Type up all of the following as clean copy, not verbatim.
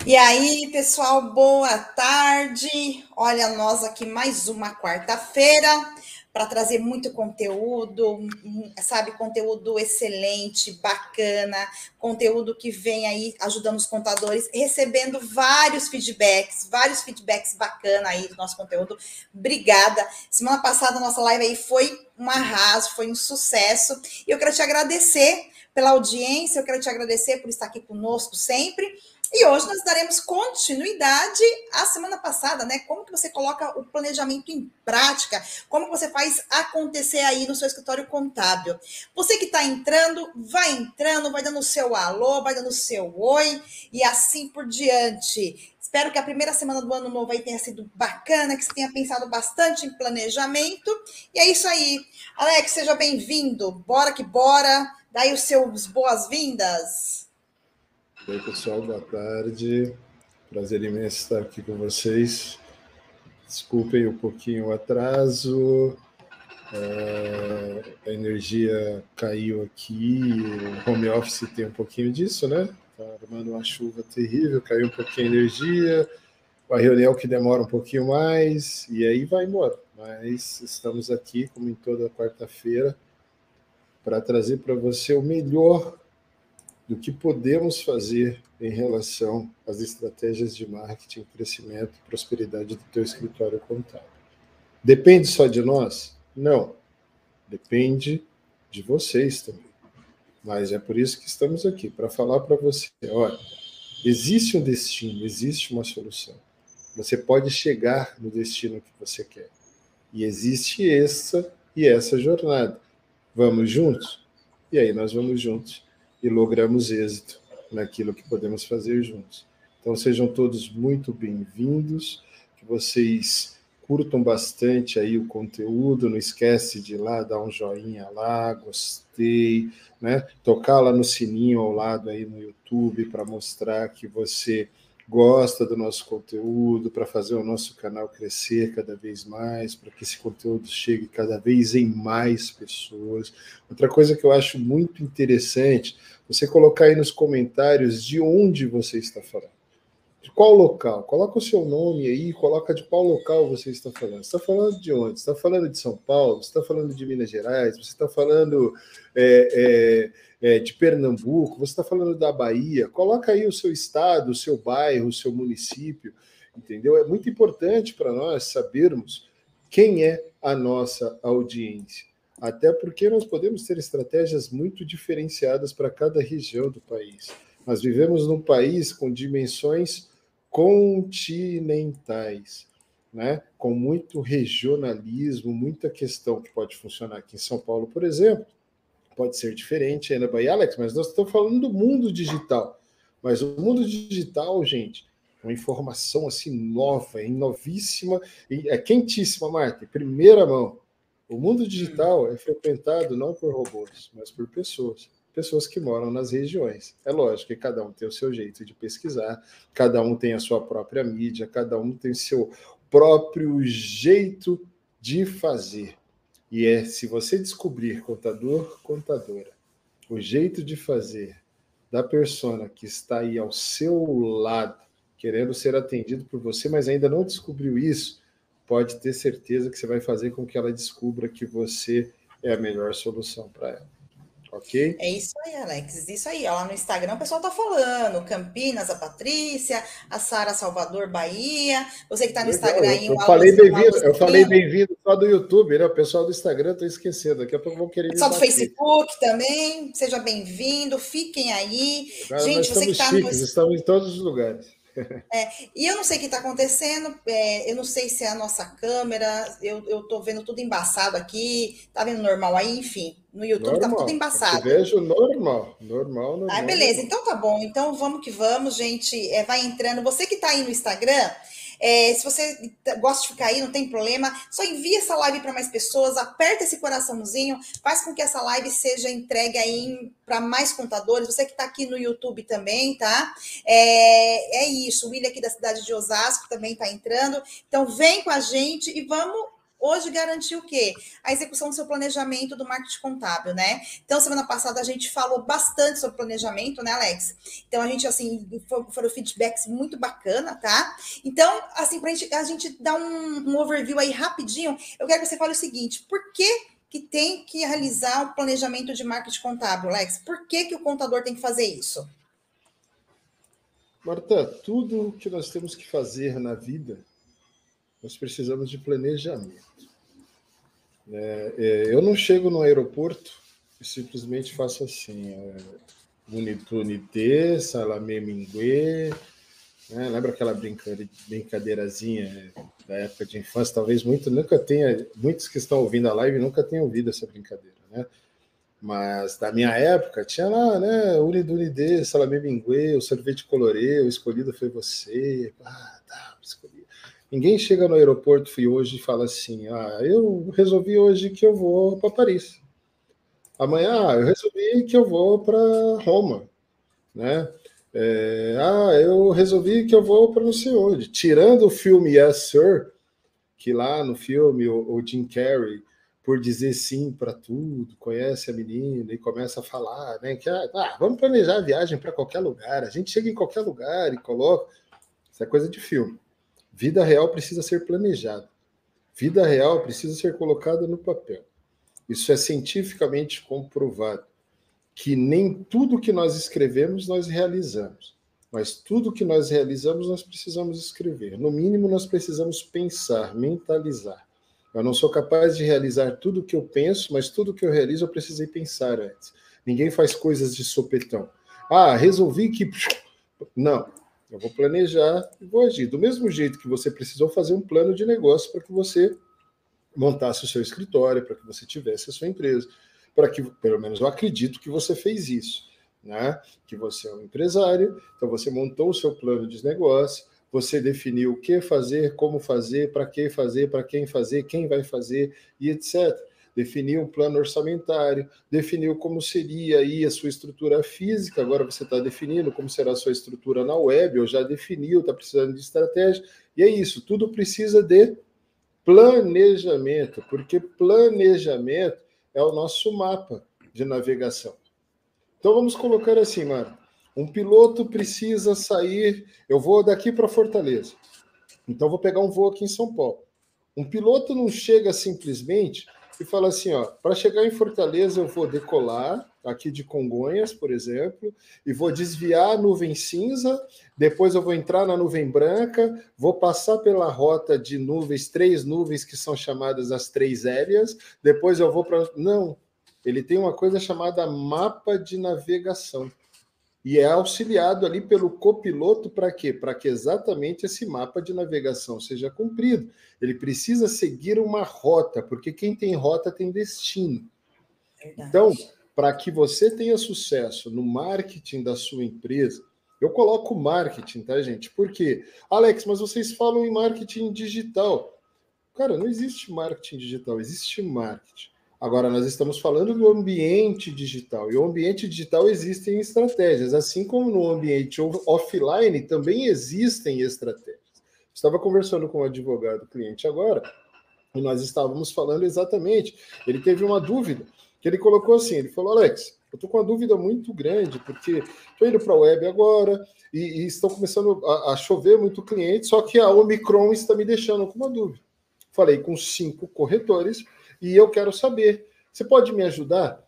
E aí, pessoal, boa tarde. Olha, nós aqui mais uma quarta-feira para trazer muito conteúdo, sabe? Conteúdo excelente, bacana, conteúdo que vem aí ajudando os contadores, recebendo vários feedbacks bacana aí do nosso conteúdo. Obrigada. Semana passada a nossa live aí foi um arraso, foi um sucesso. E eu quero te agradecer pela audiência, eu quero te agradecer por estar aqui conosco sempre. E hoje nós daremos continuidade à semana passada, né? Como que você coloca o planejamento em prática? Como que você faz acontecer aí no seu escritório contábil? Você que está entrando, vai dando o seu alô, vai dando o seu oi e assim por diante. Espero que a primeira semana do ano novo aí tenha sido bacana, que você tenha pensado bastante em planejamento. E é isso aí. Alex, seja bem-vindo. Bora que bora. Daí os seus boas-vindas. Oi, pessoal, boa tarde. Prazer imenso estar aqui com vocês. Desculpem um pouquinho o atraso, a energia caiu aqui, o home office tem um pouquinho disso, né? Tá armando uma chuva terrível, caiu um pouquinho a energia, a reunião que demora um pouquinho mais, e aí vai embora. Mas estamos aqui, como em toda quarta-feira, para trazer para você o melhor do que podemos fazer em relação às estratégias de marketing, crescimento e prosperidade do teu escritório contábil. Depende só de nós? Não. Depende de vocês também. Mas é por isso que estamos aqui, para falar para você, olha, existe um destino, existe uma solução. Você pode chegar no destino que você quer. E existe essa jornada. Vamos juntos? E aí nós vamos juntos e logramos êxito naquilo que podemos fazer juntos. Então sejam todos muito bem-vindos, que vocês curtam bastante aí o conteúdo, não esquece de ir lá, dar um joinha lá, gostei, né? Tocar lá no sininho ao lado aí no YouTube para mostrar que você gosta do nosso conteúdo, para fazer o nosso canal crescer cada vez mais, para que esse conteúdo chegue cada vez em mais pessoas. Outra coisa que eu acho muito interessante, você colocar aí nos comentários de onde você está falando. De qual local? Coloca o seu nome aí, coloca de qual local você está falando. Você está falando de onde? Você está falando de São Paulo? Você está falando de Minas Gerais? Você está falando de Pernambuco? Você está falando da Bahia? Coloca aí o seu estado, o seu bairro, o seu município, entendeu? É muito importante para nós sabermos quem é a nossa audiência. Até porque nós podemos ter estratégias muito diferenciadas para cada região do país. Nós vivemos num país com dimensões continentais, né? Com muito regionalismo, muita questão que pode funcionar aqui em São Paulo, por exemplo, pode ser diferente aí na Bahia, Alex, mas nós estamos falando do mundo digital. Mas o mundo digital, gente, uma informação assim nova, novíssima, e é quentíssima, Marta, em primeira mão. O mundo digital é frequentado não por robôs, mas por pessoas que moram nas regiões. É lógico que cada um tem o seu jeito de pesquisar, cada um tem a sua própria mídia, cada um tem o seu próprio jeito de fazer. E se você descobrir, contador, contadora, o jeito de fazer da persona que está aí ao seu lado, querendo ser atendido por você, mas ainda não descobriu isso, pode ter certeza que você vai fazer com que ela descubra que você é a melhor solução para ela. Ok? É isso aí, Alex. Isso aí, ó, lá no Instagram o pessoal tá falando. Campinas, a Patrícia, a Sara Salvador, Bahia. Você que tá no Legal, Instagram aí, eu um falei alôzinho, um bem-vindo, eu falei alôzinho. bem-vindo só do YouTube, né? O pessoal do Instagram, estou esquecendo, daqui a pouco vão querer me Pessoal do bater. Facebook também, seja bem-vindo, fiquem aí. Agora nós Gente, você que estamos tá no. chiques, estamos em todos os lugares. E eu não sei o que está acontecendo, eu não sei se é a nossa câmera, eu tô vendo tudo embaçado aqui, tá vendo normal aí, enfim, no YouTube tá tudo Normal, eu te embaçado. vejo normal, normal. Beleza, então tá bom, então vamos que vamos, gente, vai entrando. Você que tá aí no Instagram, se você gosta de ficar aí, não tem problema, só envia essa live para mais pessoas, aperta esse coraçãozinho, faz com que essa live seja entregue aí para mais contadores. Você que está aqui no YouTube também, tá? É isso, o William aqui da cidade de Osasco também está entrando. Então vem com a gente e vamos hoje garantir o quê? A execução do seu planejamento do marketing contábil, né? Então, semana passada a gente falou bastante sobre planejamento, né, Alex? Então, a gente, assim, foram feedbacks muito bacana, tá? Então, assim, para a gente dar um overview aí rapidinho, eu quero que você fale o seguinte, por que tem que realizar o planejamento de marketing contábil, Alex? Por que o contador tem que fazer isso? Marta, tudo que nós temos que fazer na vida, nós precisamos de planejamento. Eu não chego no aeroporto e simplesmente faço assim, Unité, Salamé Minguê, né? Lembra aquela brincadeirazinha da época de infância? Talvez muitos que estão ouvindo a live nunca tenham ouvido essa brincadeira, né? Mas da minha época tinha lá, né? Unidunidê, Salamé Minguê, o sorvete colorê, o escolhido foi você. Tá, escolhi. Ninguém chega no aeroporto hoje e fala assim: eu resolvi hoje que eu vou para Paris. Amanhã, eu resolvi que eu vou para Roma, né? Eu resolvi que eu vou para não sei onde. Tirando o filme Yes, Sir, que lá no filme o Jim Carrey, por dizer sim para tudo, conhece a menina e começa a falar, né? Que vamos planejar a viagem para qualquer lugar. A gente chega em qualquer lugar e coloca. Isso é coisa de filme. Vida real precisa ser planejada. Vida real precisa ser colocada no papel. Isso é cientificamente comprovado, que nem tudo que nós escrevemos nós realizamos, mas tudo que nós realizamos nós precisamos escrever. No mínimo, nós precisamos pensar, mentalizar. Eu não sou capaz de realizar tudo o que eu penso, mas tudo que eu realizo eu precisei pensar antes. Ninguém faz coisas de sopetão. Resolvi que... Não, eu vou planejar e vou agir. Do mesmo jeito que você precisou fazer um plano de negócio para que você montasse o seu escritório, para que você tivesse a sua empresa, para que, pelo menos eu acredito que você fez isso, né? Que você é um empresário, então você montou o seu plano de negócio, você definiu o que fazer, como fazer, para que fazer, para quem fazer, quem vai fazer e etc. Definiu um plano orçamentário, definiu como seria aí a sua estrutura física, agora você está definindo como será a sua estrutura na web, ou já definiu, está precisando de estratégia, e é isso, tudo precisa de planejamento, porque planejamento é o nosso mapa de navegação. Então vamos colocar assim, Mara, um piloto precisa sair, eu vou daqui para Fortaleza, então vou pegar um voo aqui em São Paulo. Um piloto não chega simplesmente e fala assim, para chegar em Fortaleza eu vou decolar aqui de Congonhas, por exemplo, e vou desviar a nuvem cinza, depois eu vou entrar na nuvem branca, vou passar pela rota de nuvens, 3 nuvens que são chamadas as 3 éreas, depois eu vou para... Não, ele tem uma coisa chamada mapa de navegação. E é auxiliado ali pelo copiloto para quê? Para que exatamente esse mapa de navegação seja cumprido. Ele precisa seguir uma rota, porque quem tem rota tem destino. Verdade. Então, para que você tenha sucesso no marketing da sua empresa, eu coloco marketing, tá, gente? Por quê? Alex, mas vocês falam em marketing digital. Cara, não existe marketing digital, existe marketing. Agora, nós estamos falando do ambiente digital, e o ambiente digital existem estratégias, assim como no ambiente offline também existem estratégias. Estava conversando com um advogado cliente agora, e nós estávamos falando exatamente, ele teve uma dúvida, que ele colocou assim, ele falou, Alex, eu estou com uma dúvida muito grande, porque estou indo para a web agora, e estão começando a chover muito cliente, só que a Omicron está me deixando com uma dúvida. Falei com 5 corretores, e eu quero saber, você pode me ajudar?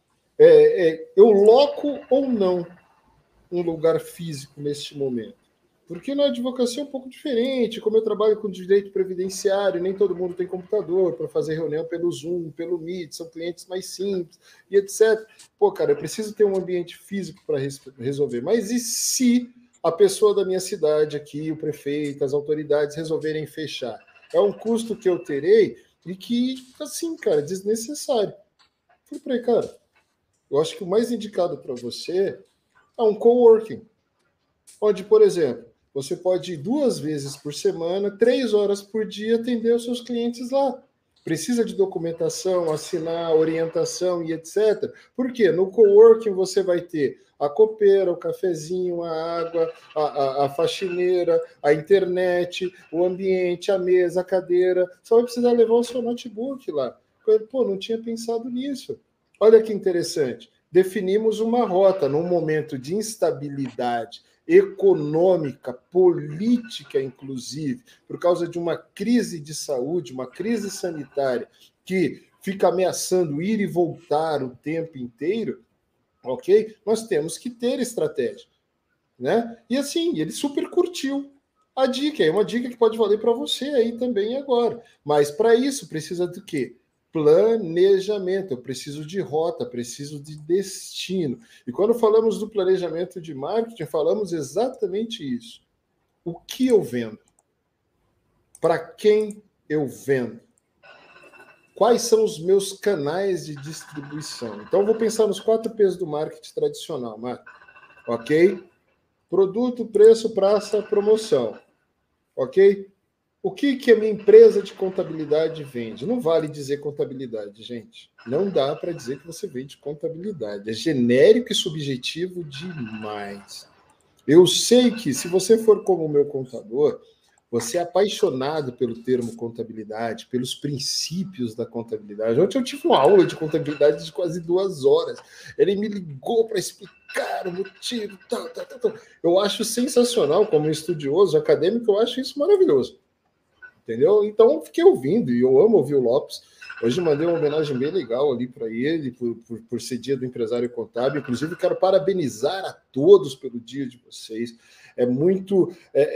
Eu loco ou não um lugar físico neste momento? Porque na advocacia é um pouco diferente, como eu trabalho com direito previdenciário, nem todo mundo tem computador para fazer reunião pelo Zoom, pelo Meet, são clientes mais simples e etc. Pô, cara, eu preciso ter um ambiente físico para resolver. Mas e se a pessoa da minha cidade aqui, o prefeito, as autoridades resolverem fechar? É um custo que eu terei e que, assim, cara, desnecessário. Falei para ele, cara, eu acho que o mais indicado para você é um coworking, onde, por exemplo, você pode ir 2 vezes por semana, 3 horas por dia, atender os seus clientes lá. Precisa de documentação, assinar, orientação e etc. Por quê? No coworking você vai ter a copeira, o cafezinho, a água, a faxineira, a internet, o ambiente, a mesa, a cadeira. Só vai precisar levar o seu notebook lá. Pô, não tinha pensado nisso. Olha que interessante. Definimos uma rota num momento de instabilidade econômica, política, inclusive, por causa de uma crise de saúde, uma crise sanitária que fica ameaçando ir e voltar o tempo inteiro, ok? Nós temos que ter estratégia, né? E assim, ele super curtiu a dica, é uma dica que pode valer para você aí também agora. Mas para isso precisa do quê? Planejamento, eu preciso de rota, preciso de destino. E quando falamos do planejamento de marketing, falamos exatamente isso. O que eu vendo? Para quem eu vendo? Quais são os meus canais de distribuição? Então, eu vou pensar nos 4 P's do marketing tradicional, Marco. Ok? Produto, preço, praça, promoção. Ok? O que a minha empresa de contabilidade vende? Não vale dizer contabilidade, gente. Não dá para dizer que você vende contabilidade. É genérico e subjetivo demais. Eu sei que, se você for como o meu contador, você é apaixonado pelo termo contabilidade, pelos princípios da contabilidade. Ontem eu tive uma aula de contabilidade de quase 2 horas. Ele me ligou para explicar o motivo, tal. Eu acho sensacional, como estudioso acadêmico, eu acho isso maravilhoso. Entendeu? Então eu fiquei ouvindo, e eu amo ouvir o Lopes. Hoje mandei uma homenagem bem legal ali para ele, por ser dia do empresário contábil. Inclusive, quero parabenizar a todos pelo dia de vocês. É muito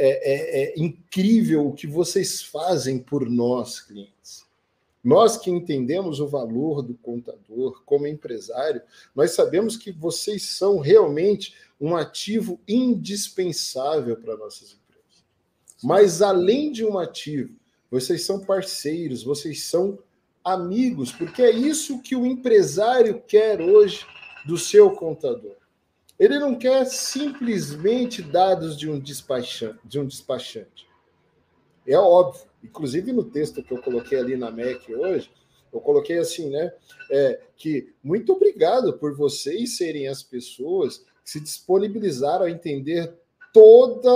incrível o que vocês fazem por nós, clientes. Nós que entendemos o valor do contador como empresário, nós sabemos que vocês são realmente um ativo indispensável para nossas empresas. Mas, além de um ativo, vocês são parceiros, vocês são amigos, porque é isso que o empresário quer hoje do seu contador. Ele não quer simplesmente dados de um despachante. É óbvio. Inclusive, no texto que eu coloquei ali na MEC hoje, eu coloquei assim, né? Que muito obrigado por vocês serem as pessoas que se disponibilizaram a entender toda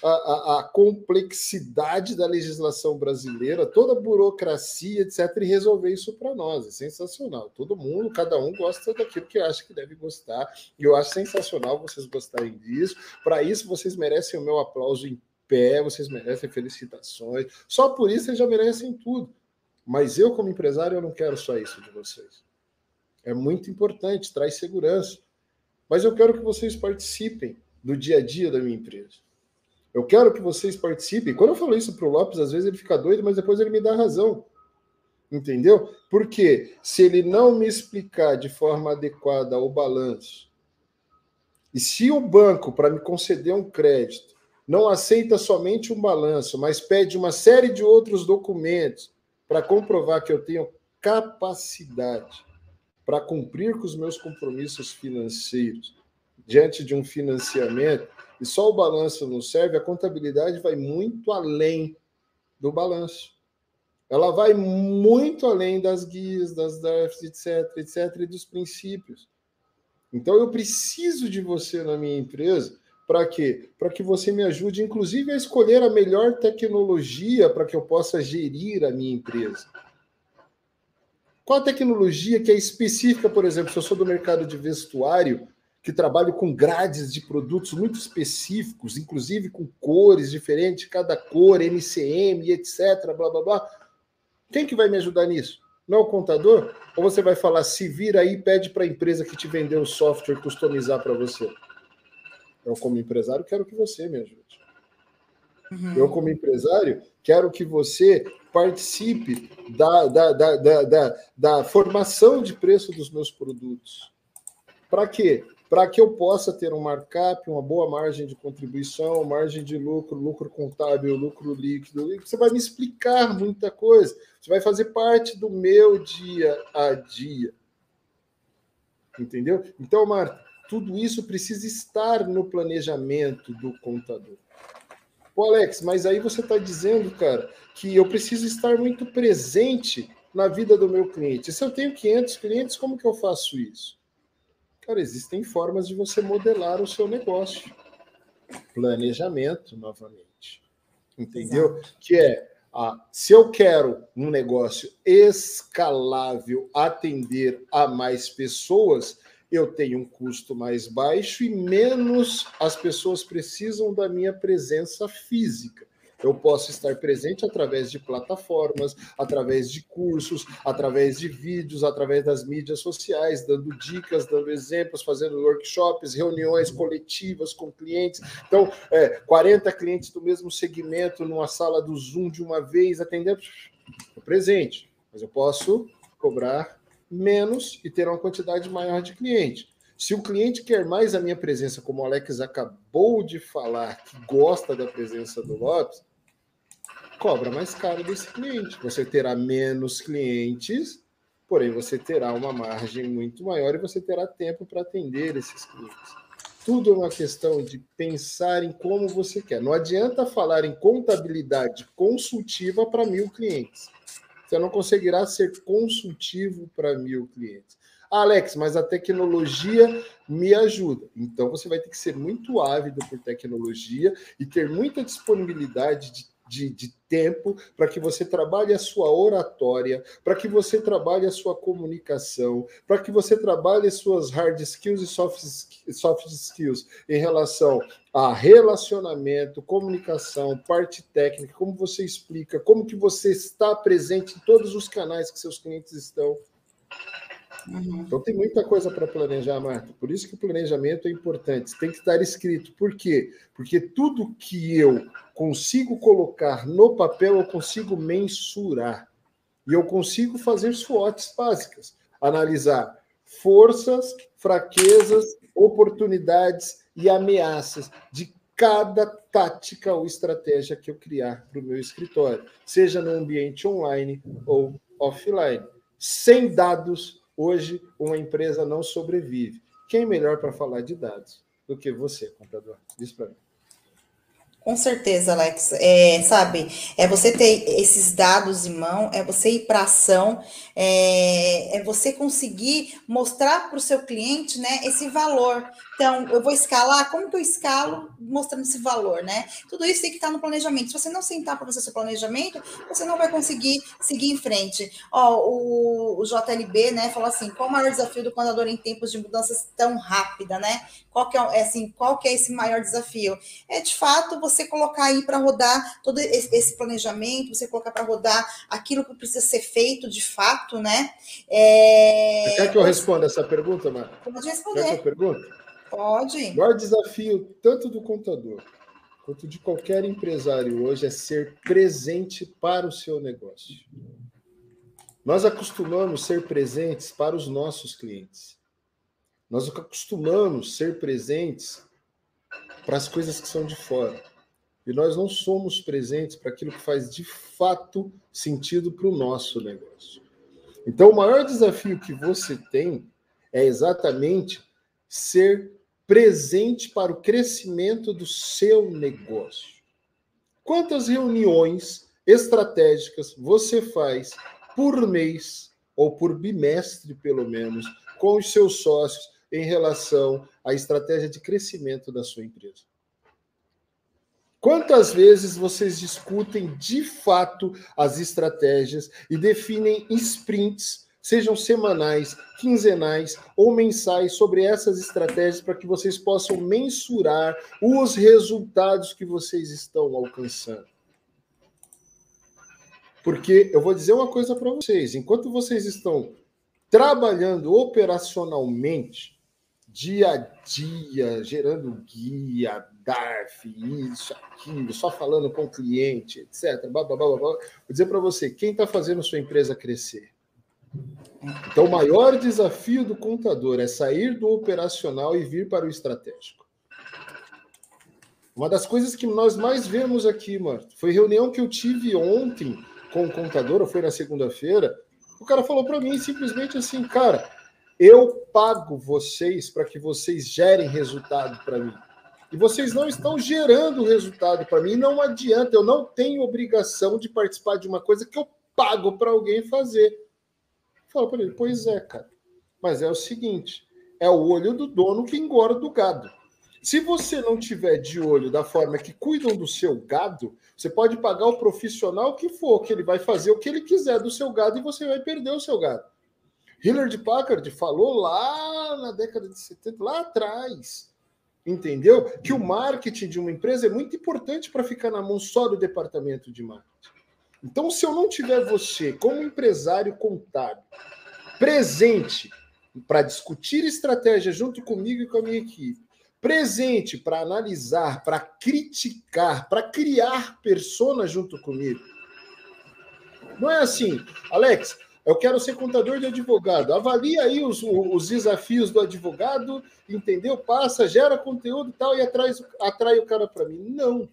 a complexidade da legislação brasileira, toda a burocracia, etc., e resolver isso para nós. É sensacional. Todo mundo, cada um gosta daquilo que acha que deve gostar, e eu acho sensacional vocês gostarem disso. Para isso, vocês merecem o meu aplauso em pé, vocês merecem felicitações. Só por isso vocês já merecem tudo. Mas eu, como empresário, eu não quero só isso de vocês. É muito importante, traz segurança. Mas eu quero que vocês participem do dia a dia da minha empresa. Eu quero que vocês participem. Quando eu falo isso para o Lopes, às vezes ele fica doido, mas depois ele me dá razão. Entendeu? Porque se ele não me explicar de forma adequada o balanço, e se o banco, para me conceder um crédito, não aceita somente um balanço, mas pede uma série de outros documentos para comprovar que eu tenho capacidade para cumprir com os meus compromissos financeiros diante de um financiamento, e só o balanço não serve, a contabilidade vai muito além do balanço. Ela vai muito além das guias, das DARFs, etc., e dos princípios. Então, eu preciso de você na minha empresa. Para quê? Para que você me ajude, inclusive, a escolher a melhor tecnologia para que eu possa gerir a minha empresa. Qual a tecnologia que é específica, por exemplo, se eu sou do mercado de vestuário, que trabalho com grades de produtos muito específicos, inclusive com cores diferentes, cada cor, NCM, etc., blá, blá, blá. Quem que vai me ajudar nisso? Não é o contador? Ou você vai falar, se vira aí e pede para a empresa que te vendeu o software customizar para você? Eu, como empresário, quero que você me ajude. Eu, como empresário, quero que você participe da formação de preço dos meus produtos. Para quê? Para que eu possa ter um markup, uma boa margem de contribuição, margem de lucro, lucro contábil, lucro líquido. Você vai me explicar muita coisa. Você vai fazer parte do meu dia a dia. Entendeu? Então, Marta, tudo isso precisa estar no planejamento do contador. Pô, Alex, mas aí você está dizendo, cara, que eu preciso estar muito presente na vida do meu cliente. Se eu tenho 500 clientes, como que eu faço isso? Cara, existem formas de você modelar o seu negócio. Planejamento, novamente. Entendeu? Exato. Que é, se eu quero um negócio escalável, atender a mais pessoas, eu tenho um custo mais baixo e menos as pessoas precisam da minha presença física. Eu posso estar presente através de plataformas, através de cursos, através de vídeos, através das mídias sociais, dando dicas, dando exemplos, fazendo workshops, reuniões coletivas com clientes. Então, 40 clientes do mesmo segmento numa sala do Zoom de uma vez, atendendo presente. Mas eu posso cobrar menos e ter uma quantidade maior de clientes. Se o cliente quer mais a minha presença, como o Alex acabou de falar, que gosta da presença do Lopes, cobra mais caro desse cliente. Você terá menos clientes, porém você terá uma margem muito maior e você terá tempo para atender esses clientes. Tudo é uma questão de pensar em como você quer. Não adianta falar em contabilidade consultiva para 1.000 clientes. Você não conseguirá ser consultivo para 1.000 clientes. Alex, mas a tecnologia me ajuda. Então, você vai ter que ser muito ávido por tecnologia e ter muita disponibilidade de tempo para que você trabalhe a sua oratória, para que você trabalhe a sua comunicação, para que você trabalhe as suas hard skills e soft skills em relação a relacionamento, comunicação, parte técnica, como você explica, como que você está presente em todos os canais que seus clientes estão. Então tem muita coisa para planejar, Marta. Por isso que o planejamento é importante. Tem que estar escrito. Por quê? Porque tudo que eu consigo colocar no papel, eu consigo mensurar. E eu consigo fazer SWOTs básicas. Analisar forças, fraquezas, oportunidades e ameaças de cada tática ou estratégia que eu criar para o meu escritório, seja no ambiente online ou offline. Sem dados, hoje, uma empresa não sobrevive. Quem melhor para falar de dados do que você, comprador? Diz para mim. Com certeza, Alex. Sabe, você ter esses dados em mão, você ir para ação, é você conseguir mostrar para o seu cliente, né, esse valor. Então, eu vou escalar, como que eu escalo mostrando esse valor, né? Tudo isso tem que estar no planejamento. Se você não sentar para fazer seu planejamento, você não vai conseguir seguir em frente. O JLB, né, falou assim, qual o maior desafio do contador em tempos de mudanças tão rápida, né? Qual que é esse maior desafio? É, de fato, você colocar aí para rodar todo esse planejamento, você colocar para rodar aquilo que precisa ser feito de fato, né? Você quer que eu responda essa pergunta, Marta? Pode responder. Quer que eu pergunte? Pode. O maior desafio, tanto do contador quanto de qualquer empresário hoje, é ser presente para o seu negócio. Nós acostumamos ser presentes para os nossos clientes. Nós acostumamos ser presentes para as coisas que são de fora. E nós não somos presentes para aquilo que faz de fato sentido para o nosso negócio. Então, o maior desafio que você tem é exatamente ser presente para o crescimento do seu negócio. Quantas reuniões estratégicas você faz por mês, ou por bimestre, pelo menos, com os seus sócios em relação à estratégia de crescimento da sua empresa? Quantas vezes vocês discutem de fato as estratégias e definem sprints, sejam semanais, quinzenais ou mensais, sobre essas estratégias para que vocês possam mensurar os resultados que vocês estão alcançando? Porque eu vou dizer uma coisa para vocês, enquanto vocês estão trabalhando operacionalmente, dia a dia, gerando guia, DARF, isso, aquilo, só falando com o cliente, etc. Vou dizer para você, quem está fazendo sua empresa crescer? Então, o maior desafio do contador é sair do operacional e vir para o estratégico. Uma das coisas que nós mais vemos aqui, Marta, foi reunião que eu tive ontem com o contador, ou foi na segunda-feira, o cara falou para mim simplesmente assim, cara, eu pago vocês para que vocês gerem resultado para mim. E vocês não estão gerando resultado para mim, não adianta, eu não tenho obrigação de participar de uma coisa que eu pago para alguém fazer. Falo para ele, pois é, cara. Mas é o seguinte, é o olho do dono que engorda o gado. Se você não tiver de olho da forma que cuidam do seu gado, você pode pagar o profissional que for, que ele vai fazer o que ele quiser do seu gado e você vai perder o seu gado. Hewlett Packard falou lá na década de 70, lá atrás, entendeu? Que o marketing de uma empresa é muito importante para ficar na mão só do departamento de marketing. Então, se eu não tiver você, como empresário contábil, presente para discutir estratégia junto comigo e com a minha equipe, presente para analisar, para criticar, para criar persona junto comigo. Não é assim, Alex, eu quero ser contador de advogado. Avalia aí os desafios do advogado, entendeu? Passa, gera conteúdo e tal, e atrai o cara para mim. Não.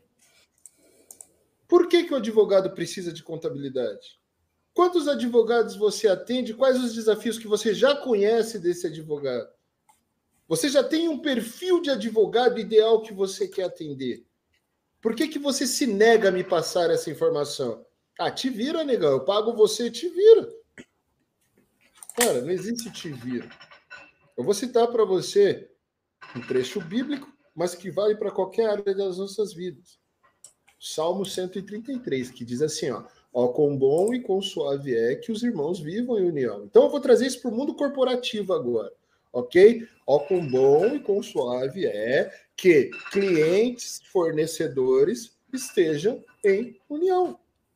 Por que o advogado precisa de contabilidade? Quantos advogados você atende? Quais os desafios que você já conhece desse advogado? Você já tem um perfil de advogado ideal que você quer atender. Por que você se nega a me passar essa informação? Ah, te vira, negão. Eu pago você, te vira. Cara, não existe te vira. Eu vou citar para você um trecho bíblico, mas que vale para qualquer área das nossas vidas. Salmo 133, que diz assim, ó quão bom e quão suave é que os irmãos vivam em união. Então eu vou trazer isso para o mundo corporativo agora, ok? Ó quão bom e quão suave é que clientes, fornecedores estejam em união.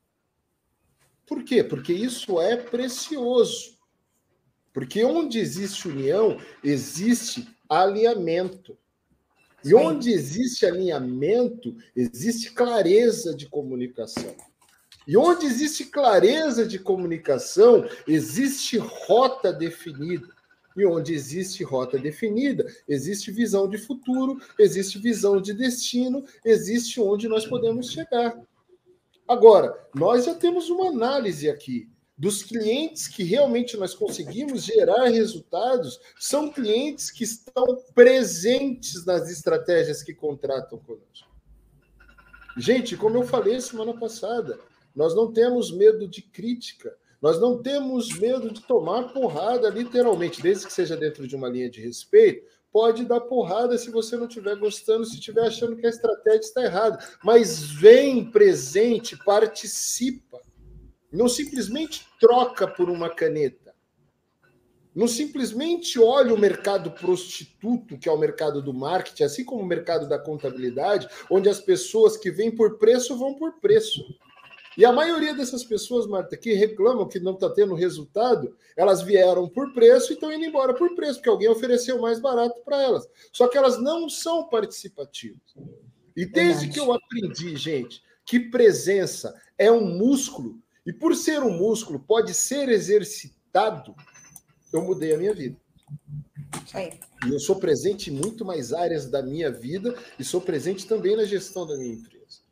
Por quê? Porque isso é precioso. Porque onde existe união, existe alinhamento. E onde existe alinhamento, existe clareza de comunicação. E onde existe clareza de comunicação, existe rota definida. E onde existe rota definida, existe visão de futuro, existe visão de destino, existe onde nós podemos chegar. Agora, nós já temos uma análise aqui dos clientes que realmente nós conseguimos gerar resultados, são clientes que estão presentes nas estratégias que contratam conosco. Gente, como eu falei semana passada, nós não temos medo de crítica, nós não temos medo de tomar porrada, literalmente, desde que seja dentro de uma linha de respeito, pode dar porrada se você não estiver gostando, se estiver achando que a estratégia está errada, mas vem presente, participa. Não simplesmente troca por uma caneta. Não simplesmente olha o mercado prostituto, que é o mercado do marketing, assim como o mercado da contabilidade, onde as pessoas que vêm por preço vão por preço. E a maioria dessas pessoas, Marta, que reclamam que não está tendo resultado, elas vieram por preço e estão indo embora por preço, porque alguém ofereceu mais barato para elas. Só que elas não são participativas. E desde que eu aprendi, gente, que presença é um músculo, e por ser um músculo pode ser exercitado, eu mudei a minha vida. E eu sou presente em muito mais áreas da minha vida e sou presente também na gestão da minha empresa.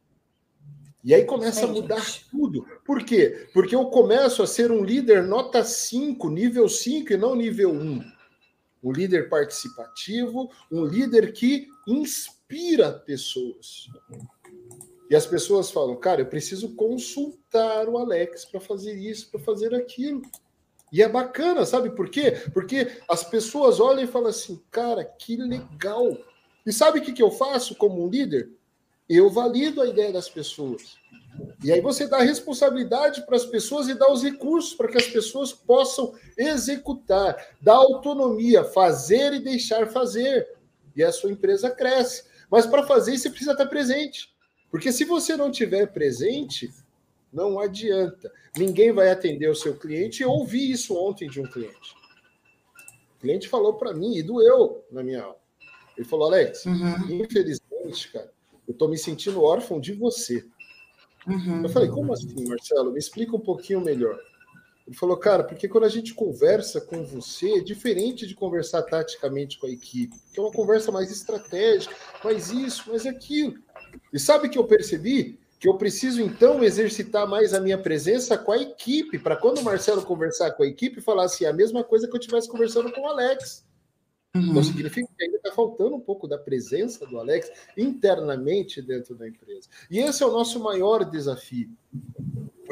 E aí começa a mudar tudo. Por quê? Porque eu começo a ser um líder nota 5, nível 5 e não nível 1. Um líder participativo, um líder que inspira pessoas. E as pessoas falam, cara, eu preciso consultar o Alex para fazer isso, para fazer aquilo. E é bacana, sabe por quê? Porque as pessoas olham e falam assim, cara, que legal. E sabe o que eu faço como um líder? Eu valido a ideia das pessoas. E aí você dá responsabilidade para as pessoas e dá os recursos para que as pessoas possam executar, dá autonomia, fazer e deixar fazer. E a sua empresa cresce. Mas para fazer isso, você precisa estar presente. Porque se você não estiver presente, não adianta. Ninguém vai atender o seu cliente. Eu ouvi isso ontem de um cliente. O cliente falou para mim, e doeu na minha aula. Ele falou, Alex, infelizmente, cara, eu estou me sentindo órfão de você. Eu falei, como assim, Marcelo? Me explica um pouquinho melhor. Ele falou, cara, porque quando a gente conversa com você, é diferente de conversar taticamente com a equipe, que é uma conversa mais estratégica, mais isso, mais aquilo. E sabe o que eu percebi? Que eu preciso, então, exercitar mais a minha presença com a equipe, para quando o Marcelo conversar com a equipe, falar assim, a mesma coisa que eu estivesse conversando com o Alex. Então, significa que ainda está faltando um pouco da presença do Alex internamente dentro da empresa. E esse é o nosso maior desafio.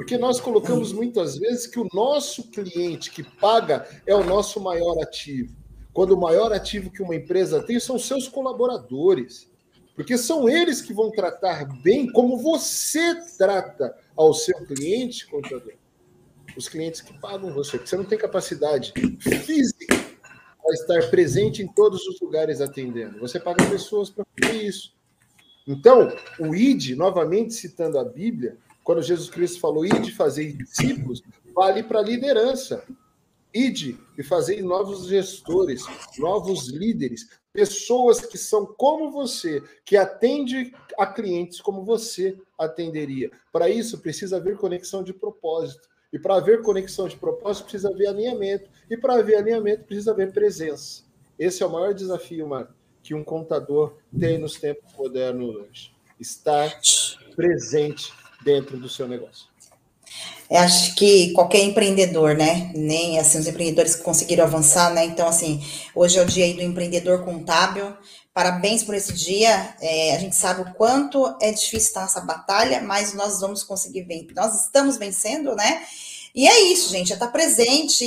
Porque nós colocamos muitas vezes que o nosso cliente que paga é o nosso maior ativo. Quando o maior ativo que uma empresa tem são seus colaboradores. Porque são eles que vão tratar bem como você trata ao seu cliente, contador. Os clientes que pagam você. Porque você não tem capacidade física para estar presente em todos os lugares atendendo. Você paga pessoas para fazer isso. Então, o ID, novamente citando a Bíblia, quando Jesus Cristo falou ID, fazer discípulos, vale para a liderança. ID e fazer novos gestores, novos líderes, pessoas que são como você, que atendem a clientes como você atenderia. Para isso, precisa haver conexão de propósito. E para haver conexão de propósito, precisa haver alinhamento. E para haver alinhamento, precisa haver presença. Esse é o maior desafio, Marco, que um contador tem nos tempos modernos hoje. Estar presente dentro do seu negócio. Eu acho que qualquer empreendedor, né? Nem assim, os empreendedores que conseguiram avançar, né? Então, assim, hoje é o dia aí do empreendedor contábil. Parabéns por esse dia. A gente sabe o quanto é difícil estar nessa batalha, mas nós vamos conseguir vencer. Nós estamos vencendo, né? E é isso, gente. É estar presente.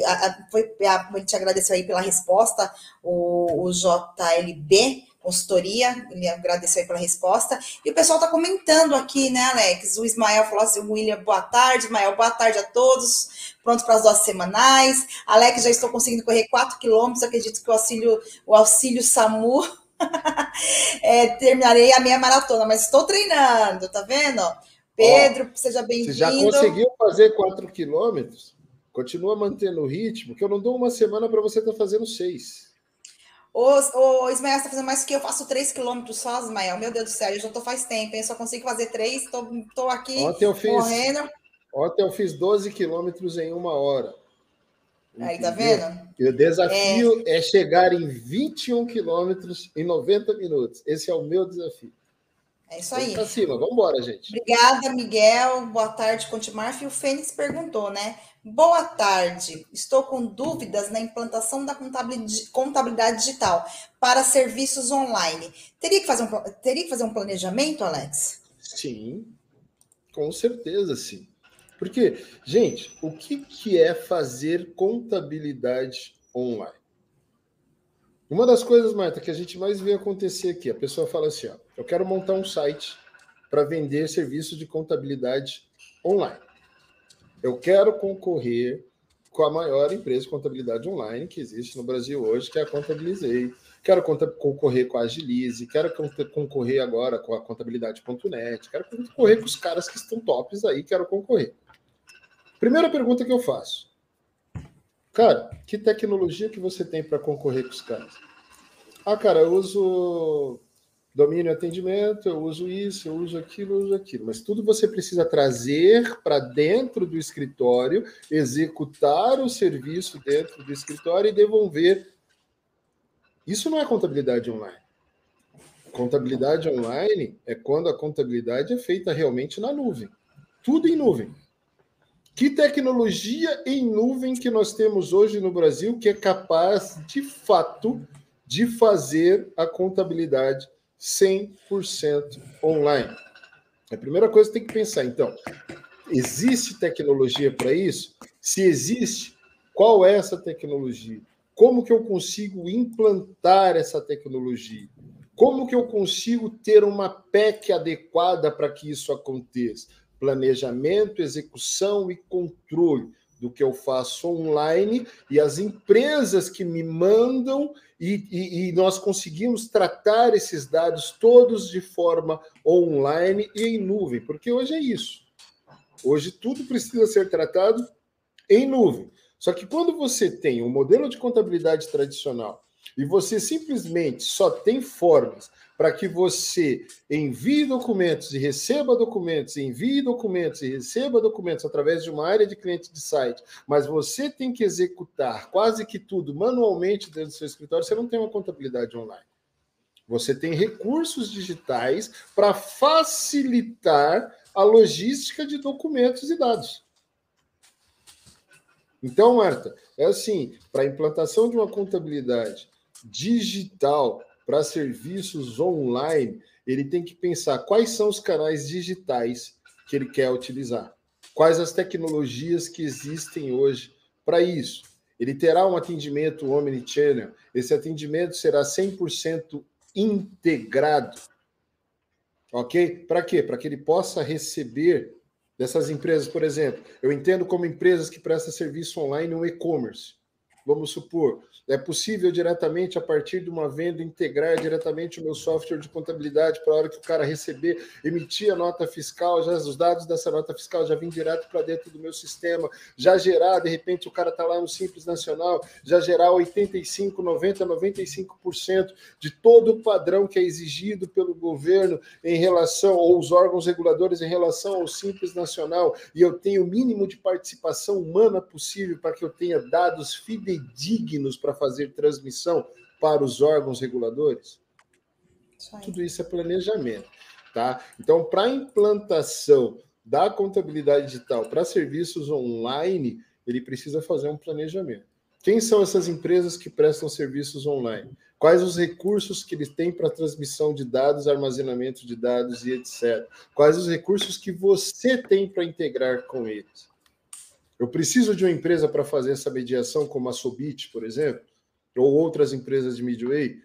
A gente agradeceu aí pela resposta, o JLB. Consultoria, ele agradeceu aí pela resposta, e o pessoal está comentando aqui, né, Alex? O Ismael falou assim: William, boa tarde. Ismael, boa tarde a todos, pronto para as doses semanais. Alex, já estou conseguindo correr 4 quilômetros, acredito que o auxílio SAMU terminarei a minha maratona, mas estou treinando, tá vendo? Pedro, seja bem-vindo. Você já conseguiu fazer 4 quilômetros? Continua mantendo o ritmo, que eu não dou uma semana para você estar fazendo 6. O Ismael está fazendo mais que eu, faço 3 quilômetros só, Ismael. Meu Deus do céu, eu já estou faz tempo, eu só consigo fazer 3, estou aqui morrendo. Ontem eu fiz 12 quilômetros em 1 hora. Aí, tá vendo? E o desafio é chegar em 21 quilômetros em 90 minutos. Esse é o meu desafio. É isso aí. Vamos pra cima, vamos embora, gente. Obrigada, Miguel. Boa tarde, Contimar. E o Fênix perguntou, né? Boa tarde. Estou com dúvidas na implantação da contabilidade digital para serviços online. Teria que fazer um planejamento, Alex? Sim, com certeza, sim. Porque, gente, o que é fazer contabilidade online? Uma das coisas, Marta, que a gente mais vê acontecer aqui, a pessoa fala assim, ó, eu quero montar um site para vender serviço de contabilidade online. Eu quero concorrer com a maior empresa de contabilidade online que existe no Brasil hoje, que é a Contabilizei. Quero concorrer com a Agilize, quero concorrer agora com a Contabilidade.net, quero concorrer com os caras que estão tops aí, quero concorrer. Primeira pergunta que eu faço. Cara, que tecnologia que você tem para concorrer com os caras? Ah, cara, eu uso domínio e atendimento, eu uso isso, eu uso aquilo. Mas tudo você precisa trazer para dentro do escritório, executar o serviço dentro do escritório e devolver. Isso não é contabilidade online. Contabilidade online é quando a contabilidade é feita realmente na nuvem. Tudo em nuvem. Que tecnologia em nuvem que nós temos hoje no Brasil que é capaz, de fato, de fazer a contabilidade 100% online? A primeira coisa que tem que pensar, então, existe tecnologia para isso? Se existe, qual é essa tecnologia? Como que eu consigo implantar essa tecnologia? Como que eu consigo ter uma PEC adequada para que isso aconteça? Planejamento, execução e controle do que eu faço online e as empresas que me mandam e nós conseguimos tratar esses dados todos de forma online e em nuvem, porque hoje é isso. Hoje tudo precisa ser tratado em nuvem. Só que quando você tem um modelo de contabilidade tradicional e você simplesmente só tem formas para que você envie documentos e receba documentos, envie documentos e receba documentos através de uma área de cliente de site, mas você tem que executar quase que tudo manualmente dentro do seu escritório, você não tem uma contabilidade online. Você tem recursos digitais para facilitar a logística de documentos e dados. Então, Marta, é assim, para a implantação de uma contabilidade digital para serviços online, ele tem que pensar quais são os canais digitais que ele quer utilizar. quais as tecnologias que existem hoje para isso. Ele terá um atendimento omnichannel, esse atendimento será 100% integrado, ok? Para quê? Para que ele possa receber dessas empresas, por exemplo, eu entendo como empresas que prestam serviço online no e-commerce. Vamos supor, é possível diretamente, a partir de uma venda, integrar diretamente o meu software de contabilidade para a hora que o cara receber, emitir a nota fiscal, já os dados dessa nota fiscal já vêm direto para dentro do meu sistema, já gerar, de repente o cara está lá no Simples Nacional, já gerar 85%, 90%, 95% de todo o padrão que é exigido pelo governo em relação, ou os órgãos reguladores em relação ao Simples Nacional, e eu tenho o mínimo de participação humana possível para que eu tenha dados fidedignos para fazer transmissão para os órgãos reguladores? Tudo isso é planejamento, tá? Então, para a implantação da contabilidade digital para serviços online, ele precisa fazer um planejamento. Quem são essas empresas que prestam serviços online? Quais os recursos que eles têm para transmissão de dados, armazenamento de dados e etc. Quais os recursos que você tem para integrar com eles? Eu preciso de uma empresa para fazer essa mediação, como a Sobit, por exemplo, ou outras empresas de Midway.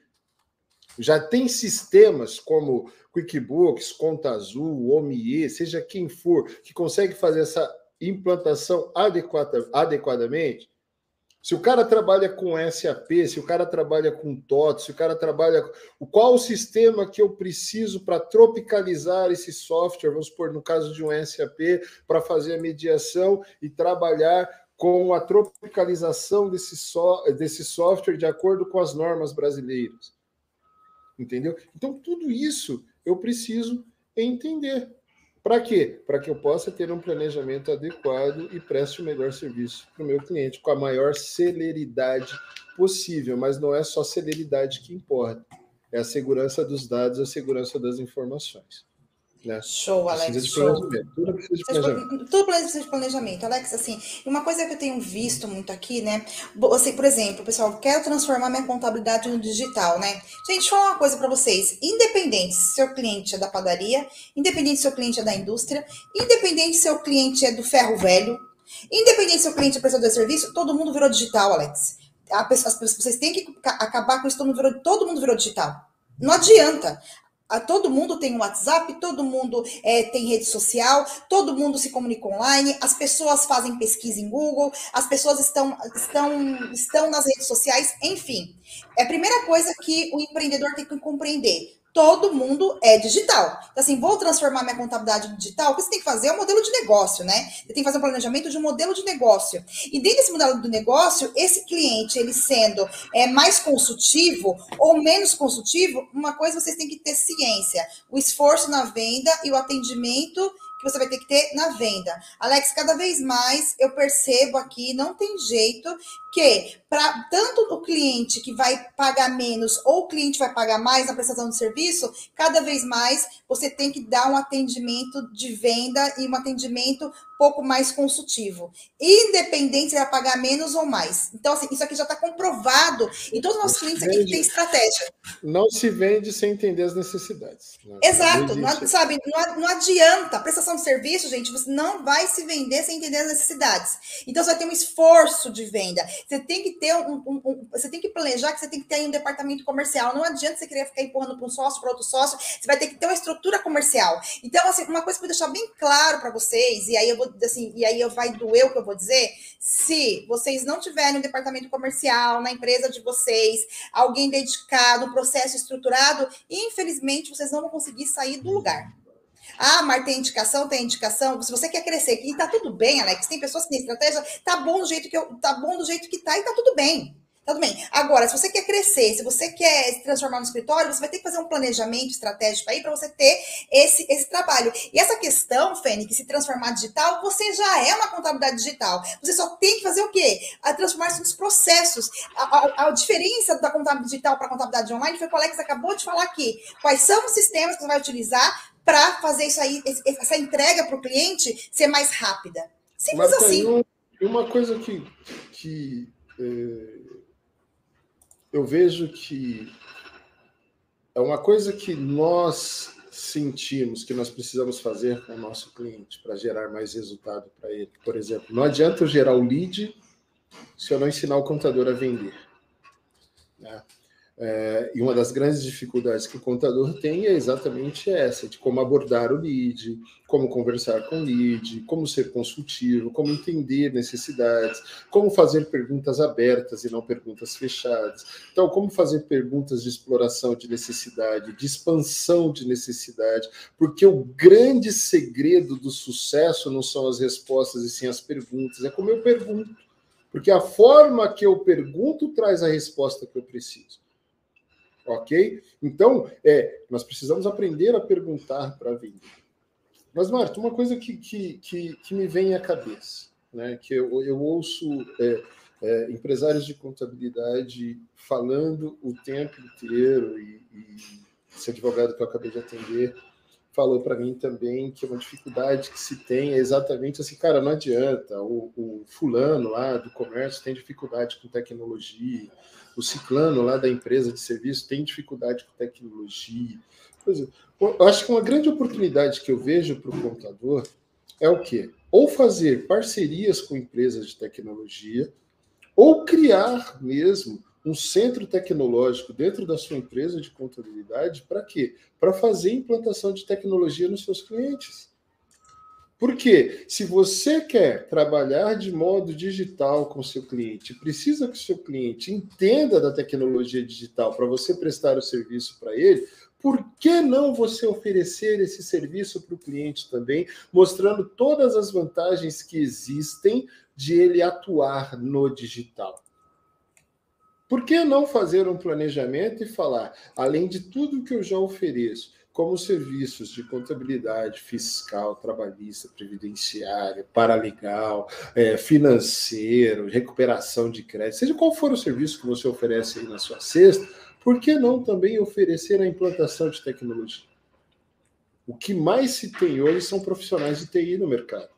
Já tem sistemas como QuickBooks, Conta Azul, OMIE, seja quem for, que consegue fazer essa implantação adequadamente. Se o cara trabalha com SAP, se o cara trabalha com TOTS, se o cara trabalha... Qual o sistema que eu preciso para tropicalizar esse software, vamos supor, no caso de um SAP, para fazer a mediação e trabalhar com a tropicalização desse software de acordo com as normas brasileiras? Entendeu? Então, tudo isso eu preciso entender. Para quê? Para que eu possa ter um planejamento adequado e preste o melhor serviço para o meu cliente, com a maior celeridade possível. Mas não é só celeridade que importa. É a segurança dos dados, a segurança das informações. Né? Show, Alex, show. Tudo precisa de planejamento. Tudo precisa de planejamento, Alex. Assim, uma coisa que eu tenho visto muito aqui, né? Assim, por exemplo, pessoal, quero transformar minha contabilidade no digital, né? Gente, deixa eu falar uma coisa para vocês. Independente se seu cliente é da padaria, independente se seu cliente é da indústria, independente se seu cliente é do ferro velho, independente se seu cliente é prestador de serviço, todo mundo virou digital, Alex. Vocês têm que acabar com isso, todo mundo virou digital. Não adianta. Todo mundo tem um WhatsApp, todo mundo tem rede social, todo mundo se comunica online, as pessoas fazem pesquisa em Google, as pessoas estão nas redes sociais, enfim. É a primeira coisa que o empreendedor tem que compreender. Todo mundo é digital. Então, assim, vou transformar minha contabilidade digital, o que você tem que fazer é um modelo de negócio, né? Você tem que fazer um planejamento de um modelo de negócio. E dentro desse modelo do negócio, esse cliente, ele sendo mais consultivo ou menos consultivo, uma coisa vocês têm que ter ciência. O esforço na venda e o atendimento que você vai ter que ter na venda. Alex, cada vez mais eu percebo aqui, não tem jeito, que para tanto o cliente que vai pagar menos ou o cliente vai pagar mais na prestação de serviço, cada vez mais você tem que dar um atendimento de venda e um atendimento um pouco mais consultivo. Independente se vai pagar menos ou mais. Então, assim, isso aqui já está comprovado e todos os nossos clientes aqui têm estratégia. Não se vende sem entender as necessidades. Exato, não adianta. A prestação de serviço, gente, você não vai se vender sem entender as necessidades. Então, você vai ter um esforço de venda. Você tem que ter você tem que planejar que você tem que ter aí um departamento comercial. Não adianta você querer ficar empurrando para um sócio, para outro sócio. Você vai ter que ter uma estrutura comercial. Então, assim, uma coisa que eu vou deixar bem claro para vocês, e aí vai doer o que eu vou dizer, se vocês não tiverem um departamento comercial na empresa de vocês, alguém dedicado, um processo estruturado, infelizmente, vocês não vão conseguir sair do lugar. Ah, mas tem indicação. Se você quer crescer, e tá tudo bem, Alex. Tem pessoas que têm estratégia, tá bom do jeito que tá e tá tudo bem. Tá tudo bem. Agora, se você quer crescer, se você quer se transformar no escritório, você vai ter que fazer um planejamento estratégico aí para você ter esse trabalho. E essa questão, Fênix, se transformar digital, você já é uma contabilidade digital. Você só tem que fazer o quê? Transformar-se nos processos. A diferença da contabilidade digital para a contabilidade online foi que o Alex acabou de falar aqui. Quais são os sistemas que você vai utilizar para fazer isso aí, essa entrega para o cliente ser mais rápida. Simples assim. Uma coisa que eu vejo que é uma coisa que nós sentimos que nós precisamos fazer com o nosso cliente para gerar mais resultado para ele? Por exemplo, não adianta eu gerar o lead se eu não ensinar o contador a vender, né? E uma das grandes dificuldades que o contador tem é exatamente essa, de como abordar o lead, como conversar com o lead, como ser consultivo, como entender necessidades, como fazer perguntas abertas e não perguntas fechadas. Então, como fazer perguntas de exploração de necessidade, de expansão de necessidade, porque o grande segredo do sucesso não são as respostas e sim as perguntas, é como eu pergunto, porque a forma que eu pergunto traz a resposta que eu preciso. Ok? Então, nós precisamos aprender a perguntar para vender. Mas, Marta, uma coisa que me vem à cabeça, né? Que eu ouço empresários de contabilidade falando o tempo inteiro, e esse advogado que eu acabei de atender falou para mim também que uma dificuldade que se tem é exatamente assim, cara, não adianta, o fulano lá do comércio tem dificuldade com tecnologia, o ciclano lá da empresa de serviço tem dificuldade com tecnologia. Pois é, eu acho que uma grande oportunidade que eu vejo para o contador é o quê? Ou fazer parcerias com empresas de tecnologia, ou criar mesmo um centro tecnológico dentro da sua empresa de contabilidade. Para quê? Para fazer implantação de tecnologia nos seus clientes. Porque se você quer trabalhar de modo digital com o seu cliente, precisa que o seu cliente entenda da tecnologia digital para você prestar o serviço para ele, por que não você oferecer esse serviço para o cliente também, mostrando todas as vantagens que existem de ele atuar no digital? Por que não fazer um planejamento e falar, além de tudo que eu já ofereço, como serviços de contabilidade fiscal, trabalhista, previdenciária, paralegal, financeiro, recuperação de crédito, seja qual for o serviço que você oferece aí na sua cesta, por que não também oferecer a implantação de tecnologia? O que mais se tem hoje são profissionais de TI no mercado.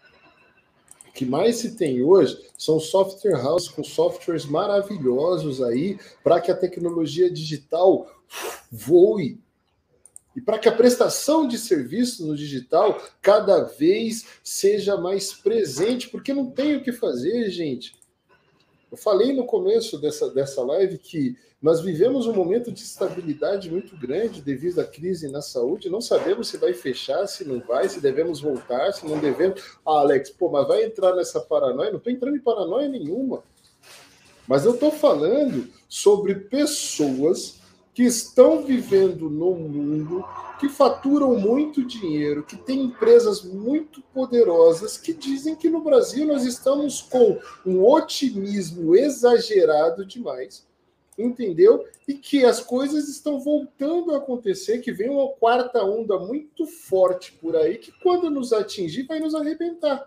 O que mais se tem hoje são software houses com softwares maravilhosos aí para que a tecnologia digital voe e para que a prestação de serviço no digital cada vez seja mais presente, porque não tem o que fazer, gente. Eu falei no começo dessa live que nós vivemos um momento de instabilidade muito grande devido à crise na saúde. Não sabemos se vai fechar, se não vai, se devemos voltar, se não devemos. Ah, Alex, mas vai entrar nessa paranoia? Não estou entrando em paranoia nenhuma. Mas eu estou falando sobre pessoas que estão vivendo num mundo que faturam muito dinheiro, que tem empresas muito poderosas, que dizem que no Brasil nós estamos com um otimismo exagerado demais, entendeu? E que as coisas estão voltando a acontecer, que vem uma quarta onda muito forte por aí, que quando nos atingir vai nos arrebentar.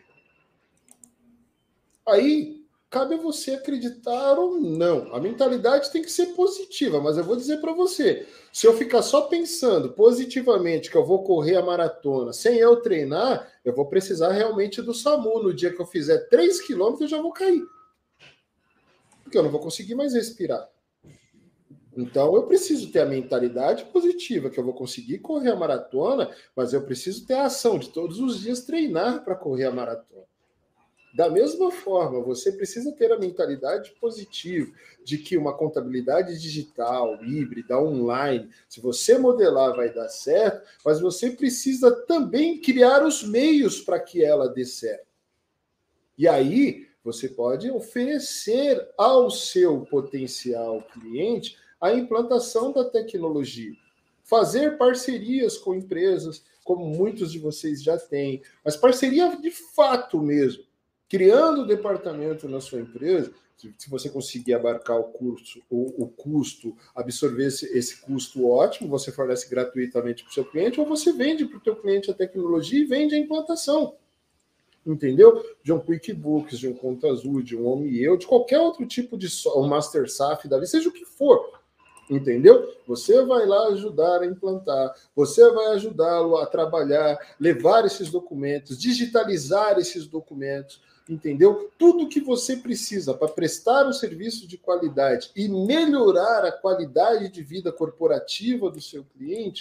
Aí cabe a você acreditar ou não. A mentalidade tem que ser positiva, mas eu vou dizer para você, se eu ficar só pensando positivamente que eu vou correr a maratona sem eu treinar, eu vou precisar realmente do SAMU. No dia que eu fizer 3 quilômetros, eu já vou cair. Porque eu não vou conseguir mais respirar. Então, eu preciso ter a mentalidade positiva, que eu vou conseguir correr a maratona, mas eu preciso ter a ação de todos os dias treinar para correr a maratona. Da mesma forma, você precisa ter a mentalidade positiva de que uma contabilidade digital, híbrida, online, se você modelar vai dar certo, mas você precisa também criar os meios para que ela dê certo. E aí, você pode oferecer ao seu potencial cliente a implantação da tecnologia. Fazer parcerias com empresas, como muitos de vocês já têm, mas parceria de fato mesmo. Criando o departamento na sua empresa, se você conseguir abarcar o custo, absorver esse custo ótimo, você fornece gratuitamente para o seu cliente, ou você vende para o seu cliente a tecnologia e vende a implantação. Entendeu? De um QuickBooks, de um Conta Azul, de um Omnieu, de qualquer outro tipo de um Master SAF, seja o que for. Entendeu? Você vai lá ajudar a implantar, você vai ajudá-lo a trabalhar, levar esses documentos, digitalizar esses documentos, entendeu? Tudo que você precisa para prestar um serviço de qualidade e melhorar a qualidade de vida corporativa do seu cliente,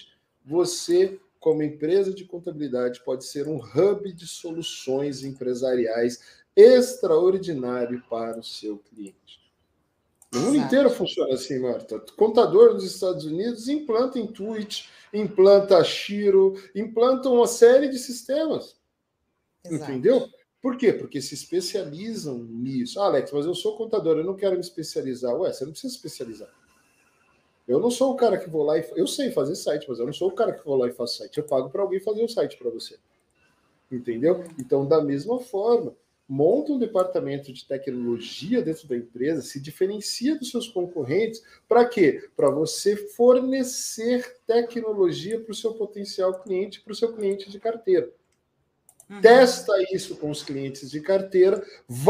você, como empresa de contabilidade, pode ser um hub de soluções empresariais extraordinário para o seu cliente. O mundo inteiro funciona assim, Marta. Contador nos Estados Unidos implanta Intuit, implanta Xero, implanta uma série de sistemas. Exato. Entendeu? Por quê? Porque se especializam nisso. Ah, Alex, mas eu sou contador, eu não quero me especializar. Ué, você não precisa se especializar. Eu não sou o cara que vou lá e... Eu sei fazer site, mas eu não sou o cara que vou lá e faço site. Eu pago para alguém fazer o site para você. Entendeu? Então, da mesma forma, monta um departamento de tecnologia dentro da empresa, se diferencia dos seus concorrentes. Para quê? Para você fornecer tecnologia para o seu potencial cliente, para o seu cliente de carteira. Testa isso com os clientes de carteira,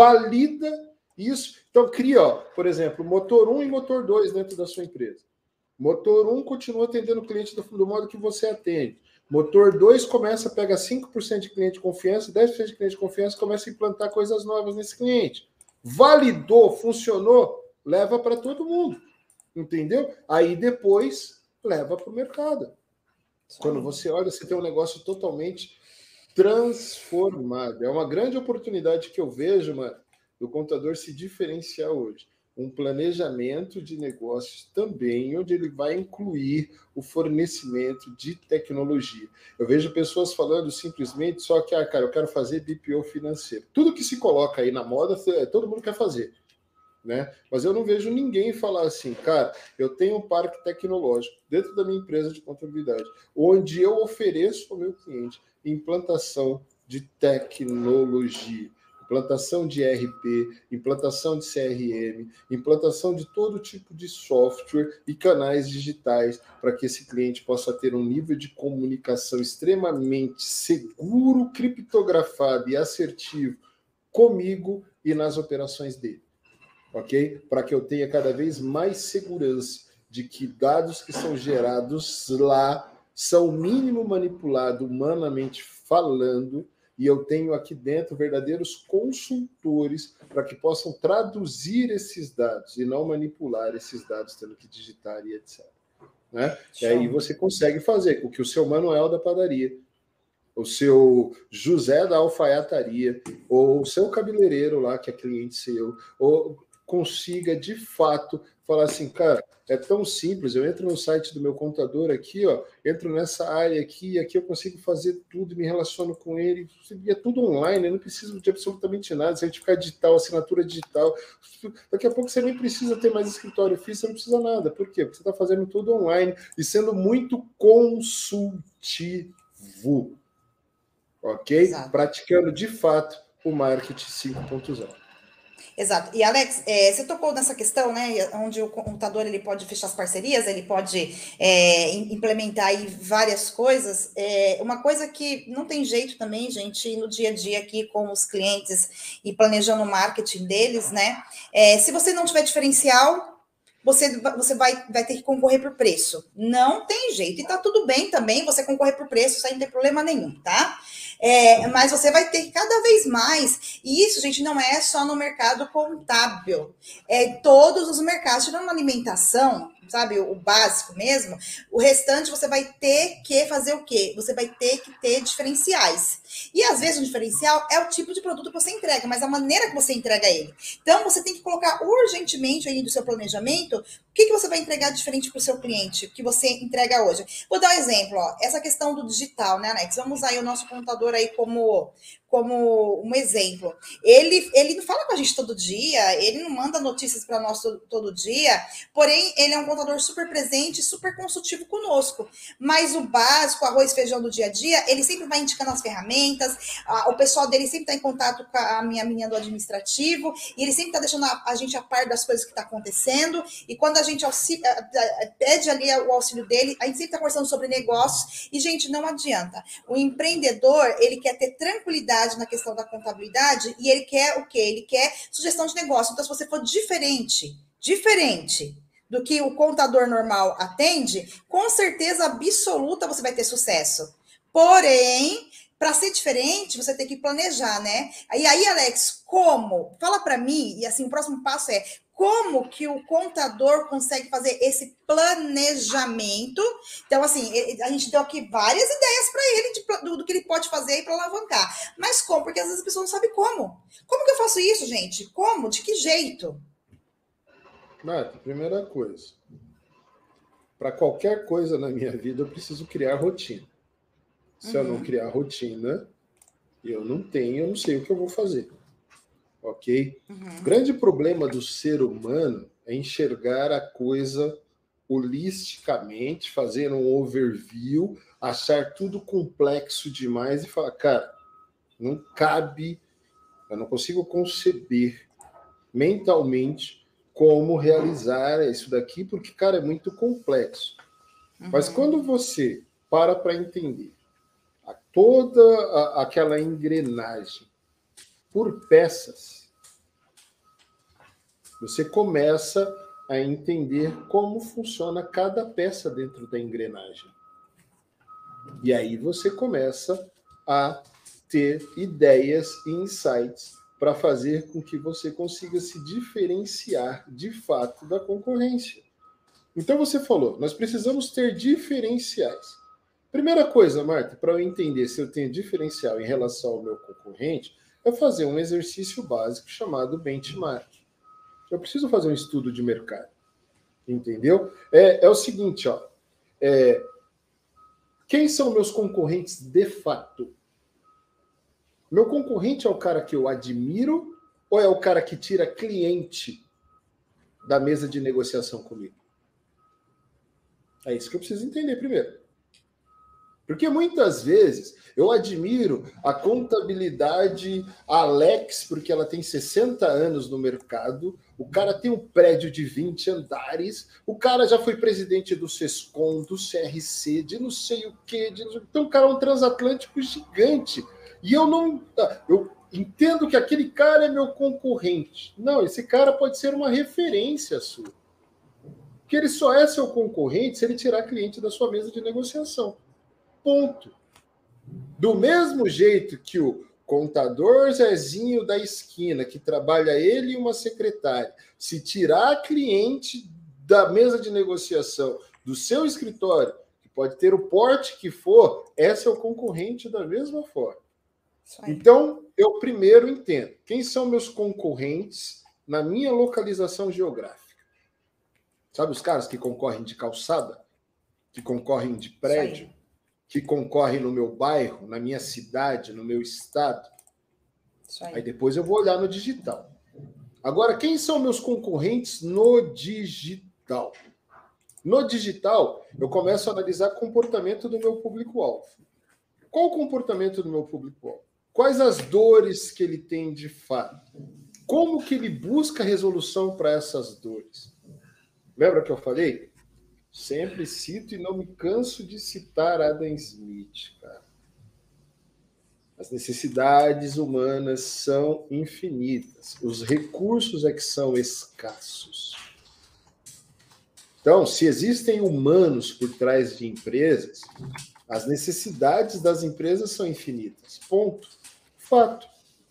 valida isso. Então, cria, por exemplo, motor 1 e motor 2 dentro da sua empresa. Motor 1 continua atendendo o cliente do modo que você atende. Motor 2 começa, pega 5% de cliente de confiança, 10% de cliente de confiança, começa a implantar coisas novas nesse cliente. Validou, funcionou, leva para todo mundo. Entendeu? Aí depois leva para o mercado. Quando você olha, você tem um negócio totalmente transformado. É uma grande oportunidade que eu vejo, mano, do contador se diferenciar hoje. Um planejamento de negócios também, onde ele vai incluir o fornecimento de tecnologia. Eu vejo pessoas falando simplesmente só que, cara, eu quero fazer BPO financeiro. Tudo que se coloca aí na moda, todo mundo quer fazer, né? Mas eu não vejo ninguém falar assim, cara, eu tenho um parque tecnológico dentro da minha empresa de contabilidade, onde eu ofereço ao meu cliente implantação de tecnologia. Implantação de ERP, implantação de CRM, implantação de todo tipo de software e canais digitais para que esse cliente possa ter um nível de comunicação extremamente seguro, criptografado e assertivo comigo e nas operações dele. Ok? Para que eu tenha cada vez mais segurança de que dados que são gerados lá são o mínimo manipulados humanamente falando, e eu tenho aqui dentro verdadeiros consultores para que possam traduzir esses dados e não manipular esses dados, tendo que digitar e etc. Né? E aí você consegue fazer com que o seu Manuel da padaria, o seu José da alfaiataria, ou o seu cabeleireiro lá, que é cliente seu, ou consiga, de fato, falar assim, cara, é tão simples, eu entro no site do meu contador aqui, ó, entro nessa área aqui, e aqui eu consigo fazer tudo, me relaciono com ele, é tudo online, eu não preciso de absolutamente nada, certificado digital, assinatura digital, daqui a pouco você nem precisa ter mais escritório físico, você não precisa nada, por quê? Porque você está fazendo tudo online e sendo muito consultivo, ok? Exato. Praticando, de fato, o marketing 5.0. Exato. E, Alex, você tocou nessa questão, né, onde o contador ele pode fechar as parcerias, ele pode implementar aí várias coisas. Uma coisa que não tem jeito também, gente, no dia a dia aqui com os clientes e planejando o marketing deles, né? Se você não tiver diferencial, você vai ter que concorrer por preço. Não tem jeito. E tá tudo bem também você concorrer por preço, isso aí não tem problema nenhum, tá? Mas você vai ter cada vez mais, e isso, gente, não é só no mercado contábil, todos os mercados, tirando uma alimentação, sabe, o básico mesmo, o restante você vai ter que fazer o quê? Você vai ter que ter diferenciais. E às vezes o diferencial é o tipo de produto que você entrega, mas a maneira que você entrega ele. Então você tem que colocar urgentemente aí do seu planejamento o que você vai entregar diferente para o seu cliente, que você entrega hoje. Vou dar um exemplo, ó, essa questão do digital, né, Alex? Vamos usar aí o nosso contador aí como um exemplo. Ele não fala com a gente todo dia, ele não manda notícias para nós todo dia, porém, ele é um contador super presente, super consultivo conosco. Mas o básico, arroz, feijão do dia a dia, ele sempre vai indicando as ferramentas, o pessoal dele sempre está em contato com a minha menina do administrativo, e ele sempre está deixando a gente a par das coisas que está acontecendo, e quando a gente pede ali o auxílio dele, a gente sempre está conversando sobre negócios, e, gente, não adianta. O empreendedor, ele quer ter tranquilidade na questão da contabilidade, e ele quer o quê? Ele quer sugestão de negócio. Então, se você for diferente do que o contador normal atende, com certeza absoluta você vai ter sucesso. Porém, para ser diferente, você tem que planejar, né? E aí, Alex, como? Fala para mim, e assim, o próximo passo é como que o contador consegue fazer esse planejamento. Então, assim, a gente deu aqui várias ideias para ele do que ele pode fazer para alavancar. Mas como? Porque às vezes a pessoa não sabe como. Como que eu faço isso, gente? Como? De que jeito? Marta, primeira coisa. Para qualquer coisa na minha vida, eu preciso criar rotina. Se eu não criar rotina, eu não sei o que eu vou fazer. Ok? O grande problema do ser humano é enxergar a coisa holisticamente, fazer um overview, achar tudo complexo demais e falar, cara, não cabe, eu não consigo conceber mentalmente como realizar isso daqui, porque, cara, é muito complexo. Mas quando você para entender toda aquela engrenagem por peças, você começa a entender como funciona cada peça dentro da engrenagem. E aí você começa a ter ideias e insights para fazer com que você consiga se diferenciar de fato da concorrência. Então você falou, nós precisamos ter diferenciais. Primeira coisa, Marta, para eu entender se eu tenho diferencial em relação ao meu concorrente, é fazer um exercício básico chamado benchmark. Eu preciso fazer um estudo de mercado, entendeu? É o seguinte, ó, quem são meus concorrentes de fato? Meu concorrente é o cara que eu admiro ou é o cara que tira cliente da mesa de negociação comigo? É isso que eu preciso entender primeiro. Porque muitas vezes eu admiro a contabilidade Alex, porque ela tem 60 anos no mercado, o cara tem um prédio de 20 andares, o cara já foi presidente do Sescom, do CRC, de não sei o quê. Então o cara é um transatlântico gigante. E eu entendo que aquele cara é meu concorrente. Não, esse cara pode ser uma referência sua. Porque ele só é seu concorrente se ele tirar cliente da sua mesa de negociação. Ponto. Do mesmo jeito que o contador Zezinho da esquina, que trabalha ele e uma secretária, se tirar cliente da mesa de negociação do seu escritório, que pode ter o porte que for, é seu concorrente da mesma forma. Então, eu primeiro entendo quem são meus concorrentes na minha localização geográfica. Sabe os caras que concorrem de calçada? Que concorrem de prédio? Que concorrem no meu bairro, na minha cidade, no meu estado? Aí depois eu vou olhar no digital. Agora, quem são meus concorrentes no digital? No digital, eu começo a analisar o comportamento do meu público-alvo. Qual o comportamento do meu público-alvo? Quais as dores que ele tem de fato? Como que ele busca resolução para essas dores? Lembra que eu falei? Sempre cito e não me canso de citar Adam Smith, cara. As necessidades humanas são infinitas. Os recursos é que são escassos. Então, se existem humanos por trás de empresas, as necessidades das empresas são infinitas. Ponto. Fato.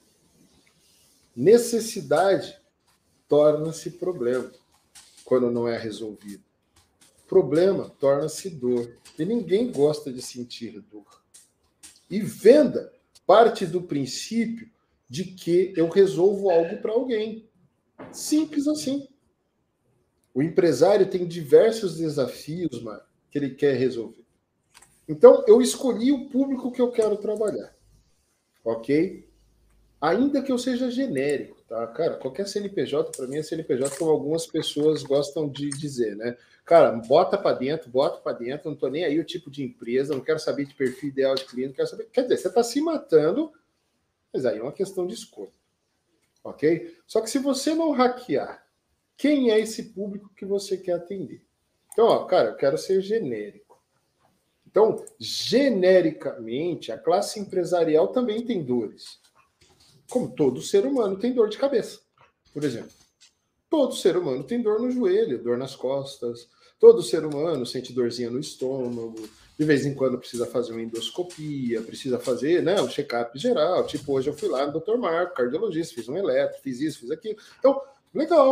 Necessidade torna-se problema quando não é resolvido. Problema torna-se dor. E ninguém gosta de sentir dor. E venda parte do princípio de que eu resolvo algo para alguém. Simples assim. O empresário tem diversos desafios, mano, que ele quer resolver. Então, eu escolhi o público que eu quero trabalhar. Ok? Ainda que eu seja genérico, tá? Cara, qualquer CNPJ, para mim, é CNPJ, como algumas pessoas gostam de dizer, né? Cara, bota para dentro, não tô nem aí o tipo de empresa, não quero saber de perfil ideal de cliente, não quero saber. Quer dizer, você está se matando, mas aí é uma questão de escolha. Ok? Só que se você não hackear quem é esse público que você quer atender? Então, ó, cara, eu quero ser genérico. Então, genericamente, a classe empresarial também tem dores. Como todo ser humano tem dor de cabeça, por exemplo. Todo ser humano tem dor no joelho, dor nas costas. Todo ser humano sente dorzinha no estômago. De vez em quando precisa fazer uma endoscopia, precisa fazer, né, um check-up geral. Tipo, hoje eu fui lá no Dr. Marco, cardiologista, fiz um eletro, fiz isso, fiz aquilo. Então, legal.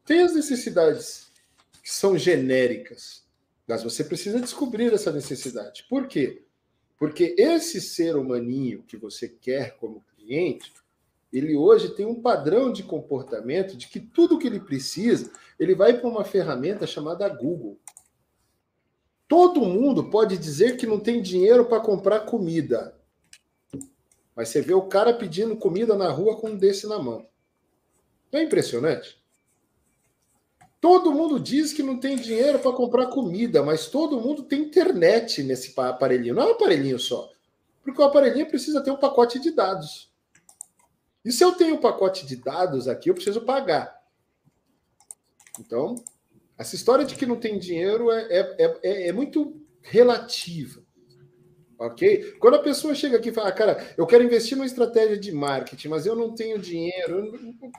Tem as necessidades que são genéricas, mas você precisa descobrir essa necessidade. Por quê? Porque esse ser humaninho que você quer como cliente, ele hoje tem um padrão de comportamento de que tudo que ele precisa, ele vai para uma ferramenta chamada Google. Todo mundo pode dizer que não tem dinheiro para comprar comida. Mas você vê o cara pedindo comida na rua com um desse na mão. Não é impressionante? Todo mundo diz que não tem dinheiro para comprar comida, mas todo mundo tem internet nesse aparelhinho. Não é um aparelhinho só. Porque o aparelhinho precisa ter um pacote de dados. E se eu tenho um pacote de dados aqui, eu preciso pagar. Então, essa história de que não tem dinheiro é muito relativa. Ok? Quando a pessoa chega aqui e fala, cara, eu quero investir numa estratégia de marketing, mas eu não tenho dinheiro.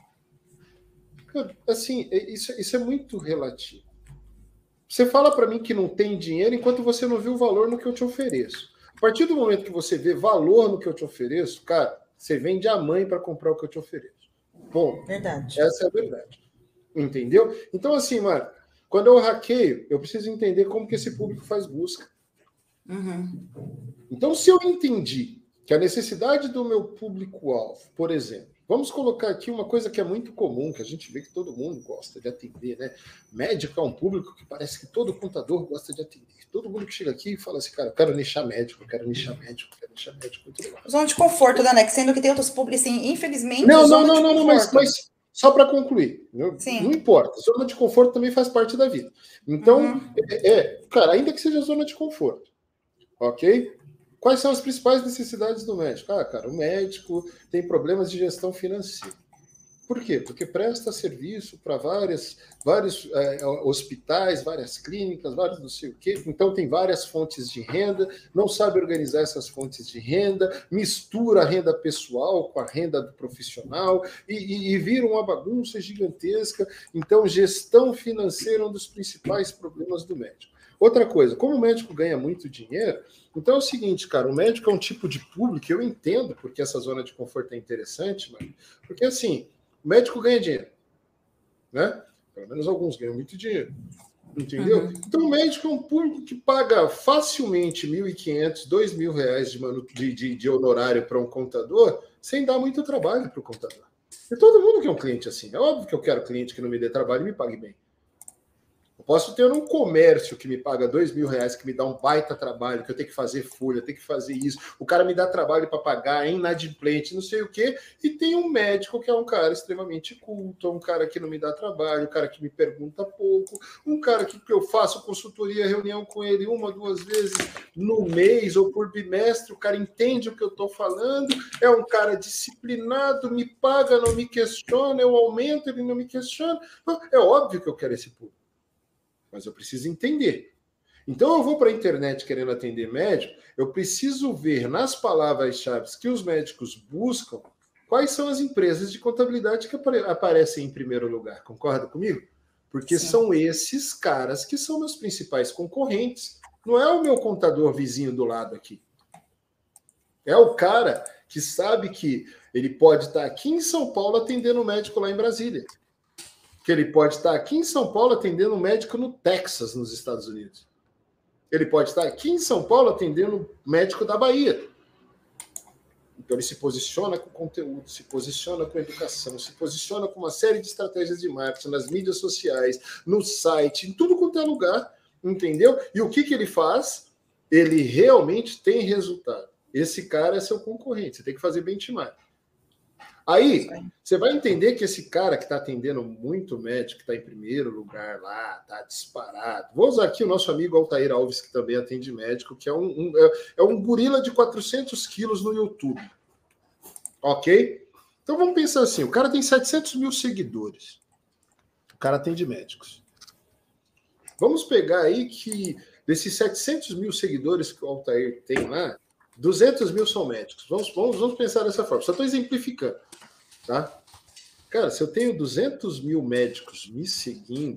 Assim, isso é muito relativo. Você fala para mim que não tem dinheiro enquanto você não vê o valor no que eu te ofereço. A partir do momento que você vê valor no que eu te ofereço, cara, você vende a mãe para comprar o que eu te ofereço. Bom, verdade. Essa é a verdade. Entendeu? Então, assim, Marco, quando eu hackeio, eu preciso entender como que esse público faz busca. Uhum. Então, se eu entendi que a necessidade do meu público-alvo, por exemplo, vamos colocar aqui uma coisa que é muito comum, que a gente vê que todo mundo gosta de atender, né? Médico é um público que parece que todo contador gosta de atender. Todo mundo que chega aqui e fala assim, cara, eu quero nichar médico, eu quero nichar médico, eu quero nichar médico, muito legal. Zona de conforto, né? Sendo que tem outros públicos, assim, infelizmente, não, mas só para concluir, não importa, zona de conforto também faz parte da vida. Então, cara, ainda que seja zona de conforto, ok? Quais são as principais necessidades do médico? Ah, cara, o médico tem problemas de gestão financeira. Por quê? Porque presta serviço para vários hospitais, várias clínicas, vários não sei o quê. Então tem várias fontes de renda, não sabe organizar essas fontes de renda, mistura a renda pessoal com a renda do profissional e vira uma bagunça gigantesca. Então, gestão financeira é um dos principais problemas do médico. Outra coisa, como o médico ganha muito dinheiro, então é o seguinte, cara, o médico é um tipo de público, eu entendo porque essa zona de conforto é interessante, porque assim, o médico ganha dinheiro, né? Pelo menos alguns ganham muito dinheiro, entendeu? Uhum. Então o médico é um público que paga facilmente R$1.500, R$2.000 de honorário para um contador, sem dar muito trabalho para o contador. E todo mundo quer um cliente assim. É óbvio que eu quero cliente que não me dê trabalho e me pague bem. Eu posso ter um comércio que me paga R$2.000, que me dá um baita trabalho, que eu tenho que fazer folha, eu tenho que fazer isso. O cara me dá trabalho para pagar, é inadimplente, não sei o quê. E tem um médico que é um cara extremamente culto, um cara que não me dá trabalho, um cara que me pergunta pouco, um cara que eu faço consultoria, reunião com ele 1, 2 vezes no mês ou por bimestre. O cara entende o que eu estou falando, é um cara disciplinado, me paga, não me questiona, eu aumento, ele não me questiona. É óbvio que eu quero esse público. Mas eu preciso entender. Então eu vou para a internet querendo atender médico, eu preciso ver nas palavras-chave que os médicos buscam quais são as empresas de contabilidade que aparecem em primeiro lugar. Concorda comigo? Porque Sim. São esses caras que são meus principais concorrentes. Não é o meu contador vizinho do lado aqui. É o cara que sabe que ele pode estar aqui em São Paulo atendendo o médico lá em Brasília. Que ele pode estar aqui em São Paulo atendendo um médico no Texas, nos Estados Unidos. Ele pode estar aqui em São Paulo atendendo um médico da Bahia. Então ele se posiciona com conteúdo, se posiciona com educação, se posiciona com uma série de estratégias de marketing nas mídias sociais, no site, em tudo quanto é lugar, entendeu? E o que ele faz? Ele realmente tem resultado. Esse cara é seu concorrente, você tem que fazer benchmark. Aí, você vai entender que esse cara que está atendendo muito médico, que está em primeiro lugar lá, está disparado. Vou usar aqui o nosso amigo Altair Alves, que também atende médico, que é um gorila de 400 quilos no YouTube. Ok? Então vamos pensar assim, o cara tem 700 mil seguidores. O cara atende médicos. Vamos pegar aí que desses 700 mil seguidores que o Altair tem lá, 200 mil são médicos. Vamos pensar dessa forma. Só estou exemplificando. Tá? Cara, se eu tenho 200 mil médicos me seguindo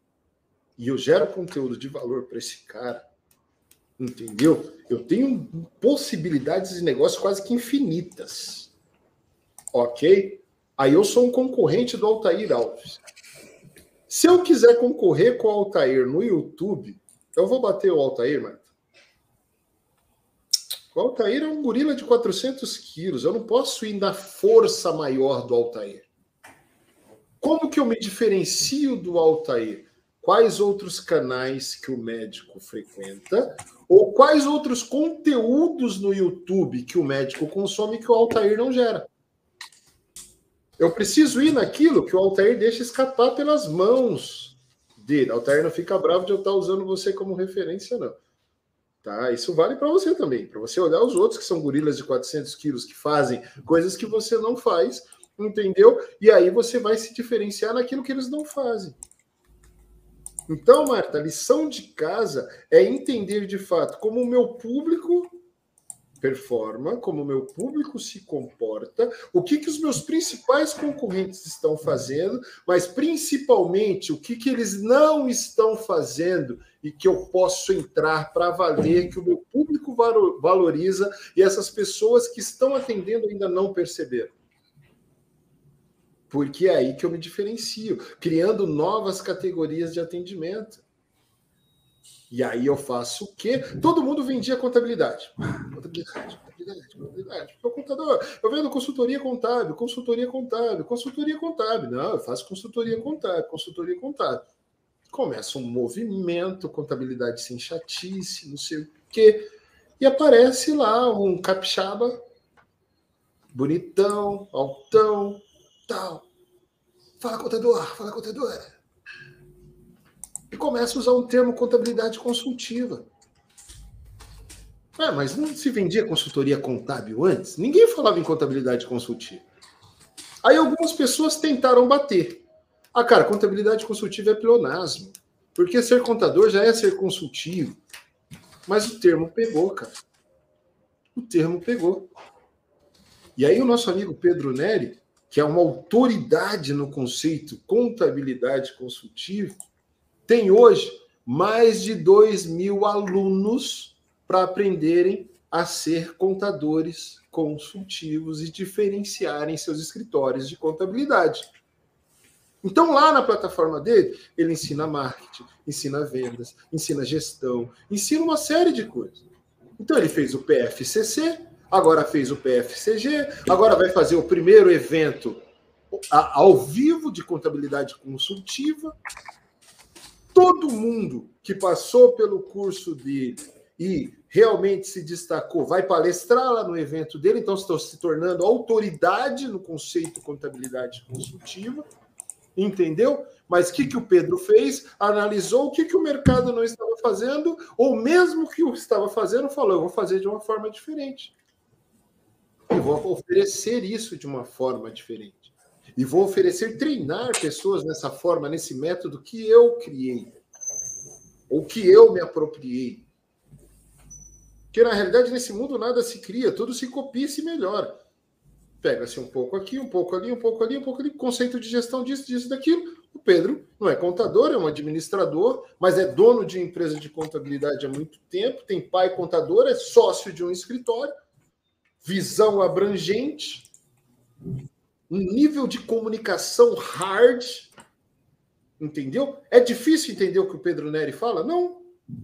e eu gero conteúdo de valor para esse cara, entendeu? Eu tenho possibilidades de negócio quase que infinitas. Ok? Aí eu sou um concorrente do Altair Alves. Se eu quiser concorrer com o Altair no YouTube, eu vou bater o Altair, Marta. O Altair é um gorila de 400 quilos. Eu não posso ir na força maior do Altair. Como que eu me diferencio do Altair? Quais outros canais que o médico frequenta? Ou quais outros conteúdos no YouTube que o médico consome que o Altair não gera? Eu preciso ir naquilo que o Altair deixa escapar pelas mãos dele. O Altair não fica bravo de eu estar usando você como referência, não. Tá? Isso vale para você também. Para você olhar os outros que são gorilas de 400 quilos que fazem coisas que você não faz, entendeu? E aí você vai se diferenciar naquilo que eles não fazem. Então, Marta, a lição de casa é entender de fato como o meu público performa, como o meu público se comporta, o que os meus principais concorrentes estão fazendo, mas principalmente o que eles não estão fazendo e que eu posso entrar para valer, que o meu público valoriza e essas pessoas que estão atendendo ainda não perceberam. Porque é aí que eu me diferencio, criando novas categorias de atendimento. E aí eu faço o quê? Todo mundo vendia contabilidade. Contabilidade. Porque o contador, eu vendo consultoria contábil. Não, eu faço consultoria contábil. Começa um movimento, contabilidade sem chatice, não sei o quê. E aparece lá um capixaba, bonitão, altão, tal. Fala, contador. E começa a usar um termo contabilidade consultiva. Mas não se vendia consultoria contábil antes? Ninguém falava em contabilidade consultiva. Aí algumas pessoas tentaram bater. Cara, contabilidade consultiva é pleonasmo. Porque ser contador já é ser consultivo. Mas o termo pegou, cara. O termo pegou. E aí o nosso amigo Pedro Neri, que é uma autoridade no conceito contabilidade consultiva, tem hoje mais de 2.000 alunos para aprenderem a ser contadores consultivos e diferenciarem seus escritórios de contabilidade. Então, lá na plataforma dele, ele ensina marketing, ensina vendas, ensina gestão, ensina uma série de coisas. Então, ele fez o PFCC, agora fez o PFCG, agora vai fazer o primeiro evento ao vivo de contabilidade consultiva. Todo mundo que passou pelo curso dele e realmente se destacou vai palestrar lá no evento dele, então estão se tornando autoridade no conceito contabilidade consultiva, entendeu? Mas o que o Pedro fez? Analisou o que o mercado não estava fazendo, ou mesmo o que o estava fazendo, falou, eu vou fazer de uma forma diferente. E vou oferecer isso de uma forma diferente. E vou oferecer treinar pessoas nessa forma, nesse método que eu criei. Ou que eu me apropriei. Porque, na realidade, nesse mundo nada se cria, tudo se copia e se melhora. Pega-se um pouco aqui, um pouco ali, um pouco ali, um pouco ali, conceito de gestão disso, daquilo. O Pedro não é contador, é um administrador, mas é dono de empresa de contabilidade há muito tempo, tem pai contador, é sócio de um escritório, visão abrangente, um nível de comunicação hard, entendeu? É difícil entender o que o Pedro Neri fala? Não.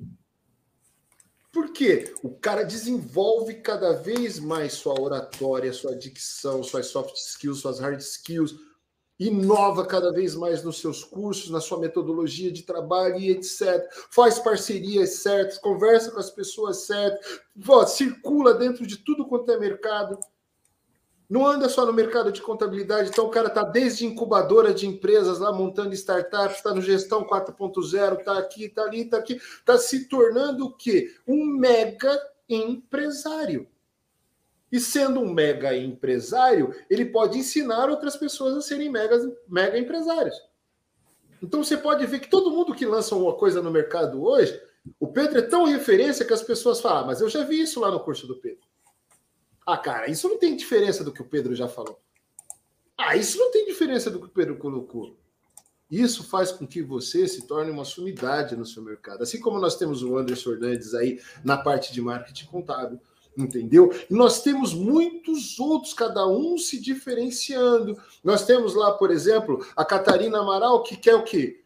Por quê? O cara desenvolve cada vez mais sua oratória, sua dicção, suas soft skills, suas hard skills, inova cada vez mais nos seus cursos, na sua metodologia de trabalho e etc. Faz parcerias certas, conversa com as pessoas certas, circula dentro de tudo quanto é mercado. Não anda só no mercado de contabilidade, então o cara está desde incubadora de empresas lá, montando startups, está no Gestão 4.0, está aqui, está ali, está aqui, está se tornando o quê? Um mega empresário. E sendo um mega empresário, ele pode ensinar outras pessoas a serem mega empresários. Então você pode ver que todo mundo que lança uma coisa no mercado hoje, o Pedro é tão referência que as pessoas falam, mas eu já vi isso lá no curso do Pedro. Cara, isso não tem diferença do que o Pedro já falou. Isso não tem diferença do que o Pedro colocou. Isso faz com que você se torne uma sumidade no seu mercado. Assim como nós temos o Anderson Hernandes aí na parte de marketing contábil, entendeu? E nós temos muitos outros, cada um se diferenciando. Nós temos lá, por exemplo, a Catarina Amaral, que quer o quê?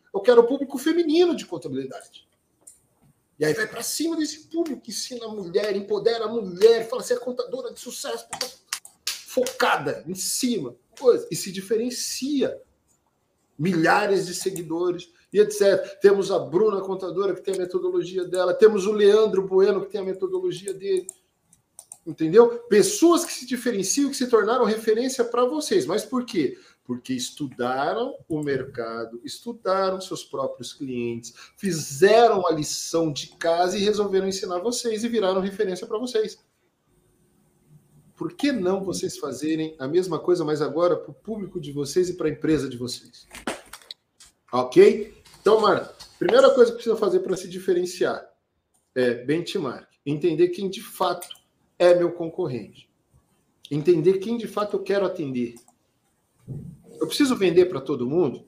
Eu quero o público feminino de contabilidade. E aí vai para cima desse público que ensina a mulher, empodera a mulher, fala assim, é contadora de sucesso, focada em cima, coisa, e se diferencia. Milhares de seguidores e etc. Temos a Bruna Contadora, que tem a metodologia dela, temos o Leandro Bueno, que tem a metodologia dele. Entendeu? Pessoas que se diferenciam, que se tornaram referência para vocês. Mas por quê? Porque estudaram o mercado, estudaram seus próprios clientes, fizeram a lição de casa e resolveram ensinar vocês e viraram referência para vocês. Por que não vocês fazerem a mesma coisa, mas agora para o público de vocês e para a empresa de vocês? Ok? Então, Marta, primeira coisa que precisa fazer para se diferenciar é benchmark. Entender quem de fato é meu concorrente. Entender quem de fato eu quero atender. Eu preciso vender para todo mundo?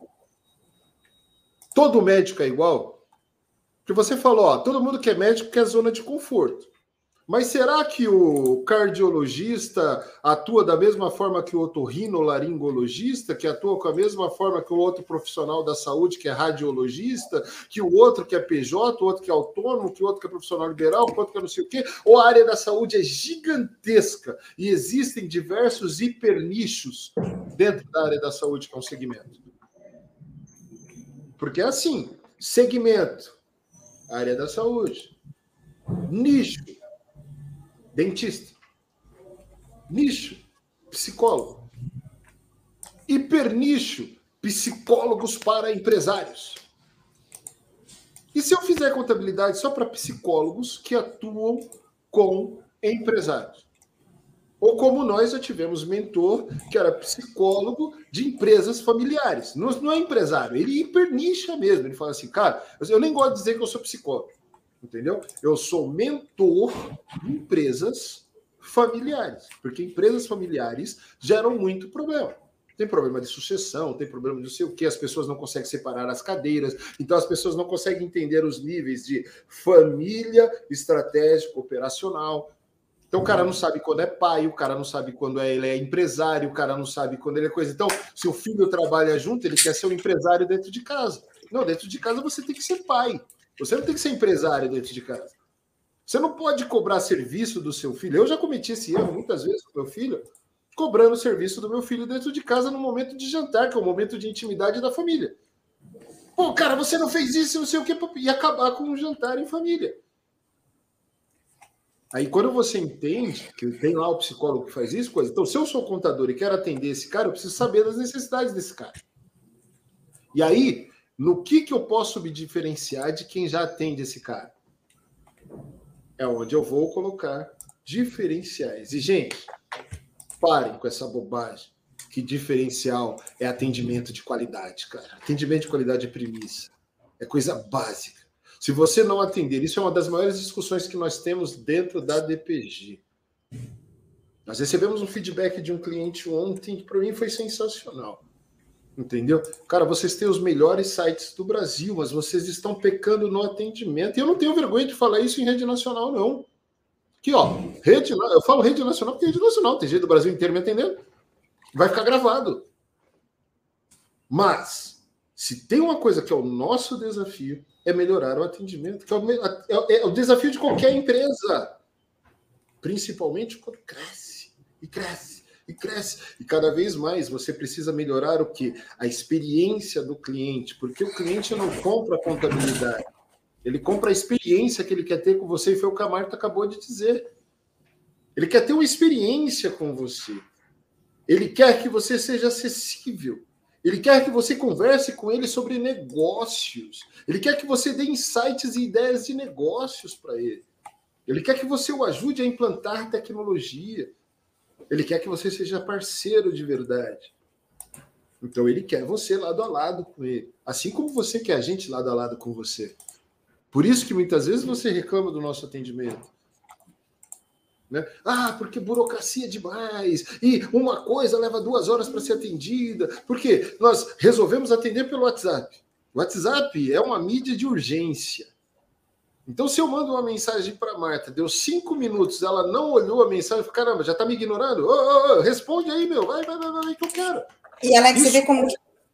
Todo médico é igual? Porque você falou, ó, todo mundo que é médico quer zona de conforto. Mas será que o cardiologista atua da mesma forma que o otorrinolaringologista, que atua com a mesma forma que o outro profissional da saúde, que é radiologista, que o outro que é PJ, o outro que é autônomo, que o outro que é profissional liberal, que o outro que é não sei o quê? Ou a área da saúde é gigantesca e existem diversos hipernichos dentro da área da saúde, que é um segmento? Porque é assim, segmento, área da saúde, nicho, dentista. Nicho, psicólogo. Hipernicho, psicólogos para empresários. E se eu fizer contabilidade só para psicólogos que atuam com empresários? Ou como nós já tivemos mentor, que era psicólogo de empresas familiares. Não é empresário, ele hipernicha mesmo. Ele fala assim, cara, eu nem gosto de dizer que eu sou psicólogo. Entendeu? Eu sou mentor de empresas familiares, porque empresas familiares geram muito problema. Tem problema de sucessão, tem problema de não sei o quê, as pessoas não conseguem separar as cadeiras, então as pessoas não conseguem entender os níveis de família, estratégico, operacional. Então o cara não sabe quando é pai, o cara não sabe quando ele é empresário, o cara não sabe quando ele é coisa. Então, se o filho trabalha junto, ele quer ser um empresário dentro de casa. Não, dentro de casa você tem que ser pai. Você não tem que ser empresário dentro de casa. Você não pode cobrar serviço do seu filho. Eu já cometi esse erro muitas vezes com meu filho, cobrando serviço do meu filho dentro de casa no momento de jantar, que é o momento de intimidade da família. Pô, cara, você não fez isso, não sei o que, e acabar com um jantar em família. Aí quando você entende que tem lá o psicólogo que faz isso, coisa. Então, se eu sou contador e quero atender esse cara, eu preciso saber das necessidades desse cara. E aí, no que eu posso me diferenciar de quem já atende esse cara? É onde eu vou colocar diferenciais. E, gente, parem com essa bobagem que diferencial é atendimento de qualidade, cara. Atendimento de qualidade é premissa. É coisa básica. Se você não atender, isso é uma das maiores discussões que nós temos dentro da DPG. Nós recebemos um feedback de um cliente ontem que para mim foi sensacional. Entendeu? Cara, vocês têm os melhores sites do Brasil, mas vocês estão pecando no atendimento. E eu não tenho vergonha de falar isso em rede nacional, não. Aqui, ó, eu falo rede nacional porque é rede nacional, tem gente do Brasil inteiro me atendendo. Vai ficar gravado. Mas, se tem uma coisa que é o nosso desafio, é melhorar o atendimento, que é o desafio de qualquer empresa. Principalmente quando cresce, e cresce, e cresce. E cada vez mais você precisa melhorar o quê? A experiência do cliente, porque o cliente não compra a contabilidade. Ele compra a experiência que ele quer ter com você, e foi o que a Marta acabou de dizer. Ele quer ter uma experiência com você. Ele quer que você seja acessível. Ele quer que você converse com ele sobre negócios. Ele quer que você dê insights e ideias de negócios para ele. Ele quer que você o ajude a implantar tecnologia. Ele quer que você seja parceiro de verdade. Então ele quer você lado a lado com ele. Assim como você quer a gente lado a lado com você. Por isso que muitas vezes você reclama do nosso atendimento. Né? Ah, porque burocracia demais. E uma coisa leva 2 horas para ser atendida. Porque nós resolvemos atender pelo WhatsApp. O WhatsApp é uma mídia de urgência. Então, se eu mando uma mensagem para a Marta, deu 5 minutos, ela não olhou a mensagem, caramba, já está me ignorando? Responde aí, meu, vai, que eu quero. E, Alex, você vê como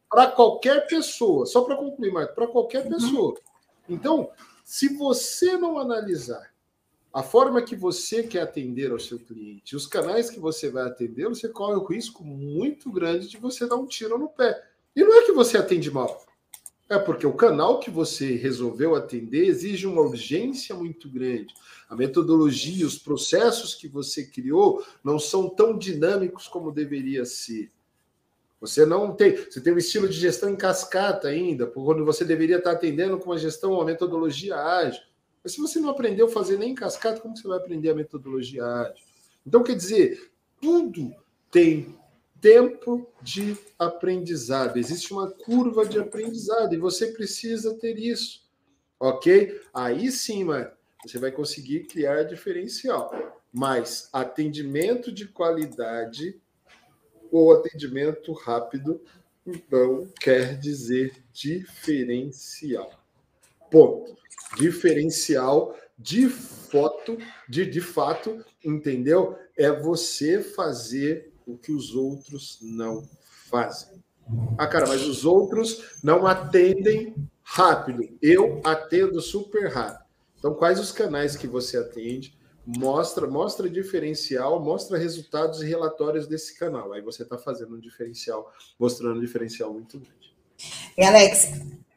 para qualquer pessoa. Só para concluir, Marco, para qualquer pessoa. Então, se você não analisar a forma que você quer atender ao seu cliente, os canais que você vai atender, você corre o risco muito grande de você dar um tiro no pé. E não é que você atende mal. É porque o canal que você resolveu atender exige uma urgência muito grande. A metodologia, os processos que você criou não são tão dinâmicos como deveria ser. Você tem um estilo de gestão em cascata ainda, quando você deveria estar atendendo com uma gestão, uma metodologia ágil. Mas se você não aprendeu a fazer nem em cascata, como você vai aprender a metodologia ágil? Então, quer dizer, tudo tem tempo de aprendizado. Existe uma curva de aprendizado e você precisa ter isso, ok? Aí sim, mano, você vai conseguir criar diferencial. Mas atendimento de qualidade ou atendimento rápido não quer dizer diferencial. Ponto. Diferencial de fato, entendeu? É você fazer o que os outros não fazem. Ah, cara, mas os outros não atendem rápido. Eu atendo super rápido. Então, quais os canais que você atende? Mostra diferencial, mostra resultados e relatórios desse canal. Aí você está fazendo um diferencial, mostrando um diferencial muito grande. E Alex,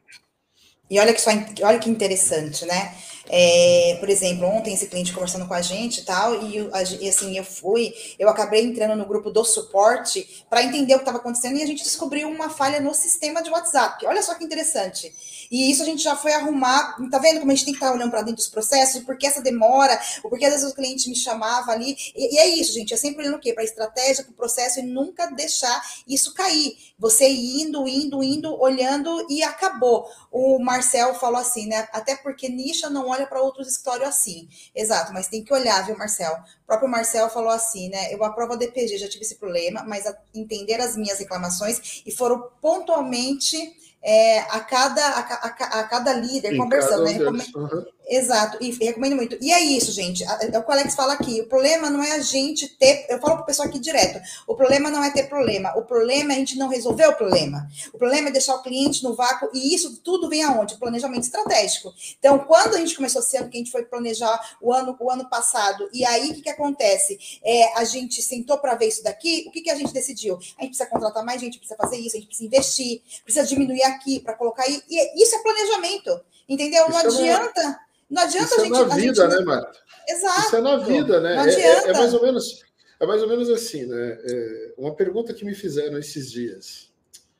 olha que interessante, né? Por exemplo, ontem esse cliente conversando com a gente e tal, e assim, eu acabei entrando no grupo do suporte para entender o que estava acontecendo e a gente descobriu uma falha no sistema de WhatsApp. Olha só que interessante. E isso a gente já foi arrumar, tá vendo como a gente tem que estar olhando para dentro dos processos, porque essa demora, ou porque às vezes o cliente me chamava ali, e é isso, gente, é sempre olhando o quê? Para a estratégia, para o processo, e nunca deixar isso cair. Você indo, olhando e acabou. O Marcel falou assim, né? Até porque nicha não olha para outros escritórios assim. Exato, mas tem que olhar, viu, Marcel? O próprio Marcel falou assim, né? Eu aprovo a DPG, já tive esse problema, mas entender as minhas reclamações e foram pontualmente a cada líder conversando, né? Exato, e recomendo muito. E é isso, gente. É o que o Alex fala aqui. O problema não é a gente ter. Eu falo para o pessoal aqui direto: o problema não é ter problema. O problema é a gente não resolver o problema. O problema é deixar o cliente no vácuo. E isso tudo vem aonde? Planejamento estratégico. Então, quando a gente começou esse ano, que a gente foi planejar o ano passado, e aí o que acontece? A gente sentou para ver isso daqui. O que a gente decidiu? A gente precisa contratar mais gente, precisa fazer isso, a gente precisa investir, precisa diminuir aqui para colocar aí. E isso é planejamento. Entendeu? Não adianta. Não adianta isso a gente. Isso é na vida, né, Marta? Exato. Isso é na vida, né? Não adianta. É mais ou menos assim, né? Uma pergunta que me fizeram esses dias.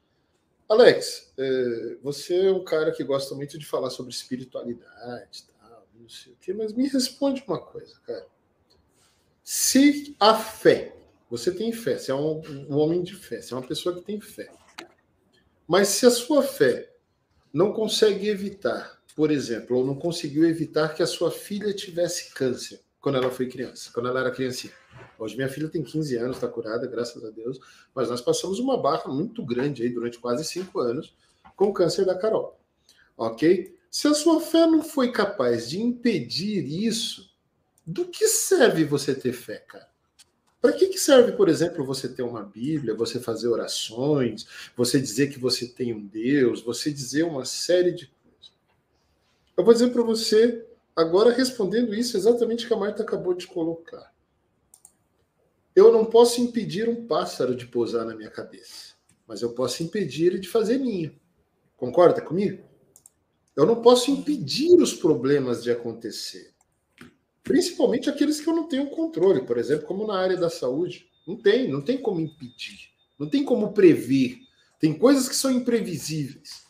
Alex, você é um cara que gosta muito de falar sobre espiritualidade, tal, não sei o quê, mas me responde uma coisa, cara. Se a fé, você tem fé, você é um homem de fé, você é uma pessoa que tem fé. Mas se a sua fé não consegue evitar, por exemplo, ou não conseguiu evitar que a sua filha tivesse câncer quando ela foi criança, quando ela era criancinha. Hoje minha filha tem 15 anos, está curada, graças a Deus, mas nós passamos uma barra muito grande aí durante quase 5 anos com o câncer da Carol. Ok? Se a sua fé não foi capaz de impedir isso, do que serve você ter fé, cara? Para que serve, por exemplo, você ter uma Bíblia, você fazer orações, você dizer que você tem um Deus, você dizer uma série de coisas? Eu vou dizer para você, agora respondendo isso exatamente que a Marta acabou de colocar. Eu não posso impedir um pássaro de pousar na minha cabeça, mas eu posso impedir ele de fazer ninho. Concorda comigo? Eu não posso impedir os problemas de acontecer. Principalmente aqueles que eu não tenho controle, por exemplo, como na área da saúde. Não tem como impedir, não tem como prever. Tem coisas que são imprevisíveis.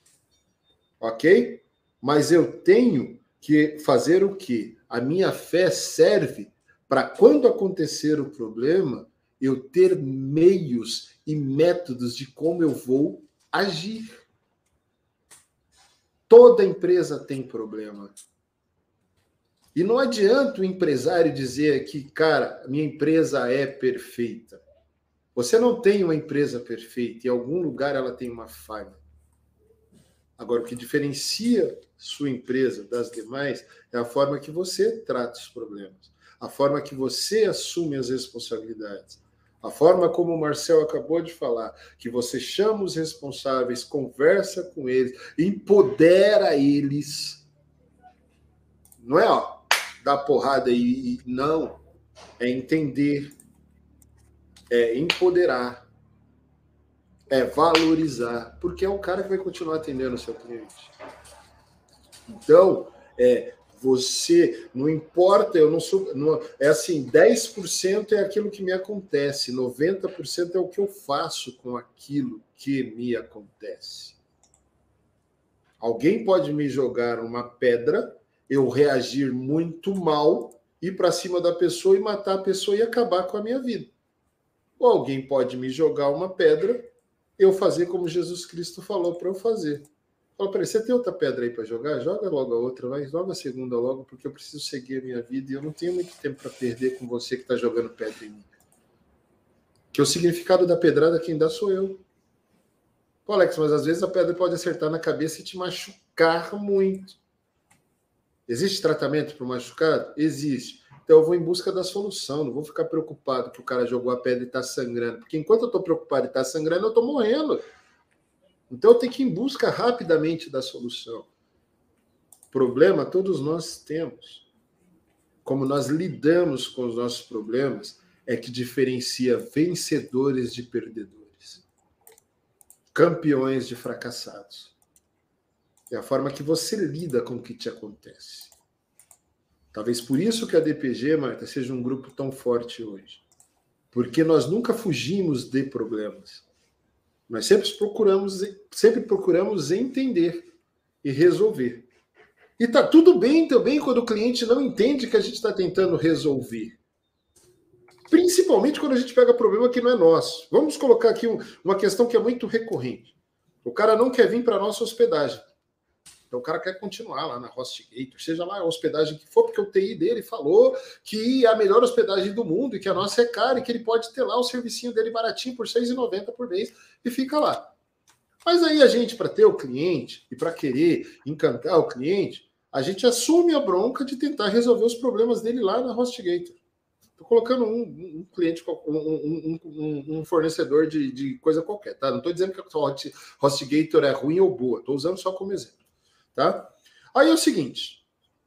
Ok? Mas eu tenho que fazer o quê? A minha fé serve para quando acontecer o problema, eu ter meios e métodos de como eu vou agir. Toda empresa tem problema. E não adianta o empresário dizer que, cara, minha empresa é perfeita. Você não tem uma empresa perfeita. Em algum lugar ela tem uma falha. Agora, o que diferencia sua empresa das demais é a forma que você trata os problemas, a forma que você assume as responsabilidades, A forma como o Marcel acabou de falar, que você chama os responsáveis, conversa com eles, empodera eles. Não é, dar porrada não. É entender, é empoderar, é valorizar, porque é o cara que vai continuar atendendo o seu cliente. Então, você, não importa, eu não sou. Não, é assim, 10% é aquilo que me acontece, 90% é o que eu faço com aquilo que me acontece. Alguém pode me jogar uma pedra, eu reagir muito mal, ir para cima da pessoa e matar a pessoa e acabar com a minha vida. Ou alguém pode me jogar uma pedra, eu fazer como Jesus Cristo falou para eu fazer. Fala para ele, você tem outra pedra aí para jogar? Joga logo a outra, vai, joga a segunda logo, porque eu preciso seguir a minha vida e eu não tenho muito tempo para perder com você que está jogando pedra em mim. Que o significado da pedrada quem dá sou eu. Pô, Alex, mas às vezes a pedra pode acertar na cabeça e te machucar muito. Existe tratamento para o machucado? Existe. Então eu vou em busca da solução, não vou ficar preocupado que o cara jogou a pedra e está sangrando. Porque enquanto eu estou preocupado e está sangrando, eu estou morrendo. Então eu tenho que ir em busca rapidamente da solução. Problema todos nós temos. Como nós lidamos com os nossos problemas é que diferencia vencedores de perdedores. Campeões de fracassados. É a forma que você lida com o que te acontece. Talvez por isso que a DPG, Marta, seja um grupo tão forte hoje. Porque nós nunca fugimos de problemas. Nós sempre procuramos entender e resolver. E tá tudo bem também quando o cliente não entende que a gente está tentando resolver. Principalmente quando a gente pega problema que não é nosso. Vamos colocar aqui uma questão que é muito recorrente. O cara não quer vir para a nossa hospedagem. Então o cara quer continuar lá na HostGator, seja lá a hospedagem que for, porque o TI dele falou que é a melhor hospedagem do mundo e que a nossa é cara e que ele pode ter lá o servicinho dele baratinho por R$ 6,90 por mês e fica lá. Mas aí a gente, para ter o cliente e para querer encantar o cliente, a gente assume a bronca de tentar resolver os problemas dele lá na HostGator. Estou colocando um cliente, um fornecedor de coisa qualquer, tá? Não estou dizendo que a HostGator é ruim ou boa, estou usando só como exemplo. Tá? Aí é o seguinte,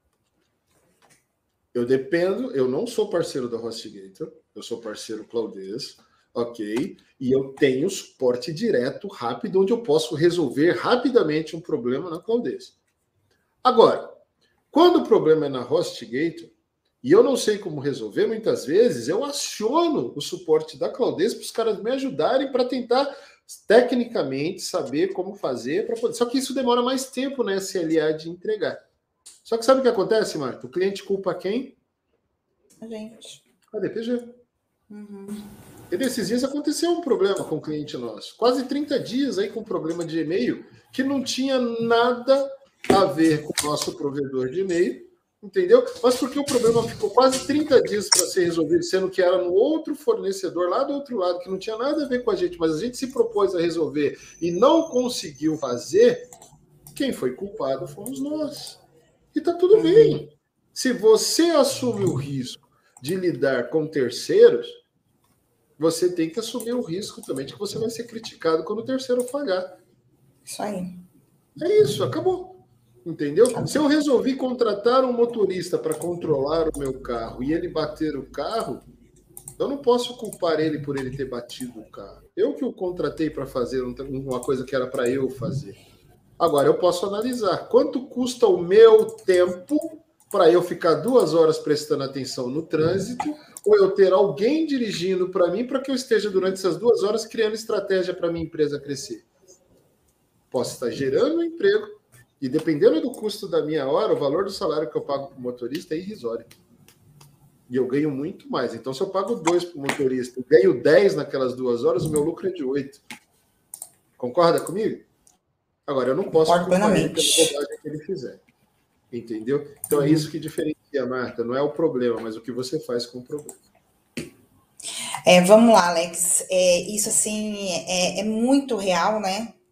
eu não sou parceiro da HostGator, eu sou parceiro Cloudez, ok? E eu tenho suporte direto, rápido, onde eu posso resolver rapidamente um problema na Cloudez. Agora, quando o problema é na HostGator, e eu não sei como resolver, muitas vezes eu aciono o suporte da Cloudez para os caras me ajudarem para tentar tecnicamente saber como fazer para poder. Só que isso demora mais tempo na SLA de entregar. Só que sabe o que acontece, Marta? O cliente culpa quem? A gente. A DPG. E nesses dias aconteceu um problema com o cliente nosso. Quase 30 dias aí com problema de e-mail que não tinha nada a ver com o nosso provedor de e-mail, entendeu? Mas porque o problema ficou quase 30 dias para ser resolvido, sendo que era no outro fornecedor, lá do outro lado, que não tinha nada a ver com a gente, mas a gente se propôs a resolver e não conseguiu fazer, quem foi culpado fomos nós. E tá tudo bem. Se você assume o risco de lidar com terceiros, você tem que assumir o risco também de que você vai ser criticado quando o terceiro falhar. Isso aí. É isso, acabou. Entendeu? Se eu resolvi contratar um motorista para controlar o meu carro e ele bater o carro, eu não posso culpar ele por ele ter batido o carro. Eu que o contratei para fazer uma coisa que era para eu fazer. Agora, eu posso analisar quanto custa o meu tempo para eu ficar 2 horas prestando atenção no trânsito ou eu ter alguém dirigindo para mim para que eu esteja durante essas 2 horas criando estratégia para minha empresa crescer. Posso estar gerando um emprego e dependendo do custo da minha hora, o valor do salário que eu pago para o motorista é irrisório. E eu ganho muito mais. Então, se eu pago 2 para o motorista e ganho 10 naquelas 2 horas, o meu lucro é de 8. Concorda comigo? Agora, eu não posso culpar ele pela bobagem que ele fizer. Entendeu? Então, é isso que diferencia, Marta. Não é o problema, mas o que você faz com o problema. Vamos lá, Alex. Isso, assim, é muito real, né?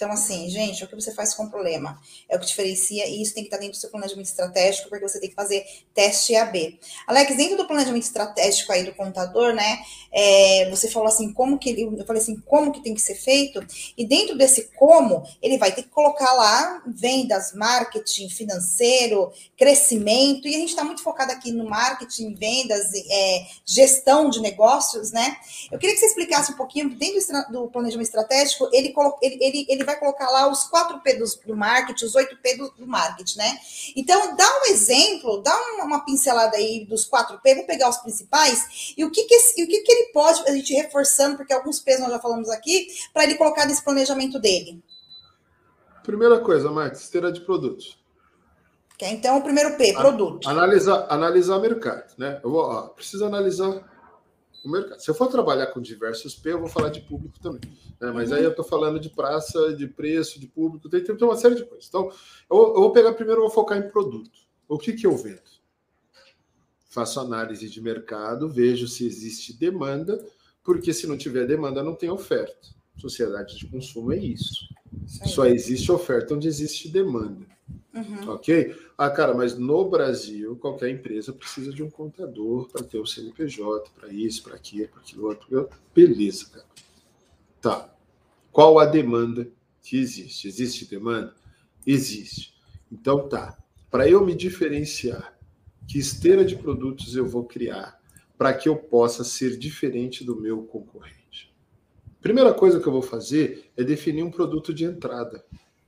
Então, assim, gente, o que você faz com o problema é o que diferencia, e isso tem que estar dentro do seu planejamento estratégico, porque você tem que fazer teste AB. Alex, dentro do planejamento estratégico aí do contador, né, você falou assim, eu falei assim, como que tem que ser feito, e dentro desse como, ele vai ter que colocar lá vendas, marketing, financeiro, crescimento, e a gente está muito focado aqui no marketing, vendas, gestão de negócios, né? Eu queria que você explicasse um pouquinho, dentro do planejamento estratégico, ele vai colocar lá os 4P do marketing, os 8P do marketing, né? Então, dá um exemplo, dá uma pincelada aí dos 4P, vou pegar os principais, e o que ele pode, a gente reforçando, porque alguns P's nós já falamos aqui, para ele colocar nesse planejamento dele. Primeira coisa, Max, esteira de produtos. Então, o primeiro P, produto. Analisar o mercado, né? Preciso analisar o mercado. Se eu for trabalhar com diversos P, eu vou falar de público também, né? Mas aí eu estou falando de praça, de preço, de público, tem uma série de coisas. Então, eu vou pegar primeiro, eu vou focar em produto. O que eu vendo? Faço análise de mercado, vejo se existe demanda, porque se não tiver demanda, não tem oferta. Sociedade de consumo é isso. Só existe oferta onde existe demanda. Ok? Cara, mas no Brasil, qualquer empresa precisa de um contador para ter o CNPJ, para isso, para aquilo, outro. Beleza, cara. Tá. Qual a demanda que existe? Existe demanda? Existe. Então tá. Para eu me diferenciar, que esteira de produtos eu vou criar para que eu possa ser diferente do meu concorrente? Primeira coisa que eu vou fazer é definir um produto de entrada.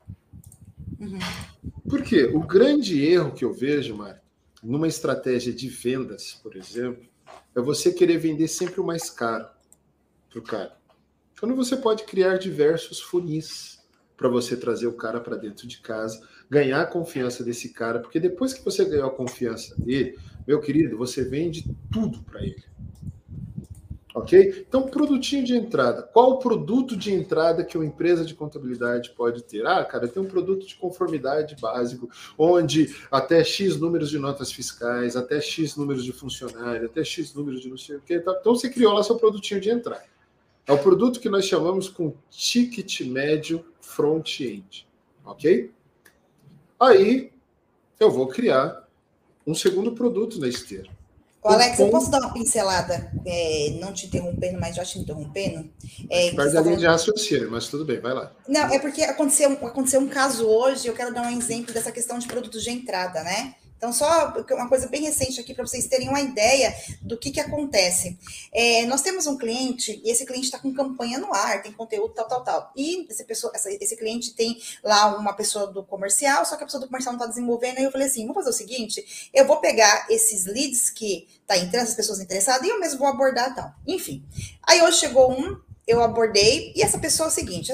Por quê? O grande erro que eu vejo, Mário, numa estratégia de vendas, por exemplo, é você querer vender sempre o mais caro para o cara. Quando você pode criar diversos funis para você trazer o cara para dentro de casa, ganhar a confiança desse cara, porque depois que você ganhou a confiança dele, meu querido, você vende tudo para ele. Ok? Então, produtinho de entrada. Qual o produto de entrada que uma empresa de contabilidade pode ter? Cara, tem um produto de conformidade básico, onde até X números de notas fiscais, até X números de funcionário, até X números de não sei o quê. Então, você criou lá seu produtinho de entrada. É o produto que nós chamamos com ticket médio front-end. Ok? Aí, eu vou criar um segundo produto na esteira. Alex, eu posso dar uma pincelada, não te interrompendo, mas já te interrompendo? Perde a linha de raciocínio, mas tudo bem, vai lá. Não, é porque aconteceu um caso hoje, eu quero dar um exemplo dessa questão de produtos de entrada, né? Então, só uma coisa bem recente aqui para vocês terem uma ideia do que acontece. Nós temos um cliente, e esse cliente está com campanha no ar, tem conteúdo, tal. E esse cliente tem lá uma pessoa do comercial, só que a pessoa do comercial não está desenvolvendo. Aí eu falei assim, vamos fazer o seguinte, eu vou pegar esses leads que tá entrando, as pessoas interessadas, e eu mesmo vou abordar tal. Enfim, aí hoje chegou eu abordei, e essa pessoa é o seguinte,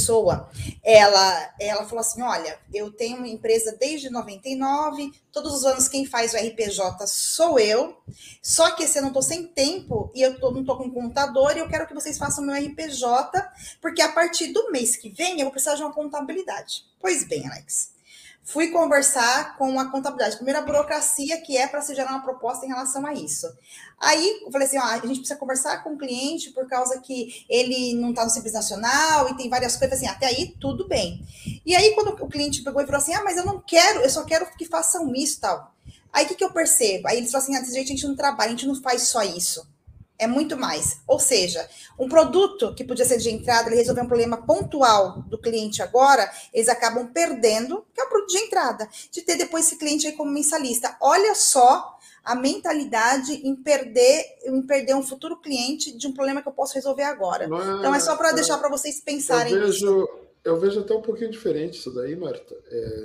ela falou assim, olha, eu tenho uma empresa desde 99, todos os anos quem faz o RPJ sou eu, só que esse ano eu não tô sem tempo, e eu não tô com contador, e eu quero que vocês façam meu RPJ, porque a partir do mês que vem eu vou precisar de uma contabilidade. Pois bem, Alex, fui conversar com a contabilidade. Primeiro, a burocracia que é para se gerar uma proposta em relação a isso. Aí, eu falei assim, a gente precisa conversar com o cliente por causa que ele não está no Simples Nacional e tem várias coisas assim, até aí tudo bem. E aí, quando o cliente pegou e falou assim, mas eu não quero, eu só quero que façam isso e tal. Aí, o que eu percebo? Aí eles falaram assim, desse jeito a gente não trabalha, a gente não faz só isso. É muito mais. Ou seja, um produto que podia ser de entrada, ele resolveu um problema pontual do cliente agora, eles acabam perdendo, que é o produto de entrada, de ter depois esse cliente aí como mensalista. Olha só a mentalidade em perder um futuro cliente de um problema que eu posso resolver agora. Então, é só para deixar para vocês pensarem nisso. Eu vejo até um pouquinho diferente isso daí, Marta.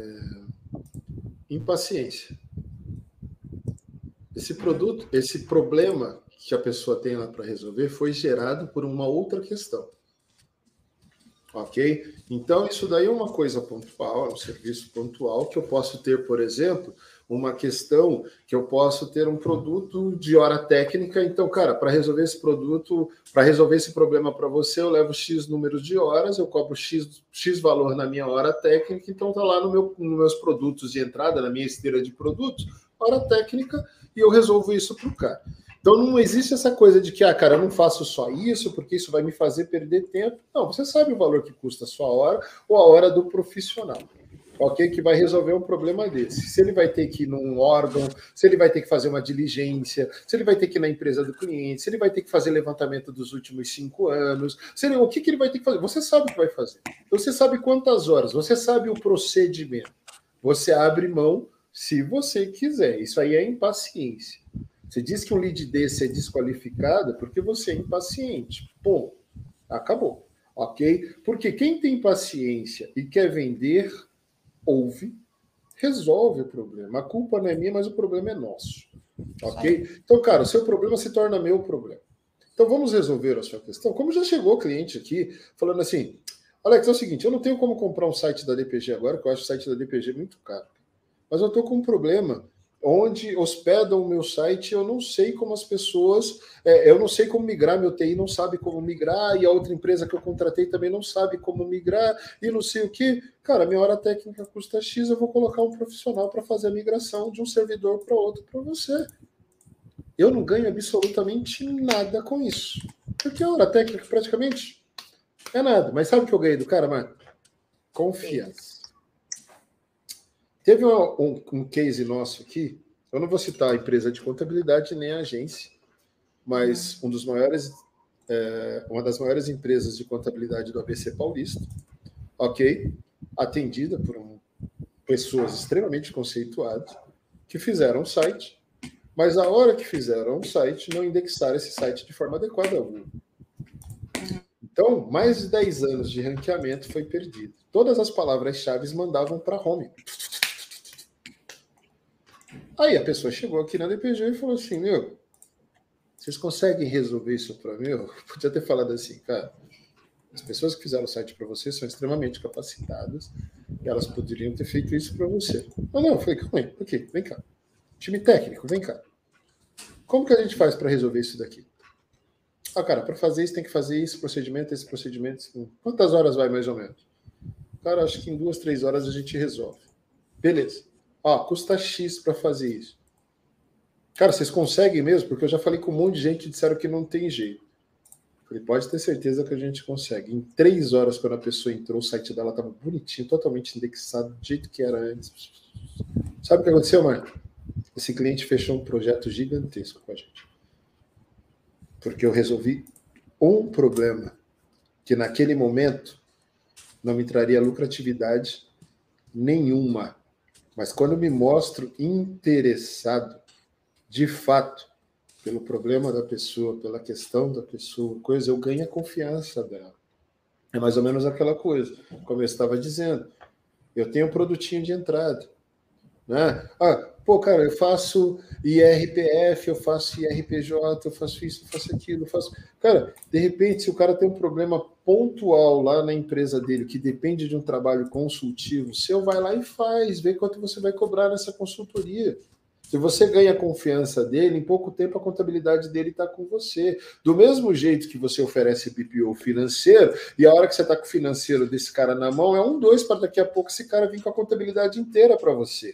Impaciência. Esse problema que a pessoa tem lá para resolver foi gerado por uma outra questão. Ok? Então, isso daí é uma coisa pontual, é um serviço pontual que eu posso ter, por exemplo, uma questão que eu posso ter um produto de hora técnica. Então, cara, para resolver esse produto, para resolver esse problema para você, eu levo X números de horas, eu cobro X valor na minha hora técnica, então tá lá nos meus produtos de entrada, na minha esteira de produtos, hora técnica, e eu resolvo isso para o cara. Então não existe essa coisa de que, cara, eu não faço só isso porque isso vai me fazer perder tempo. Não, você sabe o valor que custa a sua hora ou a hora do profissional, ok? Que vai resolver um problema desse. Se ele vai ter que ir num órgão, se ele vai ter que fazer uma diligência, se ele vai ter que ir na empresa do cliente, se ele vai ter que fazer levantamento dos últimos 5 anos, o que ele vai ter que fazer? Você sabe o que vai fazer. Você sabe quantas horas, você sabe o procedimento. Você abre mão se você quiser. Isso aí é impaciência. Você diz que um lead desse é desqualificado porque você é impaciente. Pô, acabou. Ok? Porque quem tem paciência e quer vender, ouve, resolve o problema. A culpa não é minha, mas o problema é nosso. Ok? Então, cara, o seu problema se torna meu problema. Então, vamos resolver a sua questão. Como já chegou cliente aqui falando assim, Alex, é o seguinte, eu não tenho como comprar um site da DPG agora, porque eu acho o site da DPG muito caro. Mas eu estou com um problema onde hospedam o meu site, eu não sei como as pessoas, eu não sei como migrar, meu TI não sabe como migrar, e a outra empresa que eu contratei também não sabe como migrar, e não sei o que. Cara, minha hora técnica custa X, eu vou colocar um profissional para fazer a migração de um servidor para outro para você. Eu não ganho absolutamente nada com isso. Porque a hora técnica praticamente é nada. Mas sabe o que eu ganhei do cara, mano? Confiança. Teve um case nosso aqui, eu não vou citar a empresa de contabilidade nem a agência, mas uma das maiores empresas de contabilidade do ABC Paulista, ok? Atendida por pessoas extremamente conceituadas, que fizeram um site, mas a hora que fizeram um site, não indexaram esse site de forma adequada alguma. Então, mais de 10 anos de ranqueamento foi perdido. Todas as palavras-chave mandavam para home. Aí a pessoa chegou aqui na DPG e falou assim, vocês conseguem resolver isso para mim? Eu podia ter falado assim, cara, as pessoas que fizeram o site para você são extremamente capacitadas e elas poderiam ter feito isso para você. Não, eu falei, calma aí, aqui, vem cá. Time técnico, vem cá. Como que a gente faz para resolver isso daqui? Cara, para fazer isso tem que fazer esse procedimento. Quantas horas vai mais ou menos? Cara, acho que em 2, 3 horas a gente resolve. Beleza. Custa X para fazer isso. Cara, vocês conseguem mesmo? Porque eu já falei com um monte de gente e disseram que não tem jeito. Falei, pode ter certeza que a gente consegue. Em 3 horas, quando a pessoa entrou, o site dela estava bonitinho, totalmente indexado, do jeito que era antes. Sabe o que aconteceu, Marco? Esse cliente fechou um projeto gigantesco com a gente. Porque eu resolvi um problema que naquele momento não me traria lucratividade nenhuma. Mas quando eu me mostro interessado, de fato, pelo problema da pessoa, pela questão da pessoa, eu ganho a confiança dela. É mais ou menos aquela coisa, como eu estava dizendo. Eu tenho um produtinho de entrada. Né? Cara, eu faço IRPF, eu faço IRPJ, eu faço isso, eu faço aquilo, eu faço... Cara, de repente, se o cara tem um problema pontual lá na empresa dele, que depende de um trabalho consultivo, seu vai lá e faz, vê quanto você vai cobrar nessa consultoria. Se você ganha a confiança dele, em pouco tempo a contabilidade dele está com você. Do mesmo jeito que você oferece BPO financeiro, e a hora que você está com o financeiro desse cara na mão, é 1, 2, para daqui a pouco esse cara vir com a contabilidade inteira para você.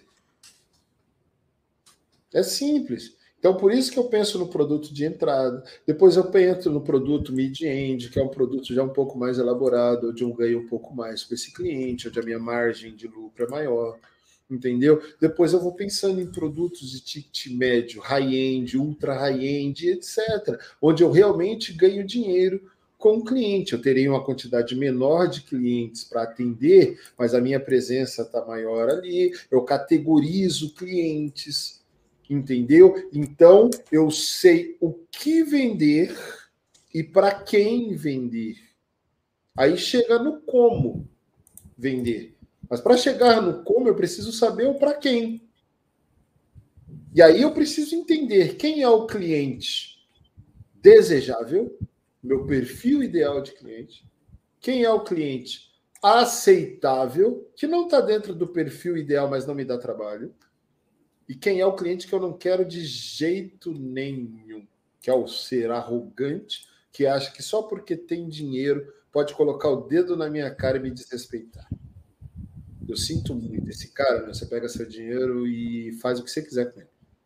É simples. Então, por isso que eu penso no produto de entrada. Depois eu penso no produto mid-end, que é um produto já um pouco mais elaborado, onde eu ganho um pouco mais com esse cliente, onde a minha margem de lucro é maior. Entendeu? Depois eu vou pensando em produtos de ticket médio, high-end, ultra high-end, etc. Onde eu realmente ganho dinheiro com o cliente. Eu terei uma quantidade menor de clientes para atender, mas a minha presença está maior ali. Eu categorizo clientes. Entendeu? Então, eu sei o que vender e para quem vender. Aí chega no como vender. Mas para chegar no como, eu preciso saber o para quem. E aí eu preciso entender quem é o cliente desejável, meu perfil ideal de cliente, quem é o cliente aceitável, que não está dentro do perfil ideal, mas não me dá trabalho, e quem é o cliente que eu não quero de jeito nenhum, que é o ser arrogante, que acha que só porque tem dinheiro pode colocar o dedo na minha cara e me desrespeitar. Eu sinto muito esse cara, você pega seu dinheiro e faz o que você quiser com ele.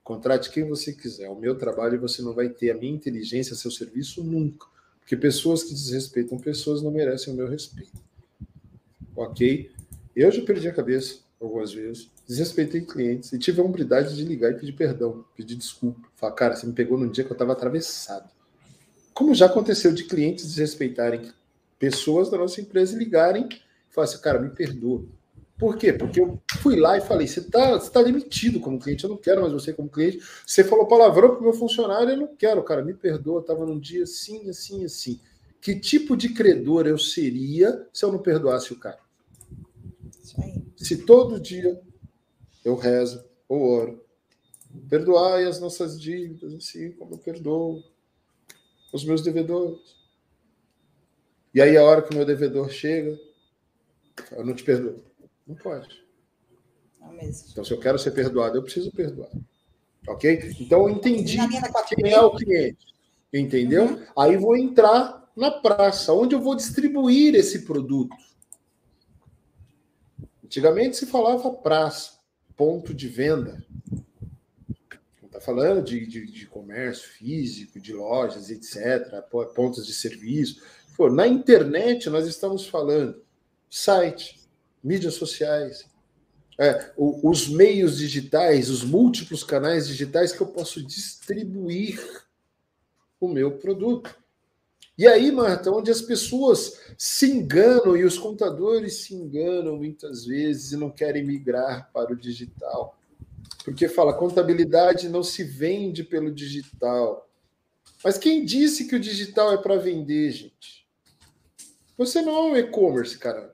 Contrate quem você quiser. O meu trabalho você não vai ter a minha inteligência, seu serviço nunca. Porque pessoas que desrespeitam pessoas não merecem o meu respeito. Ok? Eu já perdi a cabeça algumas vezes, desrespeitei clientes e tive a humildade de ligar e pedir perdão, pedir desculpa. Falar, cara, você me pegou num dia que eu estava atravessado. Como já aconteceu de clientes desrespeitarem pessoas da nossa empresa e ligarem e falar assim, cara, me perdoa. Por quê? Porque eu fui lá e falei, você tá demitido como cliente, eu não quero mais você como cliente. Você falou palavrão pro meu funcionário, eu não quero, cara, me perdoa, estava num dia assim, assim, assim. Que tipo de credor eu seria se eu não perdoasse o cara? Isso aí. Se todo dia eu rezo ou oro, perdoai as nossas dívidas, assim como eu perdoo os meus devedores. E aí a hora que o meu devedor chega, eu não te perdoo. Não pode. Não mesmo. Então, se eu quero ser perdoado, eu preciso perdoar. Ok? Então, eu entendi quem é o cliente. Entendeu? Uhum. Aí vou entrar na praça, onde eu vou distribuir esse produto. Antigamente se falava praça, ponto de venda. Está falando de comércio físico, de lojas, etc., pontos de serviço. Pô, na internet, nós estamos falando site, mídias sociais, os meios digitais, os múltiplos canais digitais que eu posso distribuir o meu produto. E aí, Marta, onde as pessoas se enganam e os contadores se enganam muitas vezes e não querem migrar para o digital. Porque fala, contabilidade não se vende pelo digital. Mas quem disse que o digital é para vender, gente? Você não é um e-commerce, cara.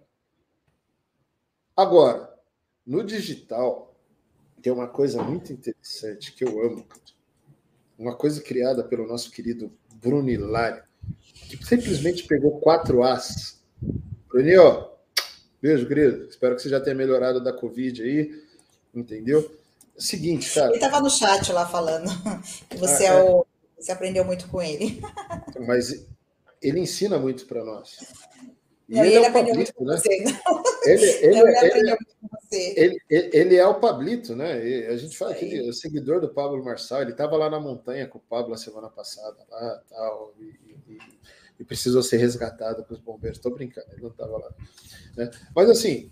Agora, no digital, tem uma coisa muito interessante que eu amo. Uma coisa criada pelo nosso querido Bruno Hilário, que simplesmente pegou 4 As. Bruninho, beijo, querido. Espero que você já tenha melhorado da Covid aí. Entendeu? Seguinte, cara. Ele estava no chat lá falando que você você aprendeu muito com ele. Mas ele ensina muito para nós. E ele é o Pablito, né? Ele é o Pablito, né? A gente fala que ele é o seguidor do Pablo Marçal. Ele estava lá na montanha com o Pablo a semana passada, lá, tal, e precisou ser resgatado com os bombeiros. Estou brincando, ele não estava lá. Né? Mas assim,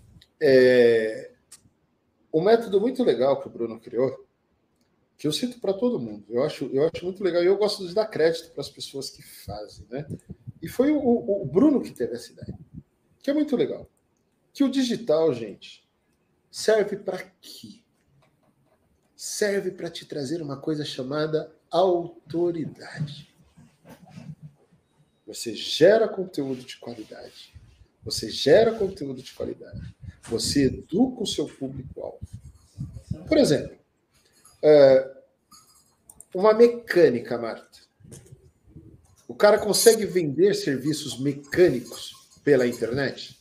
um método muito legal que o Bruno criou, que eu cito para todo mundo. Eu acho muito legal e eu gosto de dar crédito para as pessoas que fazem, né? E foi o Bruno que teve essa ideia, que é muito legal. Que o digital, gente, serve para quê? Serve para te trazer uma coisa chamada autoridade. Você gera conteúdo de qualidade. Você gera conteúdo de qualidade. Você educa o seu público-alvo. Por exemplo, uma mecânica, Marta. O cara consegue vender serviços mecânicos pela internet?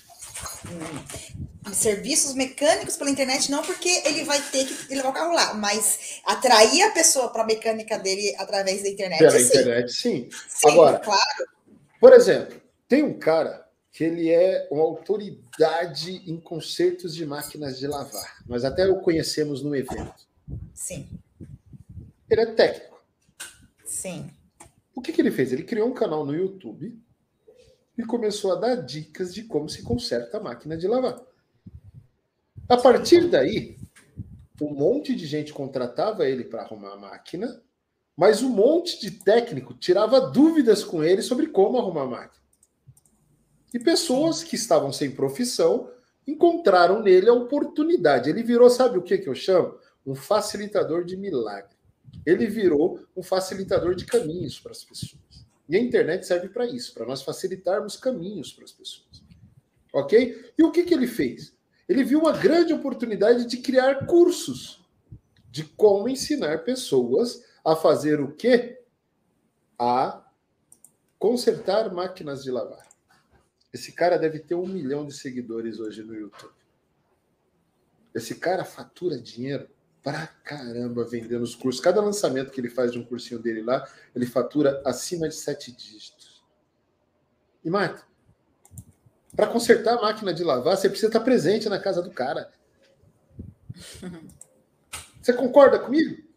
Serviços mecânicos pela internet não, porque ele vai ter que levar o carro lá, mas atrair a pessoa para a mecânica dele através da internet, pela internet, sim. Sim, agora, claro. Por exemplo, tem um cara que ele é uma autoridade em consertos de máquinas de lavar. Nós até o conhecemos no evento. Sim. Ele é técnico. Sim. O que ele fez? Ele criou um canal no YouTube e começou a dar dicas de como se conserta a máquina de lavar. A partir daí, um monte de gente contratava ele para arrumar a máquina, mas um monte de técnico tirava dúvidas com ele sobre como arrumar a máquina. E pessoas que estavam sem profissão encontraram nele a oportunidade. Ele virou, sabe o que eu chamo? Um facilitador de milagre. Ele virou um facilitador de caminhos para as pessoas. E a internet serve para isso, para nós facilitarmos caminhos para as pessoas. Ok? E o que ele fez? Ele viu uma grande oportunidade de criar cursos de como ensinar pessoas a fazer o quê? A consertar máquinas de lavar. Esse cara deve ter 1 milhão de seguidores hoje no YouTube. Esse cara fatura dinheiro pra caramba vendendo os cursos. Cada lançamento que ele faz de um cursinho dele lá, ele fatura acima de 7 dígitos. E, Marta, para consertar a máquina de lavar, você precisa estar presente na casa do cara. Você concorda comigo?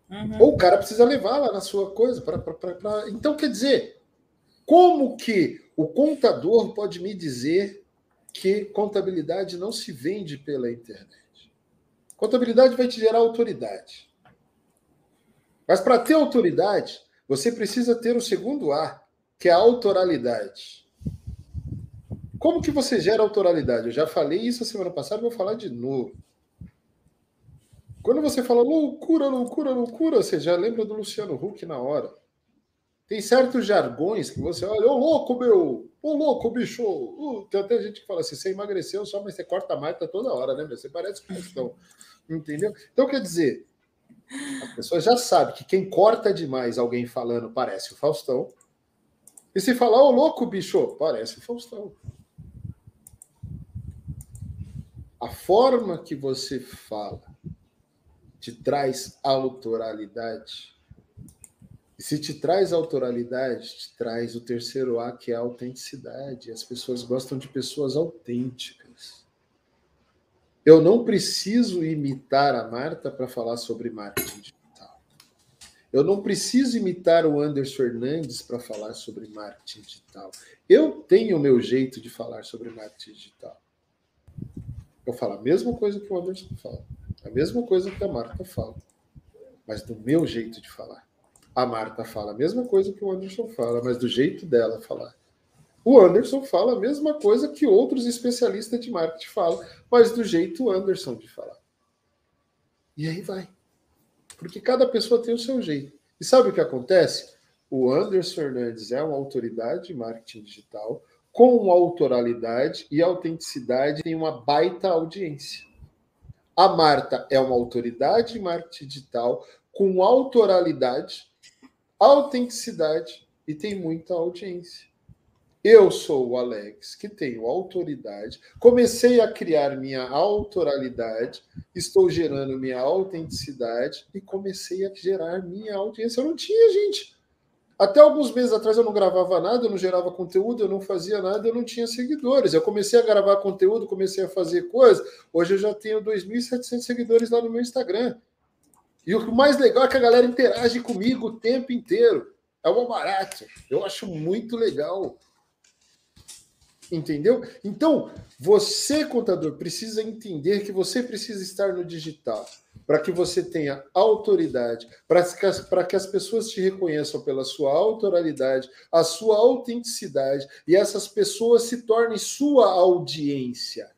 Ou o cara precisa levar lá na sua coisa. Então, quer dizer, como que o contador pode me dizer que contabilidade não se vende pela internet? Contabilidade vai te gerar autoridade. Mas para ter autoridade, você precisa ter o segundo A, que é a autoralidade. Como que você gera autoralidade? Eu já falei isso a semana passada, vou falar de novo. Quando você fala loucura, loucura, loucura, você já lembra do Luciano Huck na hora. Tem certos jargões que você olha, ô louco, meu, ô louco, bicho. Tem até gente que fala assim, você emagreceu só, mas você corta a Marta toda hora, né? Você parece Faustão. Entendeu? Então, quer dizer, a pessoa já sabe que quem corta demais alguém falando parece o Faustão. E se falar, ô louco, bicho, parece o Faustão. A forma que você fala te traz autoralidade. E se te traz autoralidade, te traz o terceiro A, que é a autenticidade. As pessoas gostam de pessoas autênticas. Eu não preciso imitar a Marta para falar sobre marketing digital. Eu não preciso imitar o Anderson Fernandes para falar sobre marketing digital. Eu tenho o meu jeito de falar sobre marketing digital. Eu falo a mesma coisa que o Anderson fala. A mesma coisa que a Marta fala. Mas do meu jeito de falar. A Marta fala a mesma coisa que o Anderson fala, mas do jeito dela falar. O Anderson fala a mesma coisa que outros especialistas de marketing falam, mas do jeito Anderson de falar. E aí vai. Porque cada pessoa tem o seu jeito. E sabe o que acontece? O Anderson Fernandes é uma autoridade em marketing digital, com autoralidade e autenticidade em uma baita audiência. A Marta é uma autoridade em marketing digital, com autoralidade, autenticidade e tem muita audiência. Eu sou o Alex, que tenho autoridade, comecei a criar minha autoralidade, estou gerando minha autenticidade e comecei a gerar minha audiência. Eu não tinha, gente. Até alguns meses atrás eu não gravava nada, eu não gerava conteúdo, eu não fazia nada, eu não tinha seguidores. Eu comecei a gravar conteúdo, comecei a fazer coisas. Hoje eu já tenho 2.700 seguidores lá no meu Instagram. E o mais legal é que a galera interage comigo o tempo inteiro. É uma barato. Eu acho muito legal. Entendeu? Então, você, contador, precisa entender que você precisa estar no digital para que você tenha autoridade, para que as pessoas te reconheçam pela sua autoralidade, a sua autenticidade, e essas pessoas se tornem sua audiência.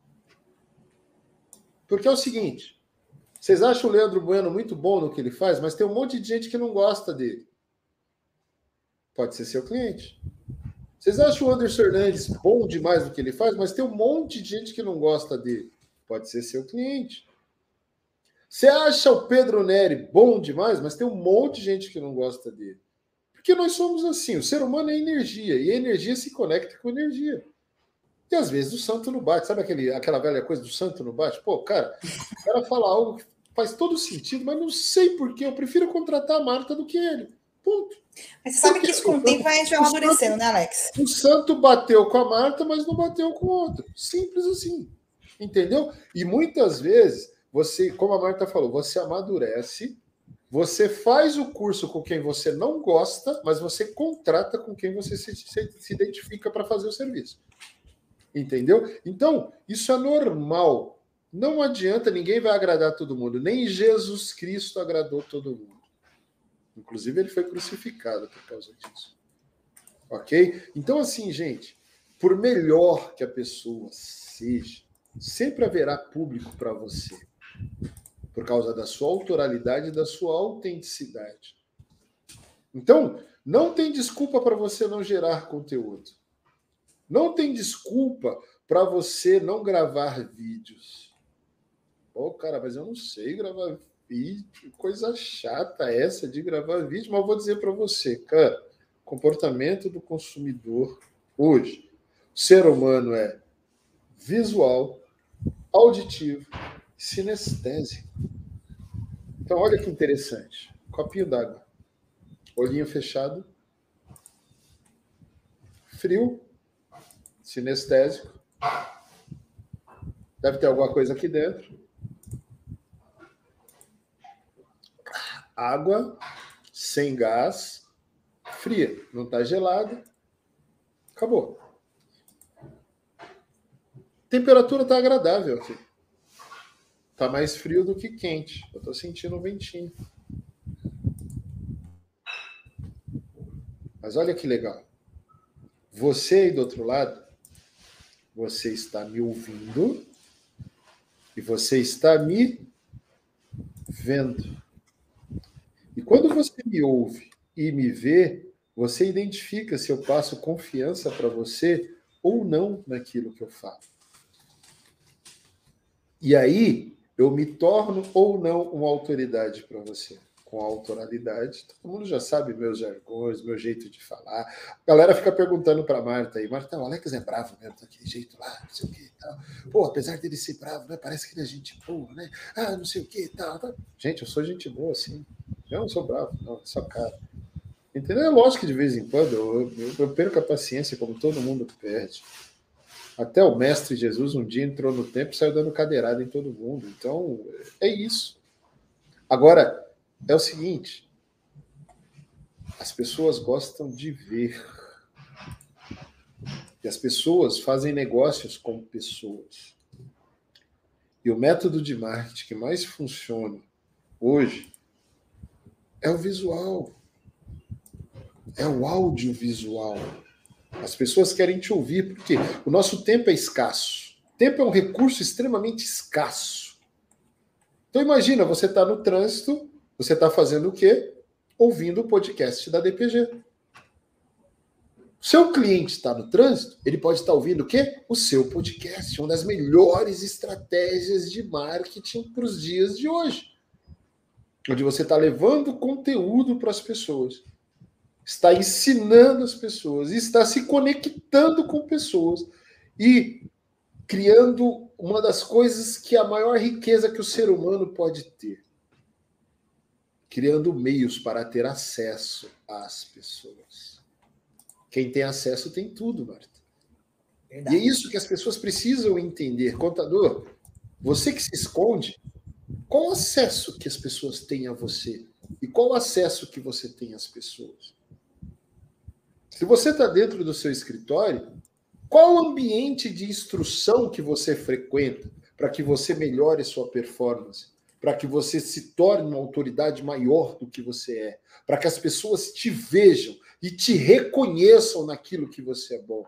Porque é o seguinte, vocês acham o Leandro Bueno muito bom no que ele faz, mas tem um monte de gente que não gosta dele. Pode ser seu cliente. Vocês acham o Anderson Fernandes bom demais no que ele faz, mas tem um monte de gente que não gosta dele. Pode ser seu cliente. Você acha o Pedro Neri bom demais, mas tem um monte de gente que não gosta dele. Porque nós somos assim, o ser humano é energia, e a energia se conecta com energia. E às vezes o santo não bate. Sabe aquela velha coisa do santo não bate? Pô, cara, o cara fala algo que faz todo sentido, mas não sei porquê. Eu prefiro contratar a Marta do que ele. Ponto. Mas você sabe que isso com o tempo vai amadurecendo, né, Alex? O santo bateu com a Marta, mas não bateu com o outro. Simples assim. Entendeu? E muitas vezes, você, como a Marta falou, você amadurece, você faz o curso com quem você não gosta, mas você contrata com quem você se identifica para fazer o serviço. Entendeu? Então, isso é normal. Não adianta, ninguém vai agradar todo mundo. Nem Jesus Cristo agradou todo mundo. Inclusive, ele foi crucificado por causa disso. Ok? Então, assim, gente, por melhor que a pessoa seja, sempre haverá público para você. Por causa da sua autoralidade e da sua autenticidade. Então, não tem desculpa para você não gerar conteúdo. Não tem desculpa para você não gravar vídeos. Pô, cara, mas eu não sei gravar vídeo. Coisa chata essa de gravar vídeo. Mas eu vou dizer para você, cara, comportamento do consumidor hoje. O ser humano é visual, auditivo, sinestésico. Então, olha que interessante. Copinho d'água. Olhinho fechado. Frio. Sinestésico. Deve ter alguma coisa aqui dentro. água sem gás, fria, não está gelada, acabou. Temperatura está agradável aqui. Está mais frio do que quente. Eu estou sentindo um ventinho. Mas olha que legal. Você aí do outro lado, você está me ouvindo e você está me vendo. E quando você me ouve e me vê, você identifica se eu passo confiança para você ou não naquilo que eu falo. E aí, eu me torno ou não uma autoridade para você. Com a autoralidade, todo mundo já sabe meus jargões, meu jeito de falar. A galera fica perguntando para Marta aí, Marta, o Alex é bravo mesmo, daquele jeito lá, não sei o que e tal. Pô, apesar dele ser bravo, né, parece que ele é gente boa, né? Ah, não sei o que e tal. Gente, eu sou gente boa, sim. Eu não sou bravo, não, é só cara. Entendeu? É lógico que de vez em quando eu perco a paciência, como todo mundo perde. Até o mestre Jesus um dia entrou no templo e saiu dando cadeirada em todo mundo. Então, é isso. Agora, é o seguinte, as pessoas gostam de ver. E as pessoas fazem negócios com pessoas. E o método de marketing que mais funciona hoje é o visual. É o audiovisual. As pessoas querem te ouvir, porque o nosso tempo é escasso. O tempo é um recurso extremamente escasso. Então imagina, você está no trânsito, você está fazendo o quê? Ouvindo o podcast da DPG. O seu cliente está no trânsito, ele pode estar ouvindo o quê? O seu podcast, uma das melhores estratégias de marketing para os dias de hoje. Onde você está levando conteúdo para as pessoas, está ensinando as pessoas, está se conectando com pessoas e criando uma das coisas que é a maior riqueza que o ser humano pode ter. Criando meios para ter acesso às pessoas. Quem tem acesso tem tudo, Marta. Verdade. E é isso que as pessoas precisam entender. Contador, você que se esconde, qual o acesso que as pessoas têm a você? E qual o acesso que você tem às pessoas? Se você está dentro do seu escritório, qual o ambiente de instrução que você frequenta para que você melhore sua performance? Para que você se torne uma autoridade maior do que você é, para que as pessoas te vejam e te reconheçam naquilo que você é bom.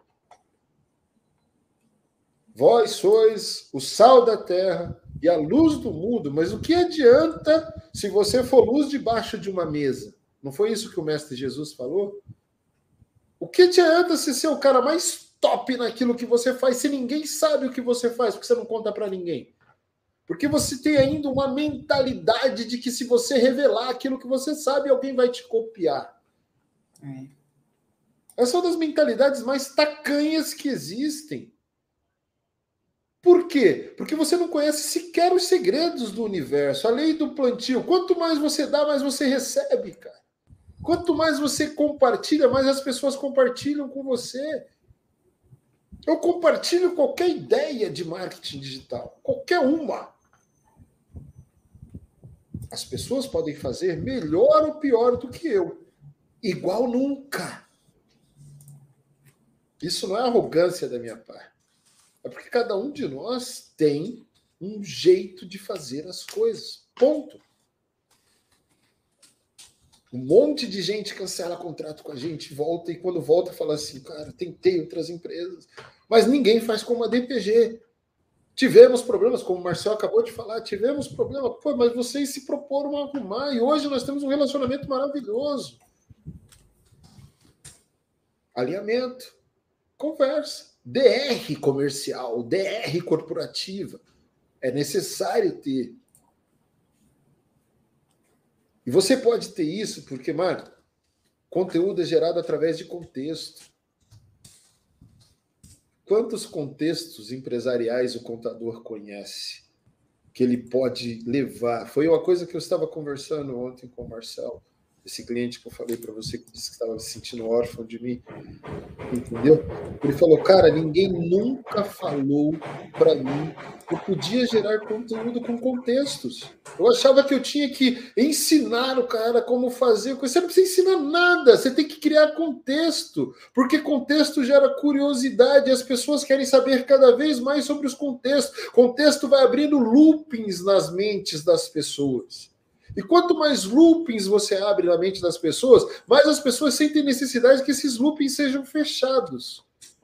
Vós sois o sal da terra e a luz do mundo, mas o que adianta se você for luz debaixo de uma mesa? Não foi isso que o Mestre Jesus falou? O que adianta você ser o cara mais top naquilo que você faz se ninguém sabe o que você faz, porque você não conta para ninguém? Porque você tem ainda uma mentalidade de que se você revelar aquilo que você sabe, alguém vai te copiar. Essa é uma das mentalidades mais tacanhas que existem. Por quê? Porque você não conhece sequer os segredos do universo, a lei do plantio. Quanto mais você dá, mais você recebe, cara. Quanto mais você compartilha, mais as pessoas compartilham com você. Eu compartilho qualquer ideia de marketing digital, qualquer uma. As pessoas podem fazer melhor ou pior do que eu. Igual nunca. Isso não é arrogância da minha parte. É porque cada um de nós tem um jeito de fazer as coisas. Ponto. Um monte de gente cancela contrato com a gente, volta e quando volta fala assim, cara, tentei outras empresas, mas ninguém faz como a DPG. Tivemos problemas, como o Marcel acabou de falar, tivemos problema, pô, mas vocês se proporam a arrumar e hoje nós temos um relacionamento maravilhoso. Alinhamento, conversa, DR comercial, DR corporativa. É necessário ter. E você pode ter isso porque, Marta, conteúdo é gerado através de contexto. Quantos contextos empresariais o contador conhece que ele pode levar? Foi uma coisa que eu estava conversando ontem com o Marcel, esse cliente que eu falei para você que disse que estava se sentindo órfão de mim. Entendeu? Ele falou, cara, ninguém nunca falou para mim que eu podia gerar conteúdo com contextos. Eu achava que eu tinha que ensinar o cara como fazer. Você não precisa ensinar nada, você tem que criar contexto, porque contexto gera curiosidade, as pessoas querem saber cada vez mais sobre os contextos. Contexto vai abrindo loopings nas mentes das pessoas. E quanto mais loopings você abre na mente das pessoas, mais as pessoas sentem necessidade que esses loopings sejam fechados.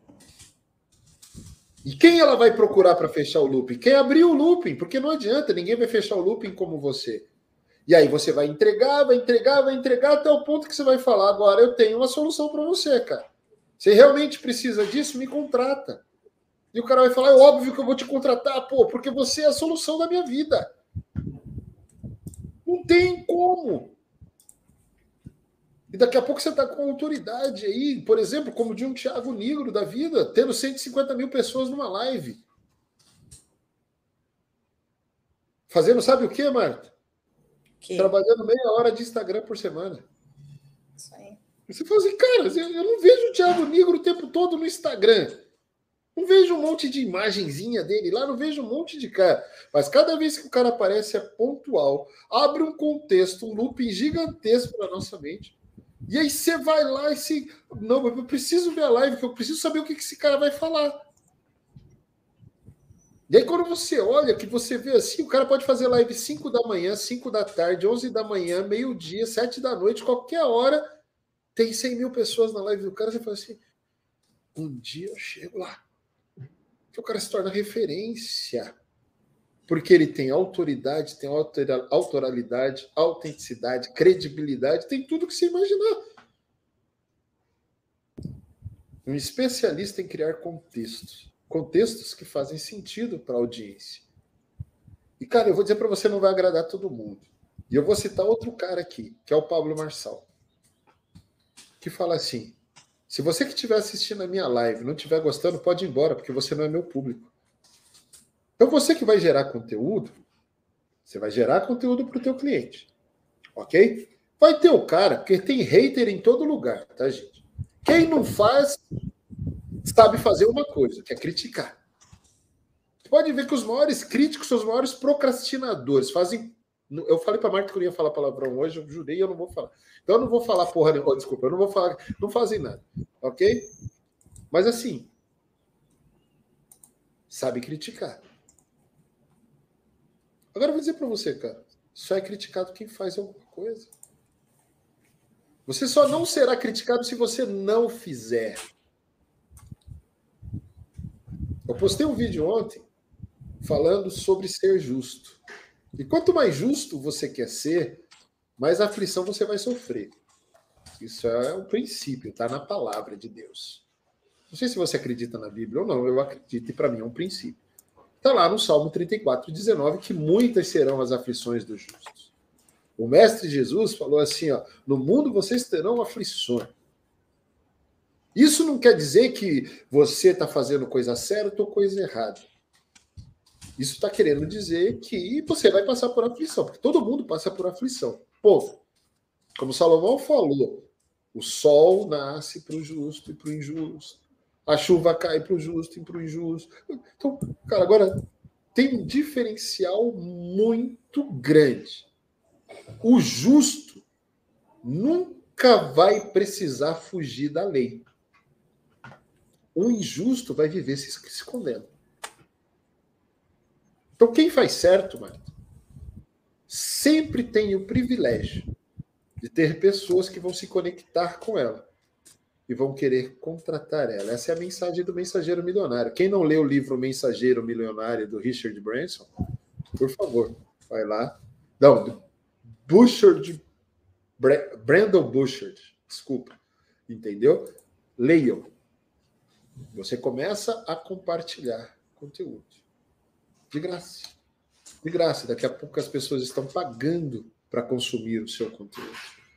E quem ela vai procurar para fechar o looping? Quem abriu o looping, porque não adianta, ninguém vai fechar o looping como você. E aí você vai entregar até o ponto que você vai falar, agora eu tenho uma solução para você, cara. Você realmente precisa disso? Me contrata. E o cara vai falar, é óbvio que eu vou te contratar, pô, porque você é a solução da minha vida. Não tem como. E daqui a pouco você está com autoridade aí, por exemplo, como de um Thiago Nigro da vida, tendo 150 mil pessoas numa live. Fazendo sabe o quê, Marta? Trabalhando meia hora de Instagram por semana. Isso aí. E você fala assim, cara, eu não vejo o Thiago Nigro o tempo todo no Instagram. Não vejo um monte de imagenzinha dele lá, não vejo um monte de cara. Mas cada vez que o cara aparece é pontual, abre um contexto, um looping gigantesco na nossa mente. E aí você vai lá e se... Não, eu preciso ver a live, que eu preciso saber o que esse cara vai falar. E aí quando você olha, que você vê assim, o cara pode fazer live 5 da manhã, 5 da tarde, 11 da manhã, meio-dia, 7 da noite, qualquer hora, tem 100 mil pessoas na live do cara, você fala assim, um dia eu chego lá. Que o cara se torna referência. Porque ele tem autoridade, tem autoralidade, autenticidade, credibilidade, tem tudo que você imaginar. Um especialista em criar contextos. Contextos que fazem sentido para a audiência. E, cara, eu vou dizer para você, não vai agradar todo mundo. E eu vou citar outro cara aqui, que é o Pablo Marçal, que fala assim, se você que estiver assistindo a minha live não estiver gostando, pode ir embora, porque você não é meu público. Então, você que vai gerar conteúdo, você vai gerar conteúdo para o teu cliente. Ok? Vai ter o cara, porque tem hater em todo lugar, tá, gente? Quem não faz, sabe fazer uma coisa, que é criticar. Você pode ver que os maiores críticos são os maiores procrastinadores. Fazem. Eu falei para a Marta que eu não ia falar palavrão hoje, eu jurei, eu não vou falar. Então eu não vou falar porra nenhuma. Oh, desculpa, eu não vou falar. Não fazem nada. Ok? Mas assim. Sabe criticar. Agora eu vou dizer para você, cara. Só é criticado quem faz alguma coisa. Você só não será criticado se você não fizer. Eu postei um vídeo ontem falando sobre ser justo. E quanto mais justo você quer ser, mais aflição você vai sofrer. Isso é um princípio, está na palavra de Deus. Não sei se você acredita na Bíblia ou não, eu acredito e para mim é um princípio. Está lá no Salmo 34:19 que muitas serão as aflições dos justos. O mestre Jesus falou assim, ó, no mundo vocês terão aflições. Isso não quer dizer que você está fazendo coisa certa ou coisa errada. Isso está querendo dizer que você vai passar por aflição, porque todo mundo passa por aflição. Ponto. Como Salomão falou, o sol nasce para o justo e para o injusto. A chuva cai para o justo e para o injusto. Então, cara, agora tem um diferencial muito grande. O justo nunca vai precisar fugir da lei. O injusto vai viver se escondendo. Então, quem faz certo, mano, sempre tem o privilégio de ter pessoas que vão se conectar com ela e vão querer contratar ela. Essa é a mensagem do Mensageiro Milionário. Quem não leu o livro Mensageiro Milionário do Richard Branson, por favor, vai lá. Não, Brandon Burchard, desculpa, entendeu? Leiam. Você começa a compartilhar conteúdo. De graça. De graça. Daqui a pouco as pessoas estão pagando para consumir o seu conteúdo.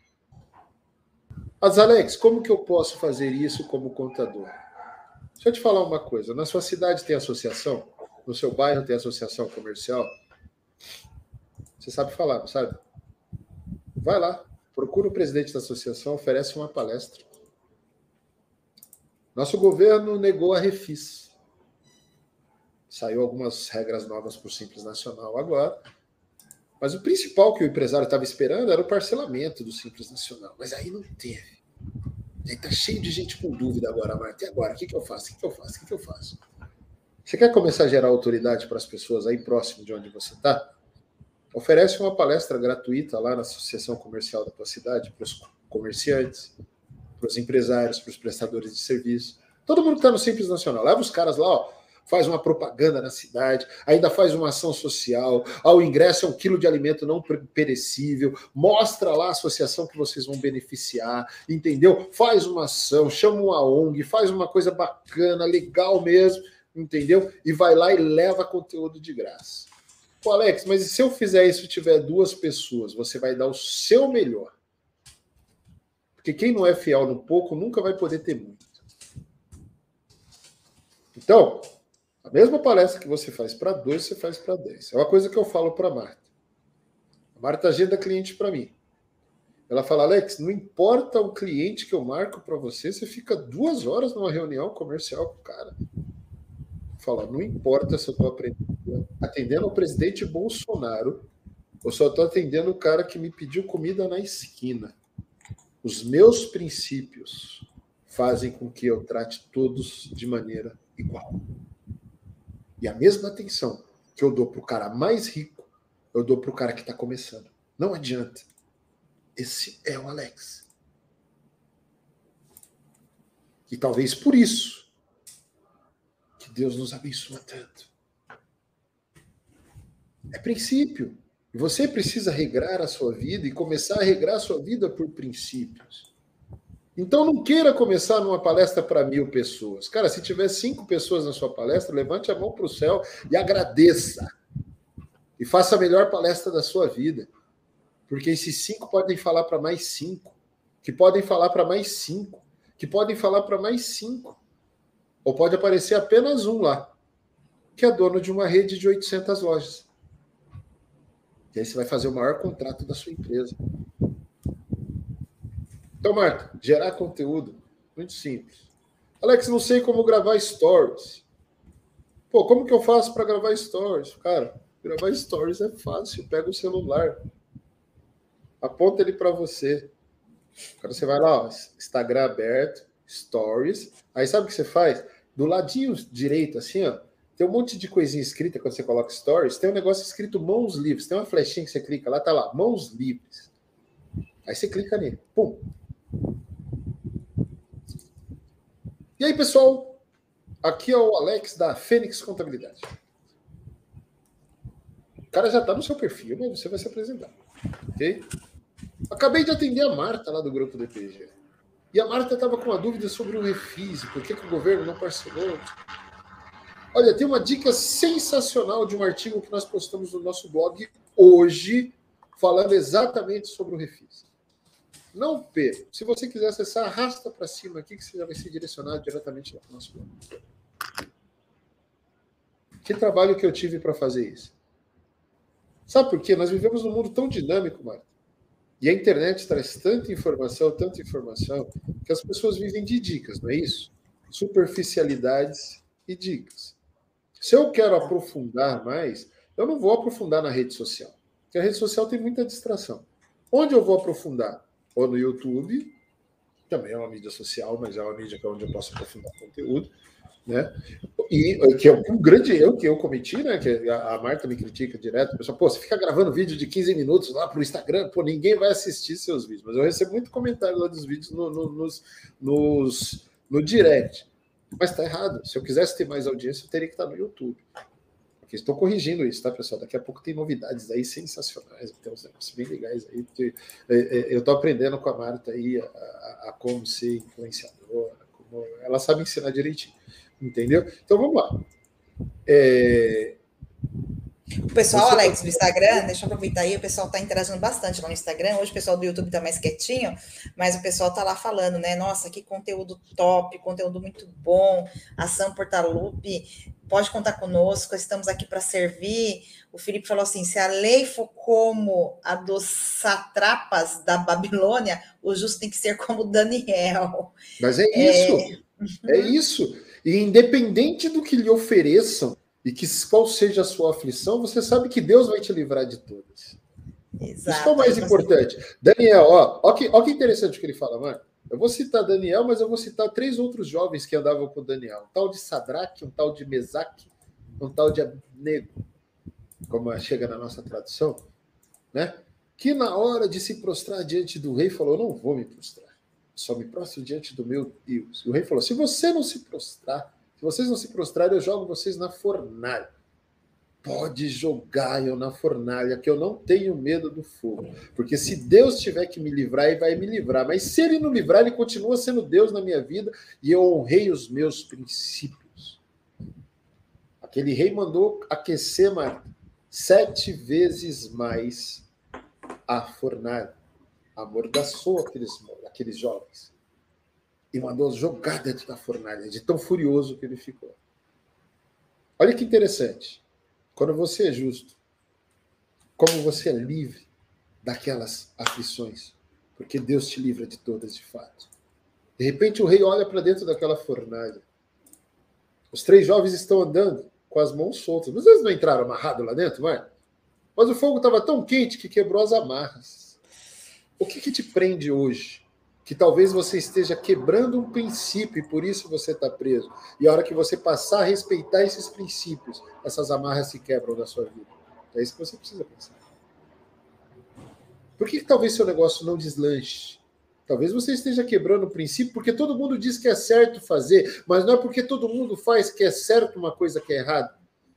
Mas, Alex, como que eu posso fazer isso como contador? Deixa eu te falar uma coisa. Na sua cidade tem associação? No seu bairro tem associação comercial? Você sabe falar, não sabe? Vai lá. Procura o presidente da associação, oferece uma palestra. Nosso governo negou a Refis. Saiu algumas regras novas para o Simples Nacional agora. Mas o principal que o empresário estava esperando era o parcelamento do Simples Nacional. Mas aí não teve. Aí está cheio de gente com dúvida agora, Marta. E agora? O que eu faço? O que eu faço? Você quer começar a gerar autoridade para as pessoas aí próximo de onde você está? Oferece uma palestra gratuita lá na Associação Comercial da tua cidade, para os comerciantes, para os empresários, para os prestadores de serviço. Todo mundo que está no Simples Nacional. Leva os caras lá, ó, faz uma propaganda na cidade, ainda faz uma ação social, ao ingresso é 1 quilo de alimento não perecível, mostra lá a associação que vocês vão beneficiar, entendeu? Faz uma ação, chama uma ONG, faz uma coisa bacana, legal mesmo, entendeu? E vai lá e leva conteúdo de graça. Pô, Alex, mas e se eu fizer isso e tiver 2 pessoas, você vai dar o seu melhor. Porque quem não é fiel no pouco nunca vai poder ter muito. Então, a mesma palestra que você faz para 2, você faz para 10. É uma coisa que eu falo para a Marta. A Marta agenda cliente para mim. Ela fala, Alex, não importa o cliente que eu marco para você, você fica 2 horas numa reunião comercial com o cara. Fala, não importa se eu estou atendendo ao presidente Bolsonaro ou só estou atendendo o cara que me pediu comida na esquina. Os meus princípios fazem com que eu trate todos de maneira igual. E a mesma atenção que eu dou para o cara mais rico, eu dou para o cara que está começando. Não adianta. Esse é o Alex. E talvez por isso que Deus nos abençoa tanto. É princípio. E você precisa regrar a sua vida e começar a regrar a sua vida por princípios. Então não queira começar numa palestra para 1000 pessoas. Cara, se tiver 5 pessoas na sua palestra, levante a mão para o céu e agradeça. E faça a melhor palestra da sua vida. Porque esses 5 podem falar para mais 5. Que podem falar para mais 5. Que podem falar para mais 5. Ou pode aparecer apenas um lá, que é dono de uma rede de 800 lojas. E aí você vai fazer o maior contrato da sua empresa. Então, Marta, gerar conteúdo, muito simples. Alex, não sei como gravar stories. Pô, como que eu faço para gravar stories? Cara, gravar stories é fácil. Pega o celular, aponta ele para você. Cara, você vai lá, ó, Instagram aberto, stories. Aí sabe o que você faz? Do ladinho direito, assim, ó, tem um monte de coisinha escrita quando você coloca stories. Tem um negócio escrito mãos livres. Tem uma flechinha que você clica lá, tá lá, mãos livres. Aí você clica nele. Pum. E aí, pessoal, aqui é o Alex da Fênix Contabilidade. O cara já tá no seu perfil, mas você vai se apresentar. Ok? Acabei de atender a Marta lá do grupo do EPG. E a Marta estava com uma dúvida sobre o Refis, por que o governo não parcelou. Olha, tem uma dica sensacional de um artigo que nós postamos no nosso blog hoje, falando exatamente sobre o Refis. Não perca. Se você quiser acessar, arrasta para cima aqui que você já vai ser direcionado diretamente lá para o nosso blog. Que trabalho que eu tive para fazer isso? Sabe por quê? Nós vivemos num mundo tão dinâmico, Marta. E a internet traz tanta informação, que as pessoas vivem de dicas, não é isso? Superficialidades e dicas. Se eu quero aprofundar mais, eu não vou aprofundar na rede social, porque a rede social tem muita distração. Onde eu vou aprofundar? Ou no YouTube, também é uma mídia social, mas é uma mídia onde eu posso aprofundar conteúdo, né? E que é um grande erro que eu cometi, né? Que a Marta me critica direto. O pessoal, pô, você fica gravando vídeo de 15 minutos lá pro Instagram, pô, ninguém vai assistir seus vídeos. Mas eu recebo muito comentário lá dos vídeos no direct. Mas tá errado. Se eu quisesse ter mais audiência, eu teria que estar no YouTube. Porque estou corrigindo isso, tá, pessoal? Daqui a pouco tem novidades aí sensacionais, tem uns negócios bem legais aí. Porque eu estou aprendendo com a Marta aí a como ser influenciadora, como ela sabe ensinar direitinho. Entendeu? Então vamos lá. O pessoal, Alex, do Instagram, deixa eu aproveitar aí, o pessoal está interagindo bastante lá no Instagram. Hoje o pessoal do YouTube está mais quietinho, mas o pessoal está lá falando, né? Nossa, que conteúdo top, conteúdo muito bom. Ação Portalupe, pode contar conosco, estamos aqui para servir. O Felipe falou assim: se a lei for como a dos satrapas da Babilônia, o justo tem que ser como Daniel. Mas é isso. É isso. E independente do que lhe ofereçam e que qual seja a sua aflição, você sabe que Deus vai te livrar de todas. Isso que é o Exato. mais importante. Daniel, ó que interessante o que ele fala, mano. Eu vou citar Daniel, mas eu vou citar 3 outros jovens que andavam com Daniel. Um tal de Sadraque, um tal de Mesaque, um tal de Abnego, como chega na nossa tradução, né? Que na hora de se prostrar diante do rei, falou, não vou me prostrar. Só me prostro diante do meu Deus. E o rei falou, se você não se prostrar, se vocês não se prostrarem, eu jogo vocês na fornalha. Pode jogar eu na fornalha, que eu não tenho medo do fogo. Porque se Deus tiver que me livrar, ele vai me livrar. Mas se ele não livrar, ele continua sendo Deus na minha vida e eu honrei os meus princípios. Aquele rei mandou aquecer, Marta, 7 vezes mais a fornalha. Amordaçou aqueles jovens. E mandou jogar dentro da fornalha, de tão furioso que ele ficou. Olha que interessante. Quando você é justo, como você é livre daquelas aflições, porque Deus te livra de todas de fato. De repente o rei olha para dentro daquela fornalha. Os 3 jovens estão andando com as mãos soltas. Mas eles não entraram amarrados lá dentro, vai? Mas o fogo estava tão quente que quebrou as amarras. O que te prende hoje? Que talvez você esteja quebrando um princípio e por isso você está preso. E a hora que você passar a respeitar esses princípios, essas amarras se quebram da sua vida. É isso que você precisa pensar. Por que talvez seu negócio não deslanche? Talvez você esteja quebrando o princípio porque todo mundo diz que é certo fazer, mas não é porque todo mundo faz que é certo uma coisa que é errada.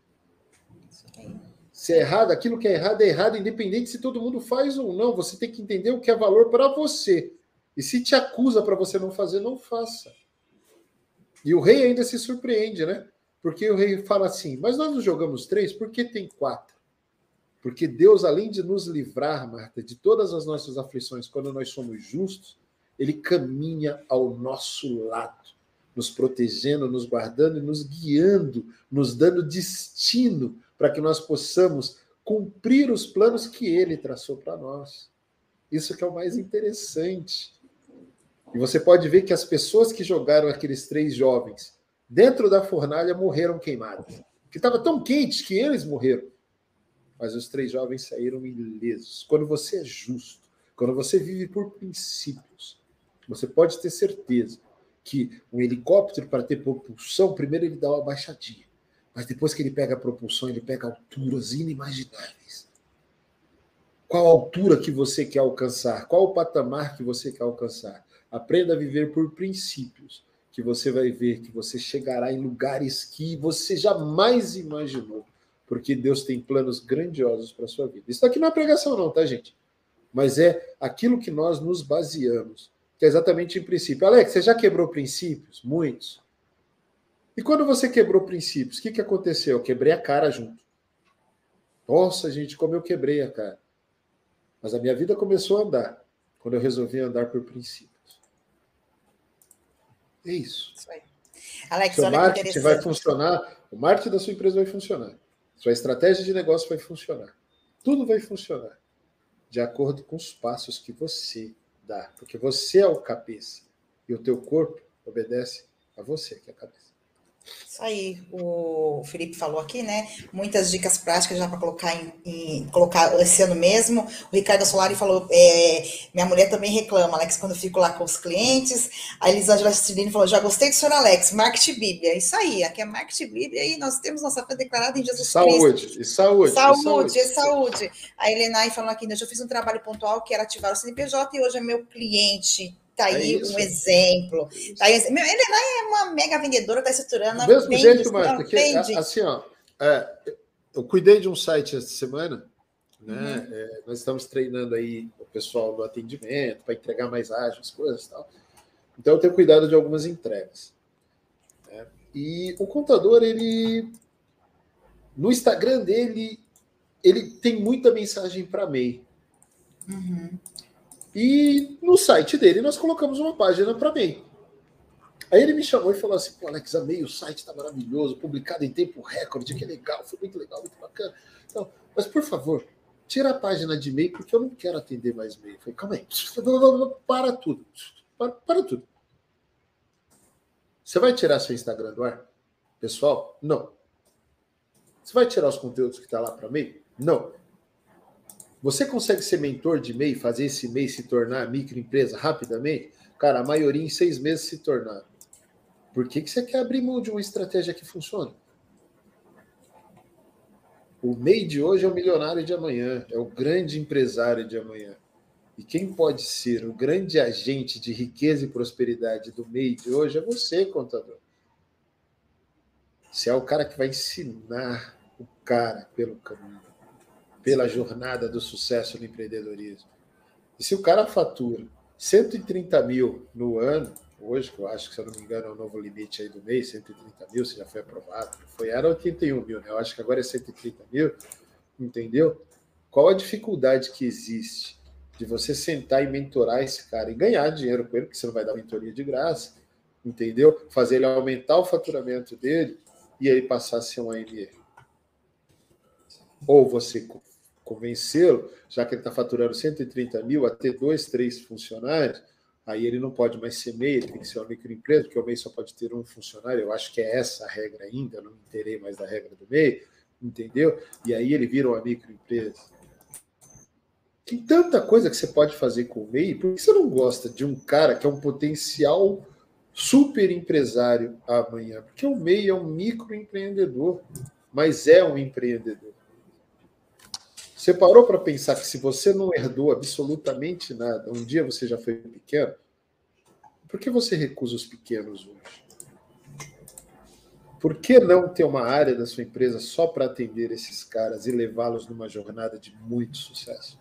Se é errado, aquilo que é errado independente se todo mundo faz ou não. Você tem que entender o que é valor para você. E se te acusa para você não fazer, não faça. E o rei ainda se surpreende, né? Porque o rei fala assim, mas nós não jogamos 3, por que tem 4? Porque Deus, além de nos livrar, Marta, de todas as nossas aflições, quando nós somos justos, ele caminha ao nosso lado, nos protegendo, nos guardando e nos guiando, nos dando destino para que nós possamos cumprir os planos que ele traçou para nós. Isso que é o mais interessante. E você pode ver que as pessoas que jogaram aqueles 3 jovens dentro da fornalha morreram queimadas. Que estava tão quente que eles morreram. Mas os 3 jovens saíram ilesos. Quando você é justo, quando você vive por princípios, você pode ter certeza que um helicóptero, para ter propulsão, primeiro ele dá uma baixadinha. Mas depois que ele pega a propulsão, ele pega alturas inimagináveis. Qual a altura que você quer alcançar? Qual o patamar que você quer alcançar? Aprenda a viver por princípios, que você vai ver que você chegará em lugares que você jamais imaginou, porque Deus tem planos grandiosos para a sua vida. Isso aqui não é pregação não, tá, gente? Mas é aquilo que nós nos baseamos, que é exatamente em princípio. Alex, você já quebrou princípios? Muitos. E quando você quebrou princípios, o que aconteceu? Eu quebrei a cara junto. Nossa, gente, como eu quebrei a cara. Mas a minha vida começou a andar quando eu resolvi andar por princípios. É isso. Isso aí. Alex, seu olha marketing que interessante. vai funcionar, o marketing da sua empresa vai funcionar, sua estratégia de negócio vai funcionar. Tudo vai funcionar de acordo com os passos que você dá, porque você é o cabeça e o teu corpo obedece a você, que é a cabeça. Isso aí, o Felipe falou aqui, né? Muitas dicas práticas já para colocar esse ano mesmo. O Ricardo Solari falou: minha mulher também reclama, Alex, quando eu fico lá com os clientes. A Elisângela Cicilline falou: já gostei do senhor Alex, marketing Bíblia. Isso aí, aqui é marketing Bíblia e nós temos nossa fé declarada em Jesus Cristo. Saúde. A Helenai falou aqui: eu já fiz um trabalho pontual que era ativar o CNPJ e hoje é meu cliente. Tá aí um exemplo. Tá aí, Helena é uma mega vendedora, tá estruturando. Do mesmo jeito, Marta, que assim, ó, eu cuidei de um site essa semana, né? Uhum. Nós estamos treinando aí o pessoal do atendimento para entregar mais ágil as coisas e tal. Então eu tenho cuidado de algumas entregas. Né? E o contador, ele no Instagram dele, ele tem muita mensagem para MEI. Uhum. E no site dele nós colocamos uma página para MEI. Aí ele me chamou e falou assim: pô, Alex, amei, o site está maravilhoso, publicado em tempo recorde, que legal, foi muito legal, muito bacana. Então, mas por favor, tira a página de MEI, porque eu não quero atender mais MEI. Eu falei: calma aí, para tudo. Para tudo. Você vai tirar seu Instagram do ar? Pessoal, não. Você vai tirar os conteúdos que está lá para MEI? Não. Você consegue ser mentor de MEI, fazer esse MEI se tornar microempresa rapidamente? Cara, a maioria em 6 meses se tornar. Por que você quer abrir mão de uma estratégia que funciona? O MEI de hoje é o milionário de amanhã, é o grande empresário de amanhã. E quem pode ser o grande agente de riqueza e prosperidade do MEI de hoje é você, contador. Você é o cara que vai ensinar o cara pelo caminho, pela jornada do sucesso no empreendedorismo. E se o cara fatura 130 mil no ano, hoje, que eu acho que, se eu não me engano, é o novo limite aí do mês, 130 mil, se já foi aprovado, era 81 mil, né? Eu acho que agora é 130 mil, entendeu? Qual a dificuldade que existe de você sentar e mentorar esse cara e ganhar dinheiro com ele, porque você não vai dar mentoria de graça, entendeu? Fazer ele aumentar o faturamento dele e aí passar a ser um AME. Ou você convencê-lo, já que ele está faturando 130 mil, a ter 2, 3 funcionários, aí ele não pode mais ser MEI, ele tem que ser uma microempresa, porque o MEI só pode ter um funcionário, eu acho que é essa a regra ainda, eu não me inteirei mais da regra do MEI, entendeu? E aí ele vira uma microempresa. Tem tanta coisa que você pode fazer com o MEI, por que você não gosta de um cara que é um potencial super empresário amanhã? Porque o MEI é um microempreendedor, mas é um empreendedor. Você parou para pensar que se você não herdou absolutamente nada, um dia você já foi pequeno, por que você recusa os pequenos hoje? Por que não ter uma área da sua empresa só para atender esses caras e levá-los numa jornada de muito sucesso?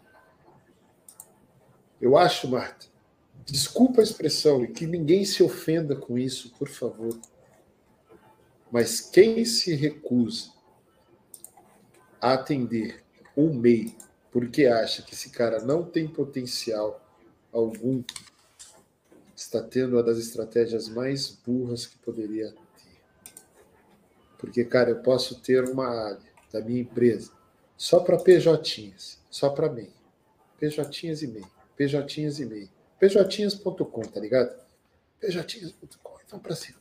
Eu acho, Marta, desculpa a expressão e que ninguém se ofenda com isso, por favor. Mas quem se recusa a atender o MEI porque acha que esse cara não tem potencial algum, está tendo uma das estratégias mais burras que poderia ter. Porque, cara, eu posso ter uma área da minha empresa só para PJs, só para MEI. PJs e MEI. PJs e MEI. PJs.com, tá ligado? PJs.com. Então, para cima.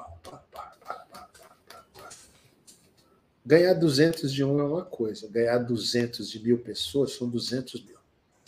Ganhar 200 de um é uma coisa. Ganhar 200 de 1.000 pessoas são 200 mil.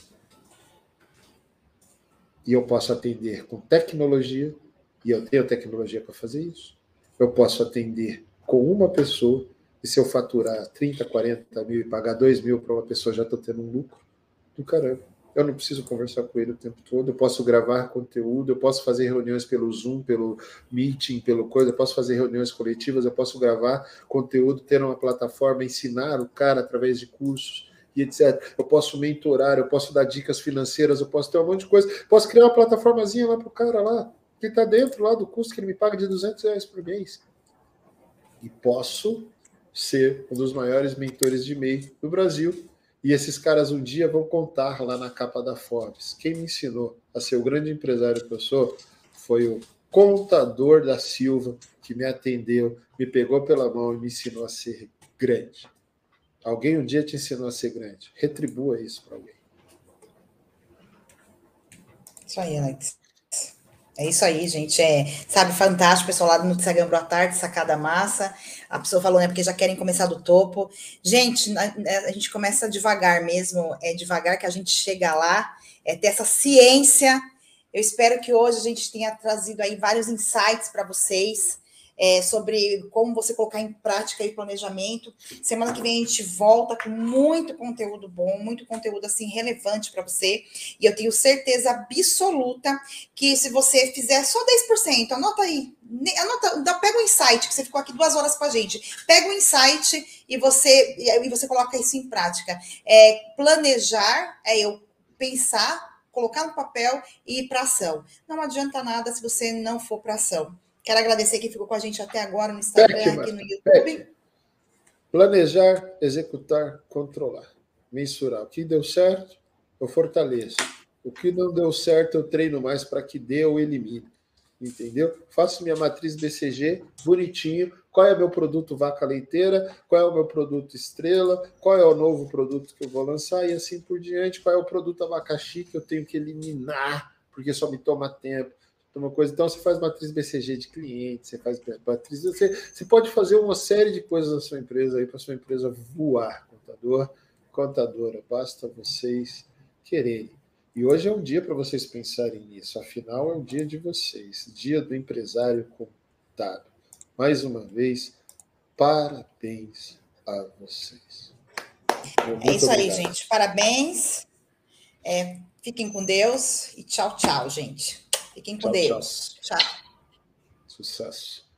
E eu posso atender com tecnologia, e eu tenho tecnologia para fazer isso. Eu posso atender com uma pessoa, e se eu faturar 30, 40 mil e pagar 2 mil para uma pessoa, já estou tendo um lucro do caramba. Eu não preciso conversar com ele o tempo todo, eu posso gravar conteúdo, eu posso fazer reuniões pelo Zoom, pelo Meeting, pelo coisa, eu posso fazer reuniões coletivas, eu posso gravar conteúdo, ter uma plataforma, ensinar o cara através de cursos e etc. Eu posso mentorar, eu posso dar dicas financeiras, eu posso ter um monte de coisa, posso criar uma plataformazinha lá para o cara lá, que está dentro lá do custo que ele me paga de R$200 por mês. E posso ser um dos maiores mentores de MEI do Brasil. E esses caras um dia vão contar lá na capa da Forbes. Quem me ensinou a ser o grande empresário que eu sou foi o contador da Silva, que me atendeu, me pegou pela mão e me ensinou a ser grande. Alguém um dia te ensinou a ser grande. Retribua isso para alguém. Isso aí, Alex. É isso aí, gente. Sabe, fantástico, pessoal lá no Instagram, boa tarde, sacada massa. A pessoa falou, né, porque já querem começar do topo. Gente, a gente começa devagar mesmo, é devagar que a gente chega lá, ter essa ciência. Eu espero que hoje a gente tenha trazido aí vários insights para vocês, sobre como você colocar em prática e planejamento. Semana que vem a gente volta com muito conteúdo bom, muito conteúdo assim relevante para você. E eu tenho certeza absoluta que se você fizer só 10%, anota aí, pega o insight, que você ficou aqui 2 horas com a gente, pega o insight e você coloca isso em prática. Planejar é eu pensar, colocar no papel e ir para ação. Não adianta nada se você não for para ação. Quero agradecer quem ficou com a gente até agora no Instagram, aqui no YouTube. Planejar, executar, controlar. Mensurar. O que deu certo, eu fortaleço. O que não deu certo, eu treino mais para que dê ou elimine. Entendeu? Faço minha matriz BCG, bonitinho. Qual é o meu produto vaca leiteira? Qual é o meu produto estrela? Qual é o novo produto que eu vou lançar? E assim por diante. Qual é o produto abacaxi que eu tenho que eliminar, porque só me toma tempo? uma coisa. Então, você faz matriz BCG de cliente, você faz matriz. Você pode fazer uma série de coisas na sua empresa aí para sua empresa voar, contador, contadora. Basta vocês quererem. E hoje é um dia para vocês pensarem nisso. Afinal, é um dia de vocês, dia do empresário contábil. Mais uma vez, parabéns a vocês. É isso aí, gente. Parabéns. Fiquem com Deus e tchau, tchau, gente. Fiquem com Deus. Tchau. Sucesso.